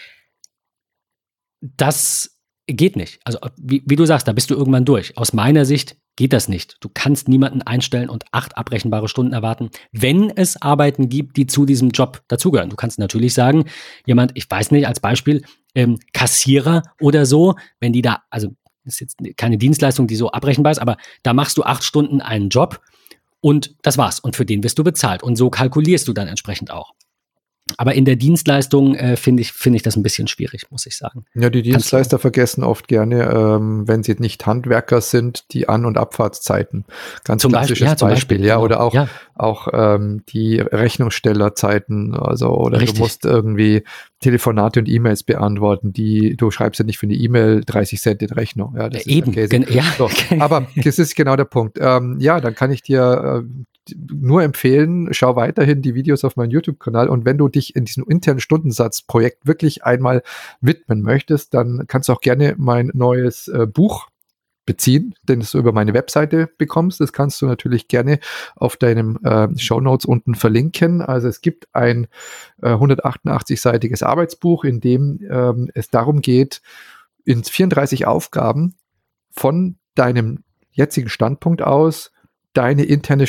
Das geht nicht. Also wie du sagst, da bist du irgendwann durch. Aus meiner Sicht geht das nicht. Du kannst niemanden einstellen und 8 abrechenbare Stunden erwarten, wenn es Arbeiten gibt, die zu diesem Job dazugehören. Du kannst natürlich sagen, jemand, ich weiß nicht, als Beispiel, Kassierer oder so, wenn die da, also das ist jetzt keine Dienstleistung, die so abrechenbar ist, aber da machst du 8 Stunden einen Job und das war's. Und für den wirst du bezahlt. Und so kalkulierst du dann entsprechend auch. Aber in der Dienstleistung finde ich das ein bisschen schwierig, muss ich sagen. Ja, die Dienstleister vergessen oft gerne, wenn sie nicht Handwerker sind, die An- und Abfahrtszeiten. Ganz klassisches Beispiel, ja. Oder auch die Rechnungsstellerzeiten, also, oder Richtig. Du musst irgendwie Telefonate und E-Mails beantworten, du schreibst ja nicht für eine E-Mail 30 Cent in Rechnung. Ja, das ist eben. So, aber das ist genau der Punkt. Ja, dann kann ich dir nur empfehlen, schau weiterhin die Videos auf meinem YouTube-Kanal, und wenn du dich in diesem internen Stundensatzprojekt wirklich einmal widmen möchtest, dann kannst du auch gerne mein neues Buch beziehen, den du über meine Webseite bekommst. Das kannst du natürlich gerne auf deinem Shownotes unten verlinken. Also es gibt ein 188-seitiges Arbeitsbuch, in dem es darum geht, in 34 Aufgaben von deinem jetzigen Standpunkt aus deine interne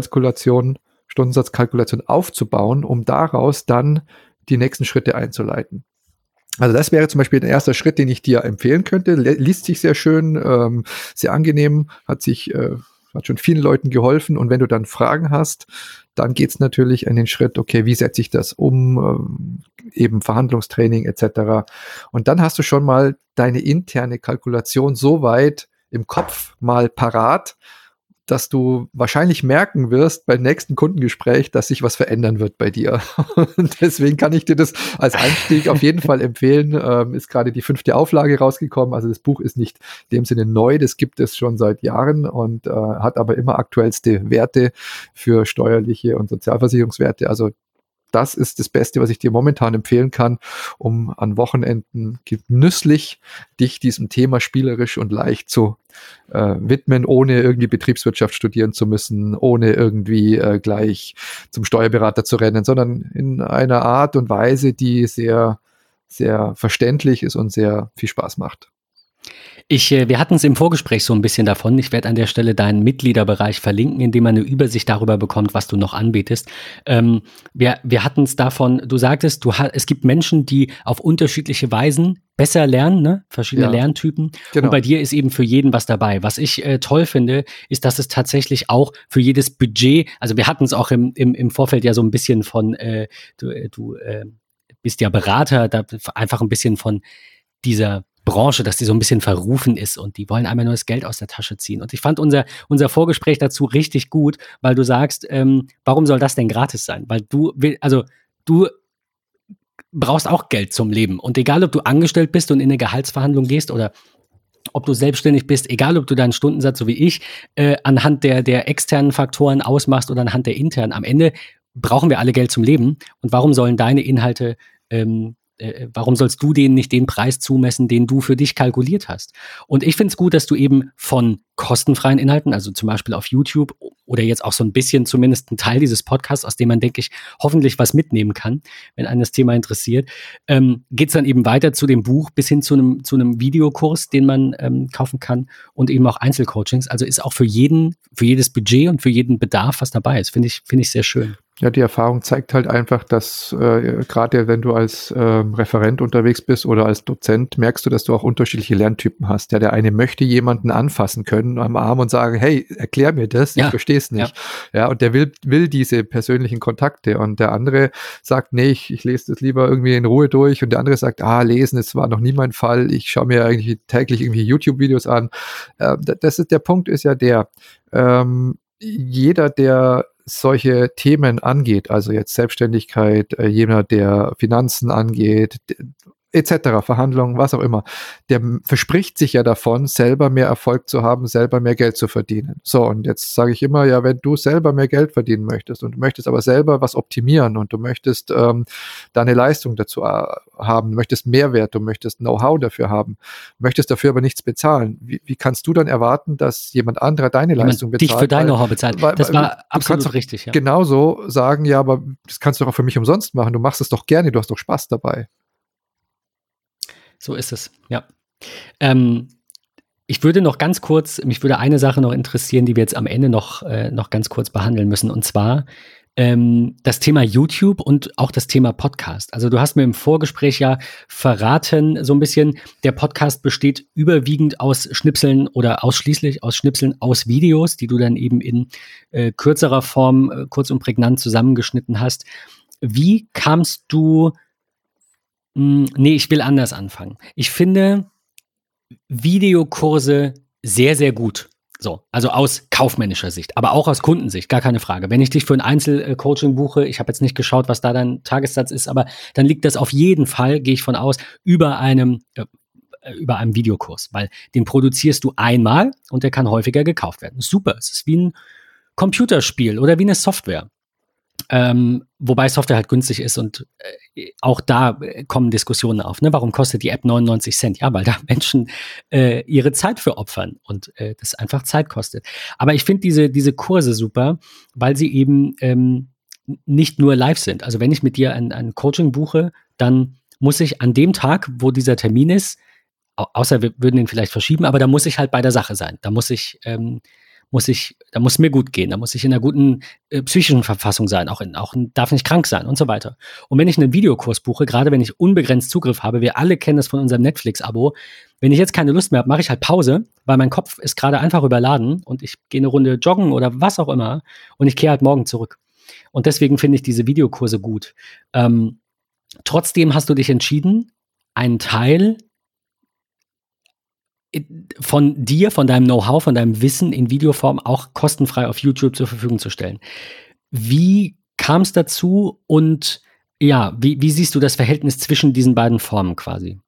Stundensatzkalkulation aufzubauen, um daraus dann die nächsten Schritte einzuleiten. Also das wäre zum Beispiel der erste Schritt, den ich dir empfehlen könnte. Liest sich sehr schön, sehr angenehm, hat schon vielen Leuten geholfen. Und wenn du dann Fragen hast, dann geht es natürlich in den Schritt, okay, wie setze ich das um, eben Verhandlungstraining etc. Und dann hast du schon mal deine interne Kalkulation so weit im Kopf mal parat, dass du wahrscheinlich merken wirst beim nächsten Kundengespräch, dass sich was verändern wird bei dir. Und deswegen kann ich dir das als Einstieg auf jeden Fall empfehlen. Ist gerade die 5. Auflage rausgekommen. Also das Buch ist nicht in dem Sinne neu, das gibt es schon seit Jahren und hat aber immer aktuellste Werte für steuerliche und Sozialversicherungswerte. Also das ist das Beste, was ich dir momentan empfehlen kann, um an Wochenenden genüsslich dich diesem Thema spielerisch und leicht zu widmen, ohne irgendwie Betriebswirtschaft studieren zu müssen, ohne irgendwie gleich zum Steuerberater zu rennen, sondern in einer Art und Weise, die sehr, sehr verständlich ist und sehr viel Spaß macht. Wir hatten es im Vorgespräch so ein bisschen davon. Ich werde an der Stelle deinen Mitgliederbereich verlinken, in dem man eine Übersicht darüber bekommt, was du noch anbietest. Wir hatten es davon, du sagtest, es gibt Menschen, die auf unterschiedliche Weisen besser lernen, ne? Verschiedene Lerntypen. Genau. Und bei dir ist eben für jeden was dabei. Was ich toll finde, ist, dass es tatsächlich auch für jedes Budget, also wir hatten es auch im Vorfeld ja so ein bisschen von, du bist ja Berater, da einfach ein bisschen von dieser Branche, dass die so ein bisschen verrufen ist und die wollen einmal nur das Geld aus der Tasche ziehen. Und ich fand unser Vorgespräch dazu richtig gut, weil du sagst, warum soll das denn gratis sein? Weil du brauchst auch Geld zum Leben. Und egal, ob du angestellt bist und in eine Gehaltsverhandlung gehst oder ob du selbstständig bist, egal ob du deinen Stundensatz, so wie ich, anhand der externen Faktoren ausmachst oder anhand der internen, am Ende brauchen wir alle Geld zum Leben. Und warum sollen deine Inhalte warum sollst du denen nicht den Preis zumessen, den du für dich kalkuliert hast? Und ich finde es gut, dass du eben von kostenfreien Inhalten, also zum Beispiel auf YouTube oder jetzt auch so ein bisschen zumindest ein Teil dieses Podcasts, aus dem man, denke ich, hoffentlich was mitnehmen kann, wenn einen das Thema interessiert, geht es dann eben weiter zu dem Buch bis hin zu einem Videokurs, den man kaufen kann und eben auch Einzelcoachings. Also ist auch für jedes Budget und für jeden Bedarf was dabei ist. Finde ich sehr schön. Ja, die Erfahrung zeigt halt einfach, dass gerade wenn du als Referent unterwegs bist oder als Dozent, merkst du, dass du auch unterschiedliche Lerntypen hast. Ja, der eine möchte jemanden anfassen können am Arm und sagen, hey, erklär mir das, ich verstehe es nicht. Ja, und der will diese persönlichen Kontakte. Und der andere sagt, nee, ich lese das lieber irgendwie in Ruhe durch. Und der andere sagt, lesen, das war noch nie mein Fall. Ich schaue mir eigentlich täglich irgendwie YouTube-Videos an. Der Punkt ist ja jeder, der solche Themen angeht, also jetzt Selbstständigkeit, jemand, der Finanzen angeht, etc., Verhandlungen, was auch immer, der verspricht sich ja davon, selber mehr Erfolg zu haben, selber mehr Geld zu verdienen. So, und jetzt sage ich immer, ja, wenn du selber mehr Geld verdienen möchtest und du möchtest aber selber was optimieren und du möchtest deine Leistung dazu haben, du möchtest Mehrwert, du möchtest Know-how dafür haben, möchtest dafür aber nichts bezahlen, wie kannst du dann erwarten, dass jemand anderer deine Leistung bezahlt? Dich für dein Know-how bezahlt. Das war absolut richtig, ja. Genauso sagen, ja, aber das kannst du doch auch für mich umsonst machen, du machst es doch gerne, du hast doch Spaß dabei. So ist es, ja. Ich würde noch ganz kurz, mich würde eine Sache noch interessieren, die wir jetzt am Ende noch ganz kurz behandeln müssen, und zwar das Thema YouTube und auch das Thema Podcast. Also du hast mir im Vorgespräch ja verraten, so ein bisschen, der Podcast besteht überwiegend aus Schnipseln oder ausschließlich aus Schnipseln aus Videos, die du dann eben in kürzerer Form, kurz und prägnant zusammengeschnitten hast. Wie kamst du Nee, ich will anders anfangen. Ich finde Videokurse sehr, sehr gut. So, also aus kaufmännischer Sicht, aber auch aus Kundensicht, gar keine Frage. Wenn ich dich für ein Einzelcoaching buche, ich habe jetzt nicht geschaut, was da dein Tagessatz ist, aber dann liegt das auf jeden Fall, gehe ich von aus, über einem Videokurs, weil den produzierst du einmal und der kann häufiger gekauft werden. Super, es ist wie ein Computerspiel oder wie eine Software. Wobei Software halt günstig ist und auch da kommen Diskussionen auf. Ne? Warum kostet die App 99 Cent? Ja, weil da Menschen ihre Zeit für opfern und das einfach Zeit kostet. Aber ich finde diese Kurse super, weil sie eben nicht nur live sind. Also wenn ich mit dir ein Coaching buche, dann muss ich an dem Tag, wo dieser Termin ist, außer wir würden ihn vielleicht verschieben, aber da muss ich halt bei der Sache sein. Da muss es mir gut gehen, da muss ich in einer guten psychischen Verfassung sein, darf nicht krank sein und so weiter. Und wenn ich einen Videokurs buche, gerade wenn ich unbegrenzt Zugriff habe, wir alle kennen das von unserem Netflix-Abo, wenn ich jetzt keine Lust mehr habe, mache ich halt Pause, weil mein Kopf ist gerade einfach überladen und ich gehe eine Runde joggen oder was auch immer und ich kehre halt morgen zurück. Und deswegen finde ich diese Videokurse gut. Trotzdem hast du dich entschieden, einen Teil von dir, von deinem Know-how, von deinem Wissen in Videoform auch kostenfrei auf YouTube zur Verfügung zu stellen. Wie kam es dazu und ja, wie siehst du das Verhältnis zwischen diesen beiden Formen quasi?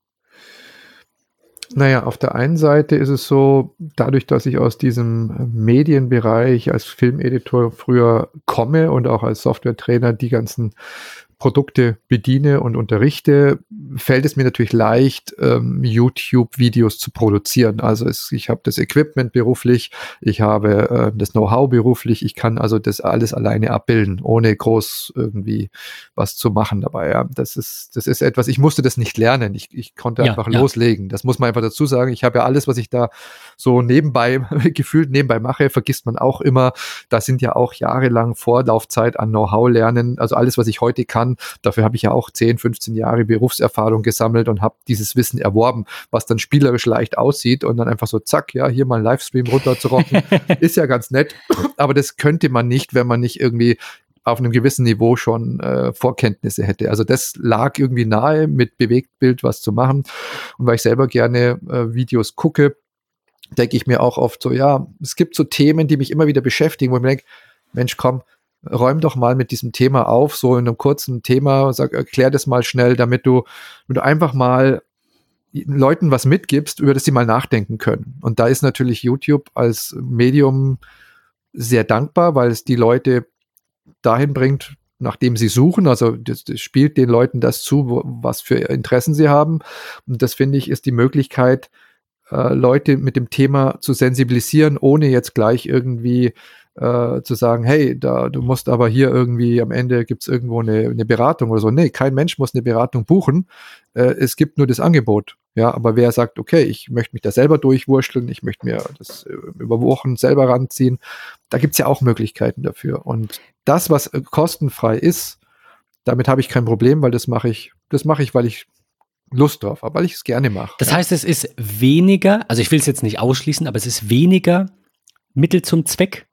Naja, auf der einen Seite ist es so, dadurch, dass ich aus diesem Medienbereich als Filmeditor früher komme und auch als Softwaretrainer die ganzen Produkte bediene und unterrichte, fällt es mir natürlich leicht, YouTube-Videos zu produzieren. Also ich habe das Equipment beruflich, ich habe das Know-how beruflich, ich kann also das alles alleine abbilden, ohne groß irgendwie was zu machen dabei. Ja. Das ist etwas, ich musste das nicht lernen, ich konnte einfach loslegen. Das muss man einfach dazu sagen. Ich habe ja alles, was ich da so gefühlt nebenbei mache, vergisst man auch immer. Da sind ja auch jahrelang Vorlaufzeit an Know-how lernen. Also alles, was ich heute kann, dafür habe ich ja auch 10, 15 Jahre Berufserfahrung gesammelt und habe dieses Wissen erworben, was dann spielerisch leicht aussieht und dann einfach so zack, ja, hier mal einen Livestream runterzurocken, ist ja ganz nett, aber das könnte man nicht, wenn man nicht irgendwie auf einem gewissen Niveau schon Vorkenntnisse hätte. Also das lag irgendwie nahe, mit Bewegtbild was zu machen, und weil ich selber gerne Videos gucke, denke ich mir auch oft so, ja, es gibt so Themen, die mich immer wieder beschäftigen, wo ich mir denke, Mensch, komm, räum doch mal mit diesem Thema auf, so in einem kurzen Thema, erklär das mal schnell, damit du einfach mal Leuten was mitgibst, über das sie mal nachdenken können. Und da ist natürlich YouTube als Medium sehr dankbar, weil es die Leute dahin bringt, nachdem sie suchen. Also das spielt den Leuten das zu, was für Interessen sie haben. Und das, finde ich, ist die Möglichkeit, Leute mit dem Thema zu sensibilisieren, ohne jetzt gleich irgendwie zu sagen, hey, du musst aber hier irgendwie, am Ende gibt es irgendwo eine Beratung oder so. Nee, kein Mensch muss eine Beratung buchen. Es gibt nur das Angebot. Ja, aber wer sagt, okay, ich möchte mich da selber durchwurschteln, ich möchte mir das über Wochen selber ranziehen, da gibt es ja auch Möglichkeiten dafür. Und das, was kostenfrei ist, damit habe ich kein Problem, weil das mache ich, weil ich Lust drauf habe, weil ich es gerne mache. Das heißt, es ist weniger, also ich will es jetzt nicht ausschließen, aber es ist weniger Mittel zum Zweck.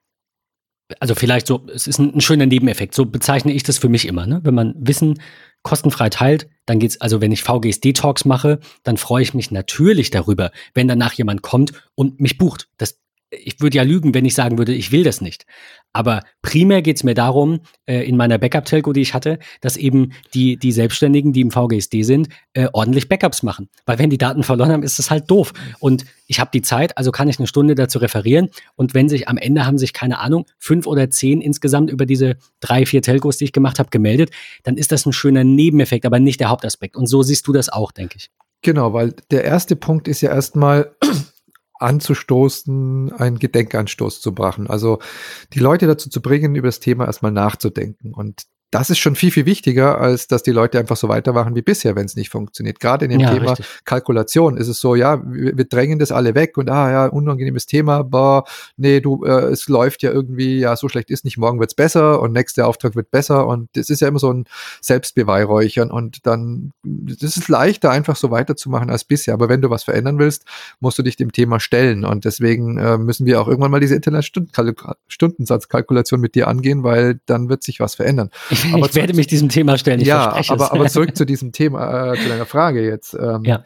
Also vielleicht so, es ist ein schöner Nebeneffekt, so bezeichne ich das für mich immer. Ne? Wenn man Wissen kostenfrei teilt, dann geht's, also wenn ich VGSD-Talks mache, dann freue ich mich natürlich darüber, wenn danach jemand kommt und mich bucht. Das ich würde ja lügen, wenn ich sagen würde, ich will das nicht. Aber primär geht es mir darum, in meiner Backup-Telco, die ich hatte, dass eben die Selbstständigen, die im VGSD sind, ordentlich Backups machen. Weil wenn die Daten verloren haben, ist das halt doof. Und ich habe die Zeit, also kann ich eine Stunde dazu referieren. Und wenn sich am Ende haben sich, keine Ahnung, 5 oder 10 insgesamt über diese 3, 4 Telcos, die ich gemacht habe, gemeldet, dann ist das ein schöner Nebeneffekt, aber nicht der Hauptaspekt. Und so siehst du das auch, denke ich. Genau, weil der erste Punkt ist ja erstmal anzustoßen, einen Gedenkanstoß zu machen. Also die Leute dazu zu bringen, über das Thema erstmal nachzudenken. Und das ist schon viel, viel wichtiger, als dass die Leute einfach so weitermachen wie bisher, wenn es nicht funktioniert. Gerade in dem Thema richtig. Kalkulation ist es so, ja, wir drängen das alle weg und ja, unangenehmes Thema, nee, es läuft ja irgendwie, ja, so schlecht ist nicht, morgen wird's besser und nächster Auftrag wird besser und das ist ja immer so ein Selbstbeweihräuchern und dann, das ist leichter, einfach so weiterzumachen als bisher. Aber wenn du was verändern willst, musst du dich dem Thema stellen und deswegen müssen wir auch irgendwann mal diese Internetstundensatzkalkulation mit dir angehen, weil dann wird sich was verändern. Ich werde mich diesem Thema stellen, ich verspreche es. Aber zurück zu diesem Thema, zu deiner Frage jetzt. Ja.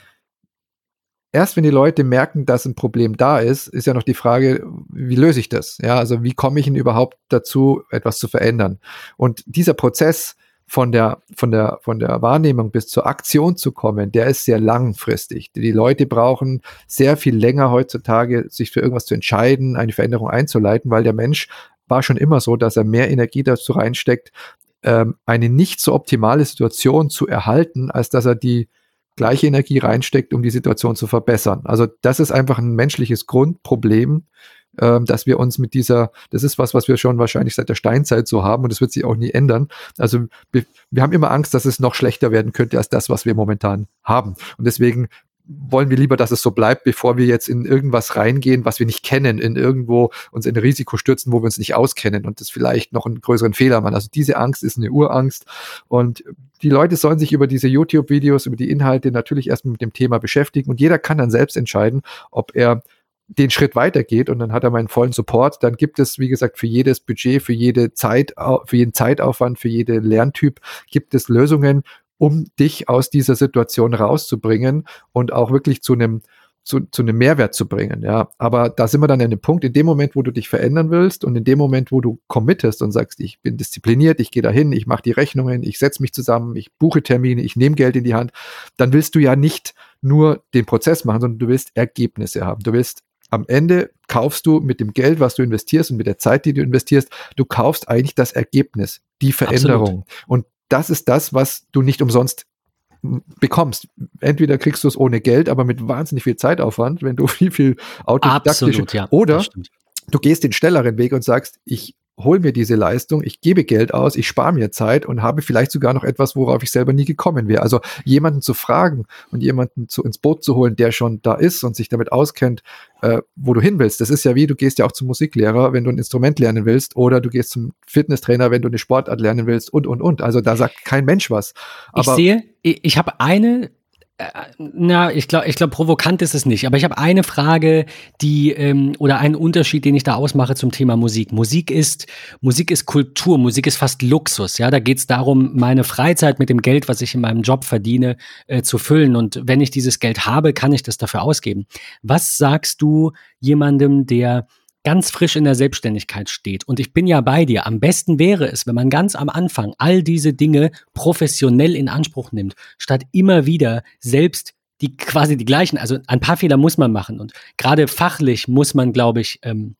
Erst wenn die Leute merken, dass ein Problem da ist ja noch die Frage, wie löse ich das? Ja, also wie komme ich denn überhaupt dazu, etwas zu verändern? Und dieser Prozess von der Wahrnehmung bis zur Aktion zu kommen, der ist sehr langfristig. Die Leute brauchen sehr viel länger heutzutage, sich für irgendwas zu entscheiden, eine Veränderung einzuleiten, weil der Mensch war schon immer so, dass er mehr Energie dazu reinsteckt, eine nicht so optimale Situation zu erhalten, als dass er die gleiche Energie reinsteckt, um die Situation zu verbessern. Also das ist einfach ein menschliches Grundproblem, dass wir uns das ist was wir schon wahrscheinlich seit der Steinzeit so haben und das wird sich auch nie ändern. Also wir haben immer Angst, dass es noch schlechter werden könnte als das, was wir momentan haben. Und deswegen wollen wir lieber, dass es so bleibt, bevor wir jetzt in irgendwas reingehen, was wir nicht kennen, in irgendwo uns in ein Risiko stürzen, wo wir uns nicht auskennen und das vielleicht noch einen größeren Fehler machen. Also diese Angst ist eine Urangst und die Leute sollen sich über diese YouTube-Videos, über die Inhalte natürlich erstmal mit dem Thema beschäftigen und jeder kann dann selbst entscheiden, ob er den Schritt weitergeht und dann hat er meinen vollen Support. Dann gibt es, wie gesagt, für jedes Budget, für jeden Zeitaufwand, für jeden Lerntyp gibt es Lösungen, um dich aus dieser Situation rauszubringen und auch wirklich zu einem Mehrwert zu bringen, ja. Aber da sind wir dann an dem Punkt, in dem Moment, wo du dich verändern willst und in dem Moment, wo du committest und sagst, ich bin diszipliniert, ich gehe dahin, ich mache die Rechnungen, ich setze mich zusammen, ich buche Termine, ich nehme Geld in die Hand, dann willst du ja nicht nur den Prozess machen, sondern du willst Ergebnisse haben. Du willst am Ende kaufst du mit dem Geld, was du investierst und mit der Zeit, die du investierst, du kaufst eigentlich das Ergebnis, die Veränderung. Absolut. Und das ist das, was du nicht umsonst bekommst. Entweder kriegst du es ohne Geld, aber mit wahnsinnig viel Zeitaufwand, wenn du viel autodidaktisch, ja, oder du gehst den schnelleren Weg und sagst, ich hol mir diese Leistung, ich gebe Geld aus, ich spare mir Zeit und habe vielleicht sogar noch etwas, worauf ich selber nie gekommen wäre. Also jemanden zu fragen und jemanden ins Boot zu holen, der schon da ist und sich damit auskennt, wo du hin willst. Das ist ja wie, du gehst ja auch zum Musiklehrer, wenn du ein Instrument lernen willst, oder du gehst zum Fitnesstrainer, wenn du eine Sportart lernen willst und. Also da sagt kein Mensch was. Aber ich habe eine ich glaube, provokant ist es nicht. Aber ich habe eine Frage, oder einen Unterschied, den ich da ausmache zum Thema Musik. Musik ist Kultur, Musik ist fast Luxus. Ja, da geht es darum, meine Freizeit mit dem Geld, was ich in meinem Job verdiene, zu füllen. Und wenn ich dieses Geld habe, kann ich das dafür ausgeben. Was sagst du jemandem, der ganz frisch in der Selbstständigkeit steht? Und ich bin ja bei dir. Am besten wäre es, wenn man ganz am Anfang all diese Dinge professionell in Anspruch nimmt, statt immer wieder selbst quasi die gleichen, also ein paar Fehler muss man machen. Und gerade fachlich muss man, glaube ich,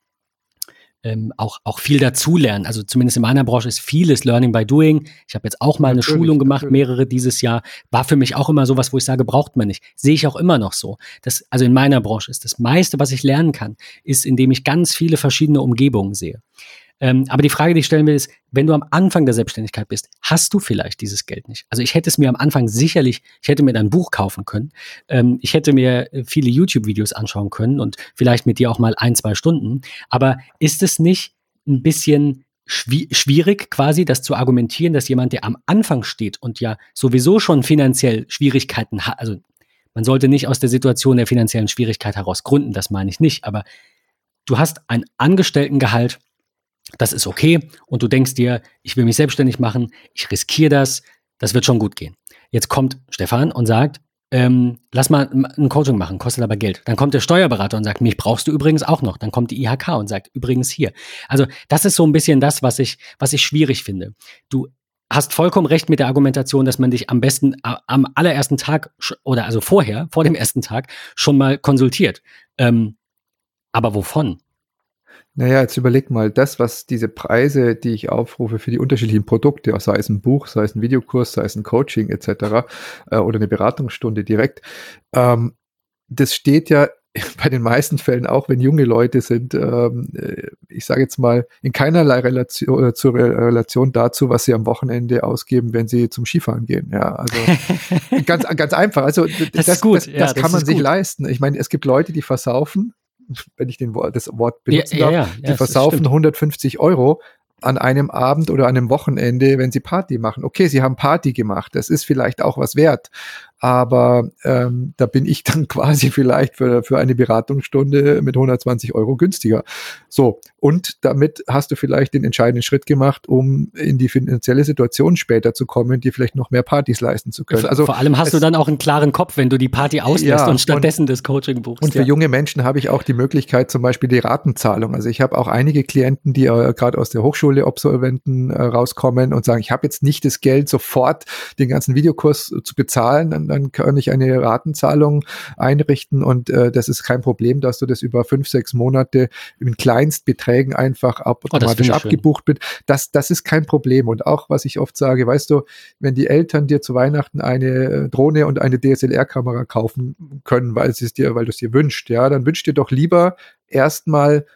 auch viel dazulernen. Also zumindest in meiner Branche ist vieles Learning by Doing. Ich habe jetzt auch mal eine Schulung gemacht, mehrere dieses Jahr. War für mich auch immer sowas, wo ich sage, braucht man nicht. Sehe ich auch immer noch so. Also in meiner Branche ist das meiste, was ich lernen kann, ist, indem ich ganz viele verschiedene Umgebungen sehe. Aber die Frage, die ich stellen will, ist, wenn du am Anfang der Selbstständigkeit bist, hast du vielleicht dieses Geld nicht? Also ich hätte es mir am Anfang ich hätte mir ein Buch kaufen können. Ich hätte mir viele YouTube-Videos anschauen können und vielleicht mit dir auch mal 1-2 Stunden. Aber ist es nicht ein bisschen schwierig quasi, das zu argumentieren, dass jemand, der am Anfang steht und ja sowieso schon finanziell Schwierigkeiten hat, also man sollte nicht aus der Situation der finanziellen Schwierigkeit heraus gründen, das meine ich nicht, aber du hast ein Angestelltengehalt, das ist okay und du denkst dir, ich will mich selbstständig machen, ich riskiere das wird schon gut gehen. Jetzt kommt Stefan und sagt, lass mal ein Coaching machen, kostet aber Geld. Dann kommt der Steuerberater und sagt, mich brauchst du übrigens auch noch. Dann kommt die IHK und sagt, übrigens hier. Also das ist so ein bisschen das, was ich schwierig finde. Du hast vollkommen recht mit der Argumentation, dass man dich am besten am allerersten Tag oder also vor dem ersten Tag schon mal konsultiert. Aber wovon? Naja, jetzt überleg mal, das, was diese Preise, die ich aufrufe für die unterschiedlichen Produkte, sei es ein Buch, sei es ein Videokurs, sei es ein Coaching etc. Oder eine Beratungsstunde direkt, das steht ja bei den meisten Fällen, auch wenn junge Leute sind, ich sage jetzt mal, in keinerlei Relation dazu, was sie am Wochenende ausgeben, wenn sie zum Skifahren gehen. Ja, also ganz einfach. Also das ist gut. Das kann man sich leisten. Ich meine, es gibt Leute, die versaufen, wenn ich das Wort benutzen darf, die versaufen 150 € an einem Abend oder an einem Wochenende, wenn sie Party machen. Okay, sie haben Party gemacht, das ist vielleicht auch was wert, aber da bin ich dann quasi vielleicht für eine Beratungsstunde mit 120 € günstiger. So, und damit hast du vielleicht den entscheidenden Schritt gemacht, um in die finanzielle Situation später zu kommen, dir vielleicht noch mehr Partys leisten zu können. Also vor allem hast du dann auch einen klaren Kopf, wenn du die Party auslässt und stattdessen das Coaching buchst. Und für junge Menschen habe ich auch die Möglichkeit, zum Beispiel die Ratenzahlung. Also ich habe auch einige Klienten, die gerade aus der Hochschule Absolventen rauskommen und sagen, ich habe jetzt nicht das Geld, sofort den ganzen Videokurs zu bezahlen, dann kann ich eine Ratenzahlung einrichten und das ist kein Problem, dass du das über 5-6 Monate in Kleinstbeträgen einfach automatisch abgebucht wird. Das ist kein Problem. Und auch, was ich oft sage, weißt du, wenn die Eltern dir zu Weihnachten eine Drohne und eine DSLR-Kamera kaufen können, weil du es dir wünschst, ja, dann wünsch dir doch lieber erstmal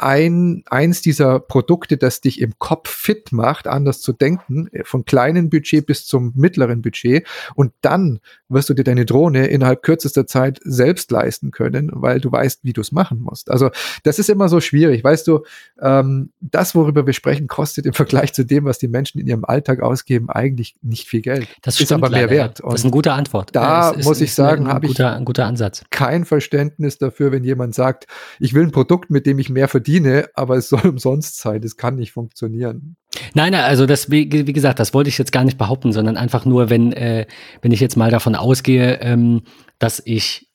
eins dieser Produkte, das dich im Kopf fit macht, anders zu denken, von kleinem Budget bis zum mittleren Budget, und dann wirst du dir deine Drohne innerhalb kürzester Zeit selbst leisten können, weil du weißt, wie du es machen musst. Also das ist immer so schwierig, weißt du, das, worüber wir sprechen, kostet im Vergleich zu dem, was die Menschen in ihrem Alltag ausgeben, eigentlich nicht viel Geld. Das ist aber mehr wert. Und das ist eine gute Antwort. Da muss ich sagen, habe ich ein guter Ansatz. Kein Verständnis dafür, wenn jemand sagt, ich will ein Produkt, mit dem ich mehr verdiene, aber es soll umsonst sein. Das kann nicht funktionieren. Nein, also das, wie gesagt, das wollte ich jetzt gar nicht behaupten, sondern einfach nur, wenn ich jetzt mal davon ausgehe, dass ich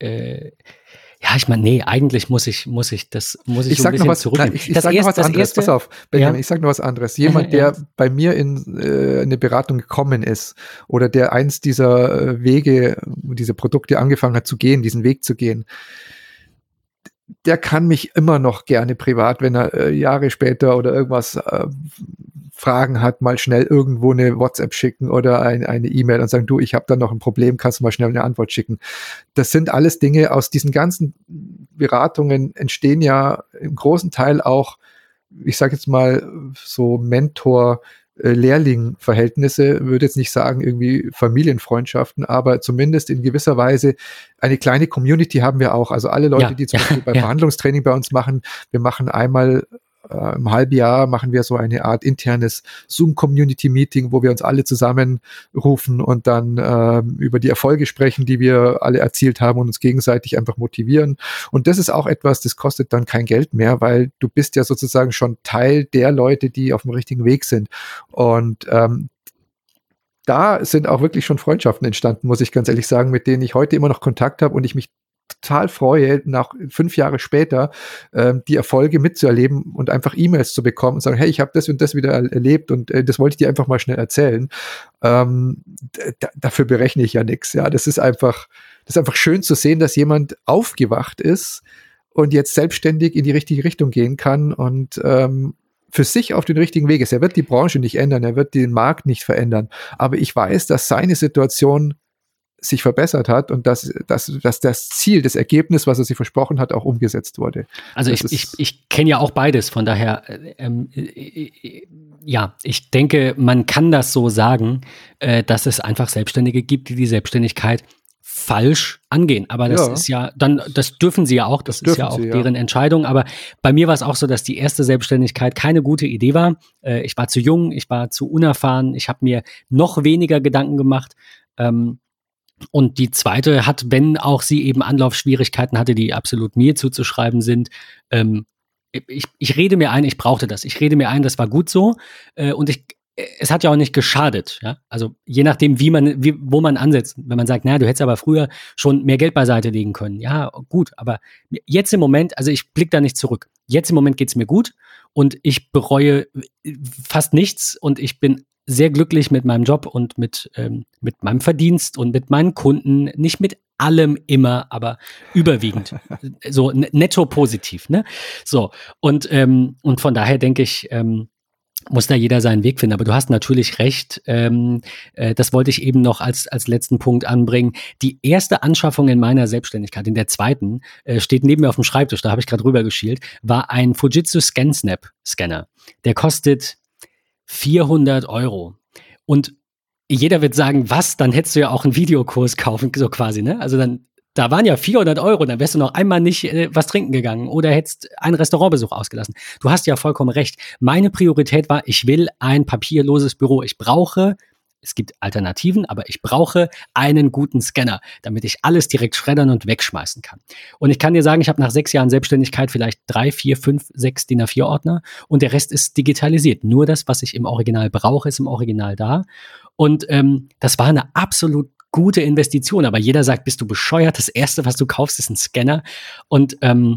ich meine, nee, eigentlich muss ich das ich so ein bisschen zurücknehmen. Ich sag noch was anderes. Pass auf, Benjamin, ich sag noch was anderes. Jemand, der bei mir in eine Beratung gekommen ist oder der eins dieser Wege, diese Produkte angefangen hat zu gehen, diesen Weg zu gehen, der kann mich immer noch gerne privat, wenn er Jahre später oder irgendwas Fragen hat, mal schnell irgendwo eine WhatsApp schicken oder eine E-Mail und sagen, du, ich habe da noch ein Problem, kannst du mal schnell eine Antwort schicken. Das sind alles Dinge, aus diesen ganzen Beratungen entstehen ja im großen Teil auch, ich sage jetzt mal, so Mentor-Lehrling-Verhältnisse, würde jetzt nicht sagen irgendwie Familienfreundschaften, aber zumindest in gewisser Weise eine kleine Community haben wir auch. Also alle Leute, die zum Beispiel beim Verhandlungstraining bei uns machen, wir machen einmal im Halbjahr machen wir so eine Art internes Zoom-Community-Meeting, wo wir uns alle zusammenrufen und dann über die Erfolge sprechen, die wir alle erzielt haben und uns gegenseitig einfach motivieren. Und das ist auch etwas, das kostet dann kein Geld mehr, weil du bist ja sozusagen schon Teil der Leute, die auf dem richtigen Weg sind. Und da sind auch wirklich schon Freundschaften entstanden, muss ich ganz ehrlich sagen, mit denen ich heute immer noch Kontakt habe und ich mich total freue, nach 5 Jahre später die Erfolge mitzuerleben und einfach E-Mails zu bekommen und sagen, hey, ich habe das und das wieder erlebt und das wollte ich dir einfach mal schnell erzählen. Dafür berechne ich ja nichts. Ja, das ist einfach schön zu sehen, dass jemand aufgewacht ist und jetzt selbstständig in die richtige Richtung gehen kann und für sich auf den richtigen Weg ist. Er wird die Branche nicht ändern, er wird den Markt nicht verändern, aber ich weiß, dass seine Situation sich verbessert hat und dass das Ziel, das Ergebnis, was er sich versprochen hat, auch umgesetzt wurde. Also ich kenne ja auch beides, von daher ich denke, man kann das so sagen, dass es einfach Selbstständige gibt, die Selbstständigkeit falsch angehen. Aber das ist ja dann, das dürfen sie ja auch, das ist ja auch deren Entscheidung. Aber bei mir war es auch so, dass die erste Selbstständigkeit keine gute Idee war. Ich war zu jung, ich war zu unerfahren, ich habe mir noch weniger Gedanken gemacht. Und die zweite hat, wenn auch sie eben Anlaufschwierigkeiten hatte, die absolut mir zuzuschreiben sind, ich rede mir ein, ich brauchte das. Ich rede mir ein, das war gut so. Und es hat ja auch nicht geschadet, ja. Also je nachdem, wo man ansetzt. Wenn man sagt, naja, du hättest aber früher schon mehr Geld beiseite legen können. Ja, gut, aber jetzt im Moment, also ich blicke da nicht zurück. Jetzt im Moment geht's mir gut und ich bereue fast nichts und ich bin sehr glücklich mit meinem Job und mit meinem Verdienst und mit meinen Kunden. Nicht mit allem immer, aber überwiegend. So netto positiv, ne? So. Und von daher denke ich, muss da jeder seinen Weg finden. Aber du hast natürlich recht. Das wollte ich eben noch als letzten Punkt anbringen. Die erste Anschaffung in meiner Selbstständigkeit, in der zweiten, steht neben mir auf dem Schreibtisch, da habe ich gerade rüber geschielt, war ein Fujitsu ScanSnap Scanner. Der kostet 400 €. Und jeder wird sagen, was, dann hättest du ja auch einen Videokurs kaufen, so quasi, ne? Also da waren ja 400 €, dann wärst du noch einmal nicht was trinken gegangen oder hättest einen Restaurantbesuch ausgelassen. Du hast ja vollkommen recht. Meine Priorität war, ich will ein papierloses Büro. Es gibt Alternativen, aber ich brauche einen guten Scanner, damit ich alles direkt schreddern und wegschmeißen kann. Und ich kann dir sagen, ich habe nach 6 Jahren Selbstständigkeit vielleicht 3, 4, 5, 6 DIN A4-Ordner und der Rest ist digitalisiert. Nur das, was ich im Original brauche, ist im Original da. Und das war eine absolut gute Investition, aber jeder sagt, bist du bescheuert? Das Erste, was du kaufst, ist ein Scanner. Und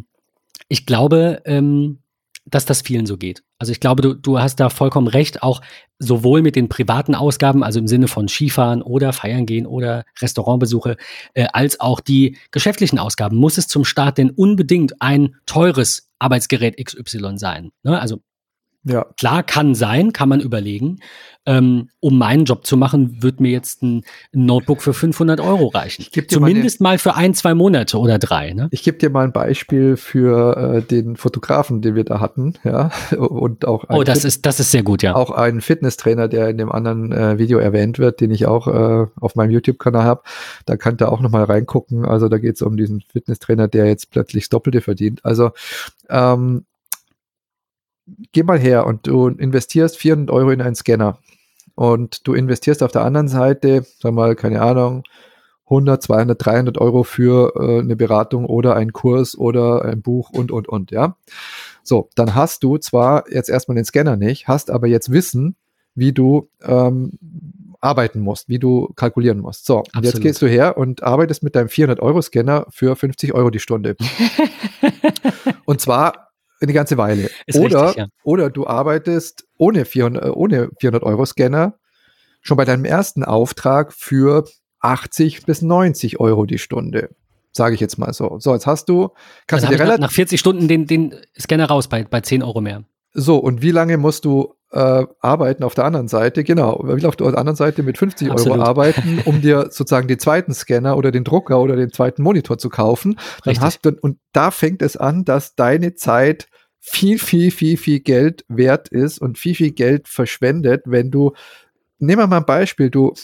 ich glaube, dass das vielen so geht. Also ich glaube, du hast da vollkommen recht, auch sowohl mit den privaten Ausgaben, also im Sinne von Skifahren oder feiern gehen oder Restaurantbesuche, als auch die geschäftlichen Ausgaben. Muss es zum Start denn unbedingt ein teures Arbeitsgerät XY sein? Ne? Also Ja. klar, kann sein, kann man überlegen. Um meinen Job zu machen, wird mir jetzt ein Notebook für 500 € reichen. Zumindest mal für 1, 2 Monate oder 3. Ne? Ich gebe dir mal ein Beispiel für den Fotografen, den wir da hatten. Ja? Und auch das ist sehr gut, ja. Auch einen Fitnesstrainer, der in dem anderen Video erwähnt wird, den ich auch auf meinem YouTube-Kanal habe. Da könnt ihr auch nochmal reingucken. Also da geht es um diesen Fitnesstrainer, der jetzt plötzlich das Doppelte verdient. Also geh mal her und du investierst 400 € in einen Scanner und du investierst auf der anderen Seite, sag mal, keine Ahnung, 100, 200, 300 € für eine Beratung oder einen Kurs oder ein Buch und, ja. So, dann hast du zwar jetzt erstmal den Scanner nicht, hast aber jetzt Wissen, wie du arbeiten musst, wie du kalkulieren musst. So, und jetzt gehst du her und arbeitest mit deinem 400-€-Scanner für 50 € die Stunde. Und zwar eine ganze Weile. Oder du arbeitest ohne 400-€-Scanner schon bei deinem ersten Auftrag für 80 bis 90 € die Stunde. Sage ich jetzt mal so. So, jetzt kannst du dir nach 40 Stunden den Scanner raus bei 10 € mehr. So, und wie lange musst du arbeiten auf der anderen Seite? Genau, wie lange auf der anderen Seite mit 50 € arbeiten, um dir sozusagen den zweiten Scanner oder den Drucker oder den zweiten Monitor zu kaufen? Und da fängt es an, dass deine Zeit viel, viel, viel, viel Geld wert ist und viel, viel Geld verschwendet, wenn du, nehmen wir mal ein Beispiel, du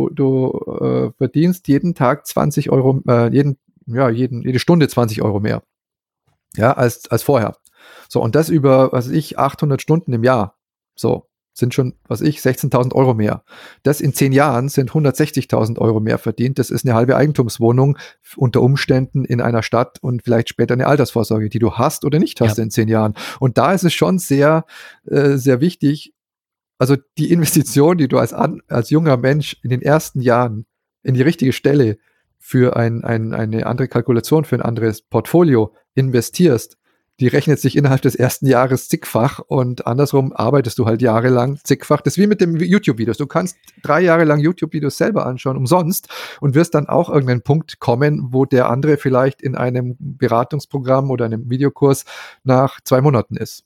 verdienst jeden Tag 20 €, jede Stunde 20 € mehr, ja, als vorher. So, und das über, 800 Stunden im Jahr. So, sind schon, 16.000 € mehr. Das in 10 Jahren sind 160.000 € mehr verdient. Das ist eine halbe Eigentumswohnung unter Umständen in einer Stadt und vielleicht später eine Altersvorsorge, die du hast oder nicht hast in 10 Jahren. Und da ist es schon sehr, sehr wichtig, also die Investition, die du als junger Mensch in den ersten Jahren in die richtige Stelle für eine andere Kalkulation, für ein anderes Portfolio investierst, die rechnet sich innerhalb des ersten Jahres zigfach und andersrum arbeitest du halt jahrelang zigfach. Das ist wie mit den YouTube-Videos. Du kannst 3 Jahre lang YouTube-Videos selber anschauen, umsonst, und wirst dann auch irgendeinen Punkt kommen, wo der andere vielleicht in einem Beratungsprogramm oder einem Videokurs nach 2 Monaten ist.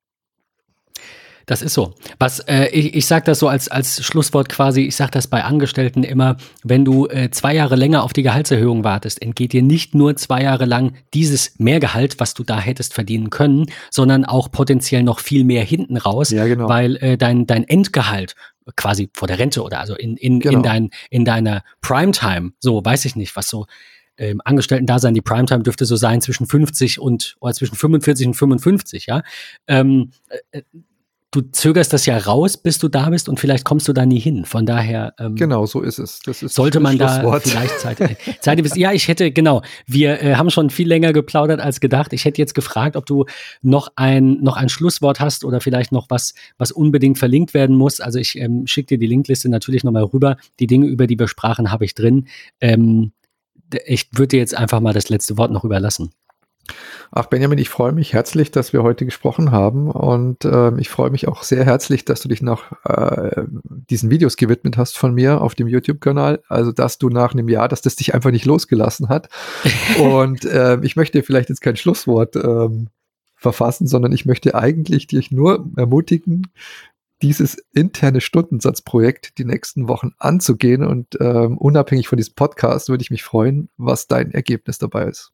Das ist so. Ich sage das so als Schlusswort quasi, ich sage das bei Angestellten immer, wenn du 2 Jahre länger auf die Gehaltserhöhung wartest, entgeht dir nicht nur 2 Jahre lang dieses Mehrgehalt, was du da hättest verdienen können, sondern auch potenziell noch viel mehr hinten raus, genau. Weil dein Endgehalt quasi vor der Rente oder also in deiner Primetime, so weiß ich nicht, was so Angestellten-Dasein, die Primetime dürfte so sein zwischen 50 oder zwischen 45 und 55, ja. du zögerst das ja raus, bis du da bist und vielleicht kommst du da nie hin. Von daher genau, so ist es. Das ist sollte man da Schlusswort. vielleicht Zeit. Ja, ich hätte, genau, wir haben schon viel länger geplaudert als gedacht. Ich hätte jetzt gefragt, ob du noch ein Schlusswort hast oder vielleicht noch was unbedingt verlinkt werden muss. Also ich schicke dir die Linkliste natürlich nochmal rüber. Die Dinge, über die wir sprachen, habe ich drin. Ich würde dir jetzt einfach mal das letzte Wort noch überlassen. Ach, Benjamin, ich freue mich herzlich, dass wir heute gesprochen haben und ich freue mich auch sehr herzlich, dass du dich nach diesen Videos gewidmet hast von mir auf dem YouTube-Kanal. Also, dass du nach einem Jahr, dass das dich einfach nicht losgelassen hat. Und ich möchte vielleicht jetzt kein Schlusswort verfassen, sondern ich möchte eigentlich dich nur ermutigen, dieses interne Stundensatzprojekt die nächsten Wochen anzugehen und unabhängig von diesem Podcast würde ich mich freuen, was dein Ergebnis dabei ist.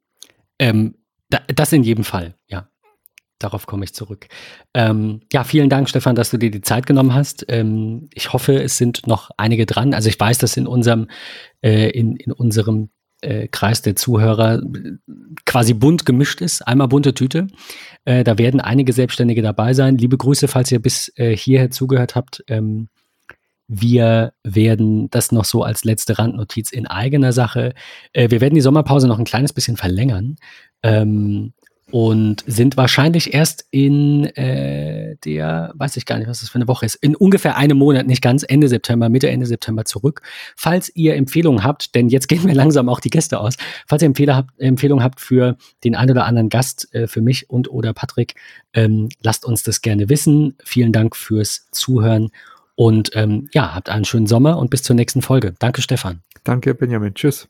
Das in jedem Fall, ja. Darauf komme ich zurück. Ja, vielen Dank, Stefan, dass du dir die Zeit genommen hast. Ich hoffe, es sind noch einige dran. Also ich weiß, dass in unserem Kreis der Zuhörer quasi bunt gemischt ist. Einmal bunte Tüte. Da werden einige Selbstständige dabei sein. Liebe Grüße, falls ihr bis hierher zugehört habt. Wir werden das noch so als letzte Randnotiz in eigener Sache. Wir werden die Sommerpause noch ein kleines bisschen verlängern und sind wahrscheinlich erst in weiß ich gar nicht, was das für eine Woche ist, in ungefähr einem Monat, nicht ganz, Mitte Ende September zurück. Falls ihr Empfehlungen habt, denn jetzt gehen mir langsam auch die Gäste aus, falls ihr Empfehlungen habt für den einen oder anderen Gast, für mich und oder Patrick, lasst uns das gerne wissen. Vielen Dank fürs Zuhören. Und habt einen schönen Sommer und bis zur nächsten Folge. Danke, Stefan. Danke, Benjamin. Tschüss.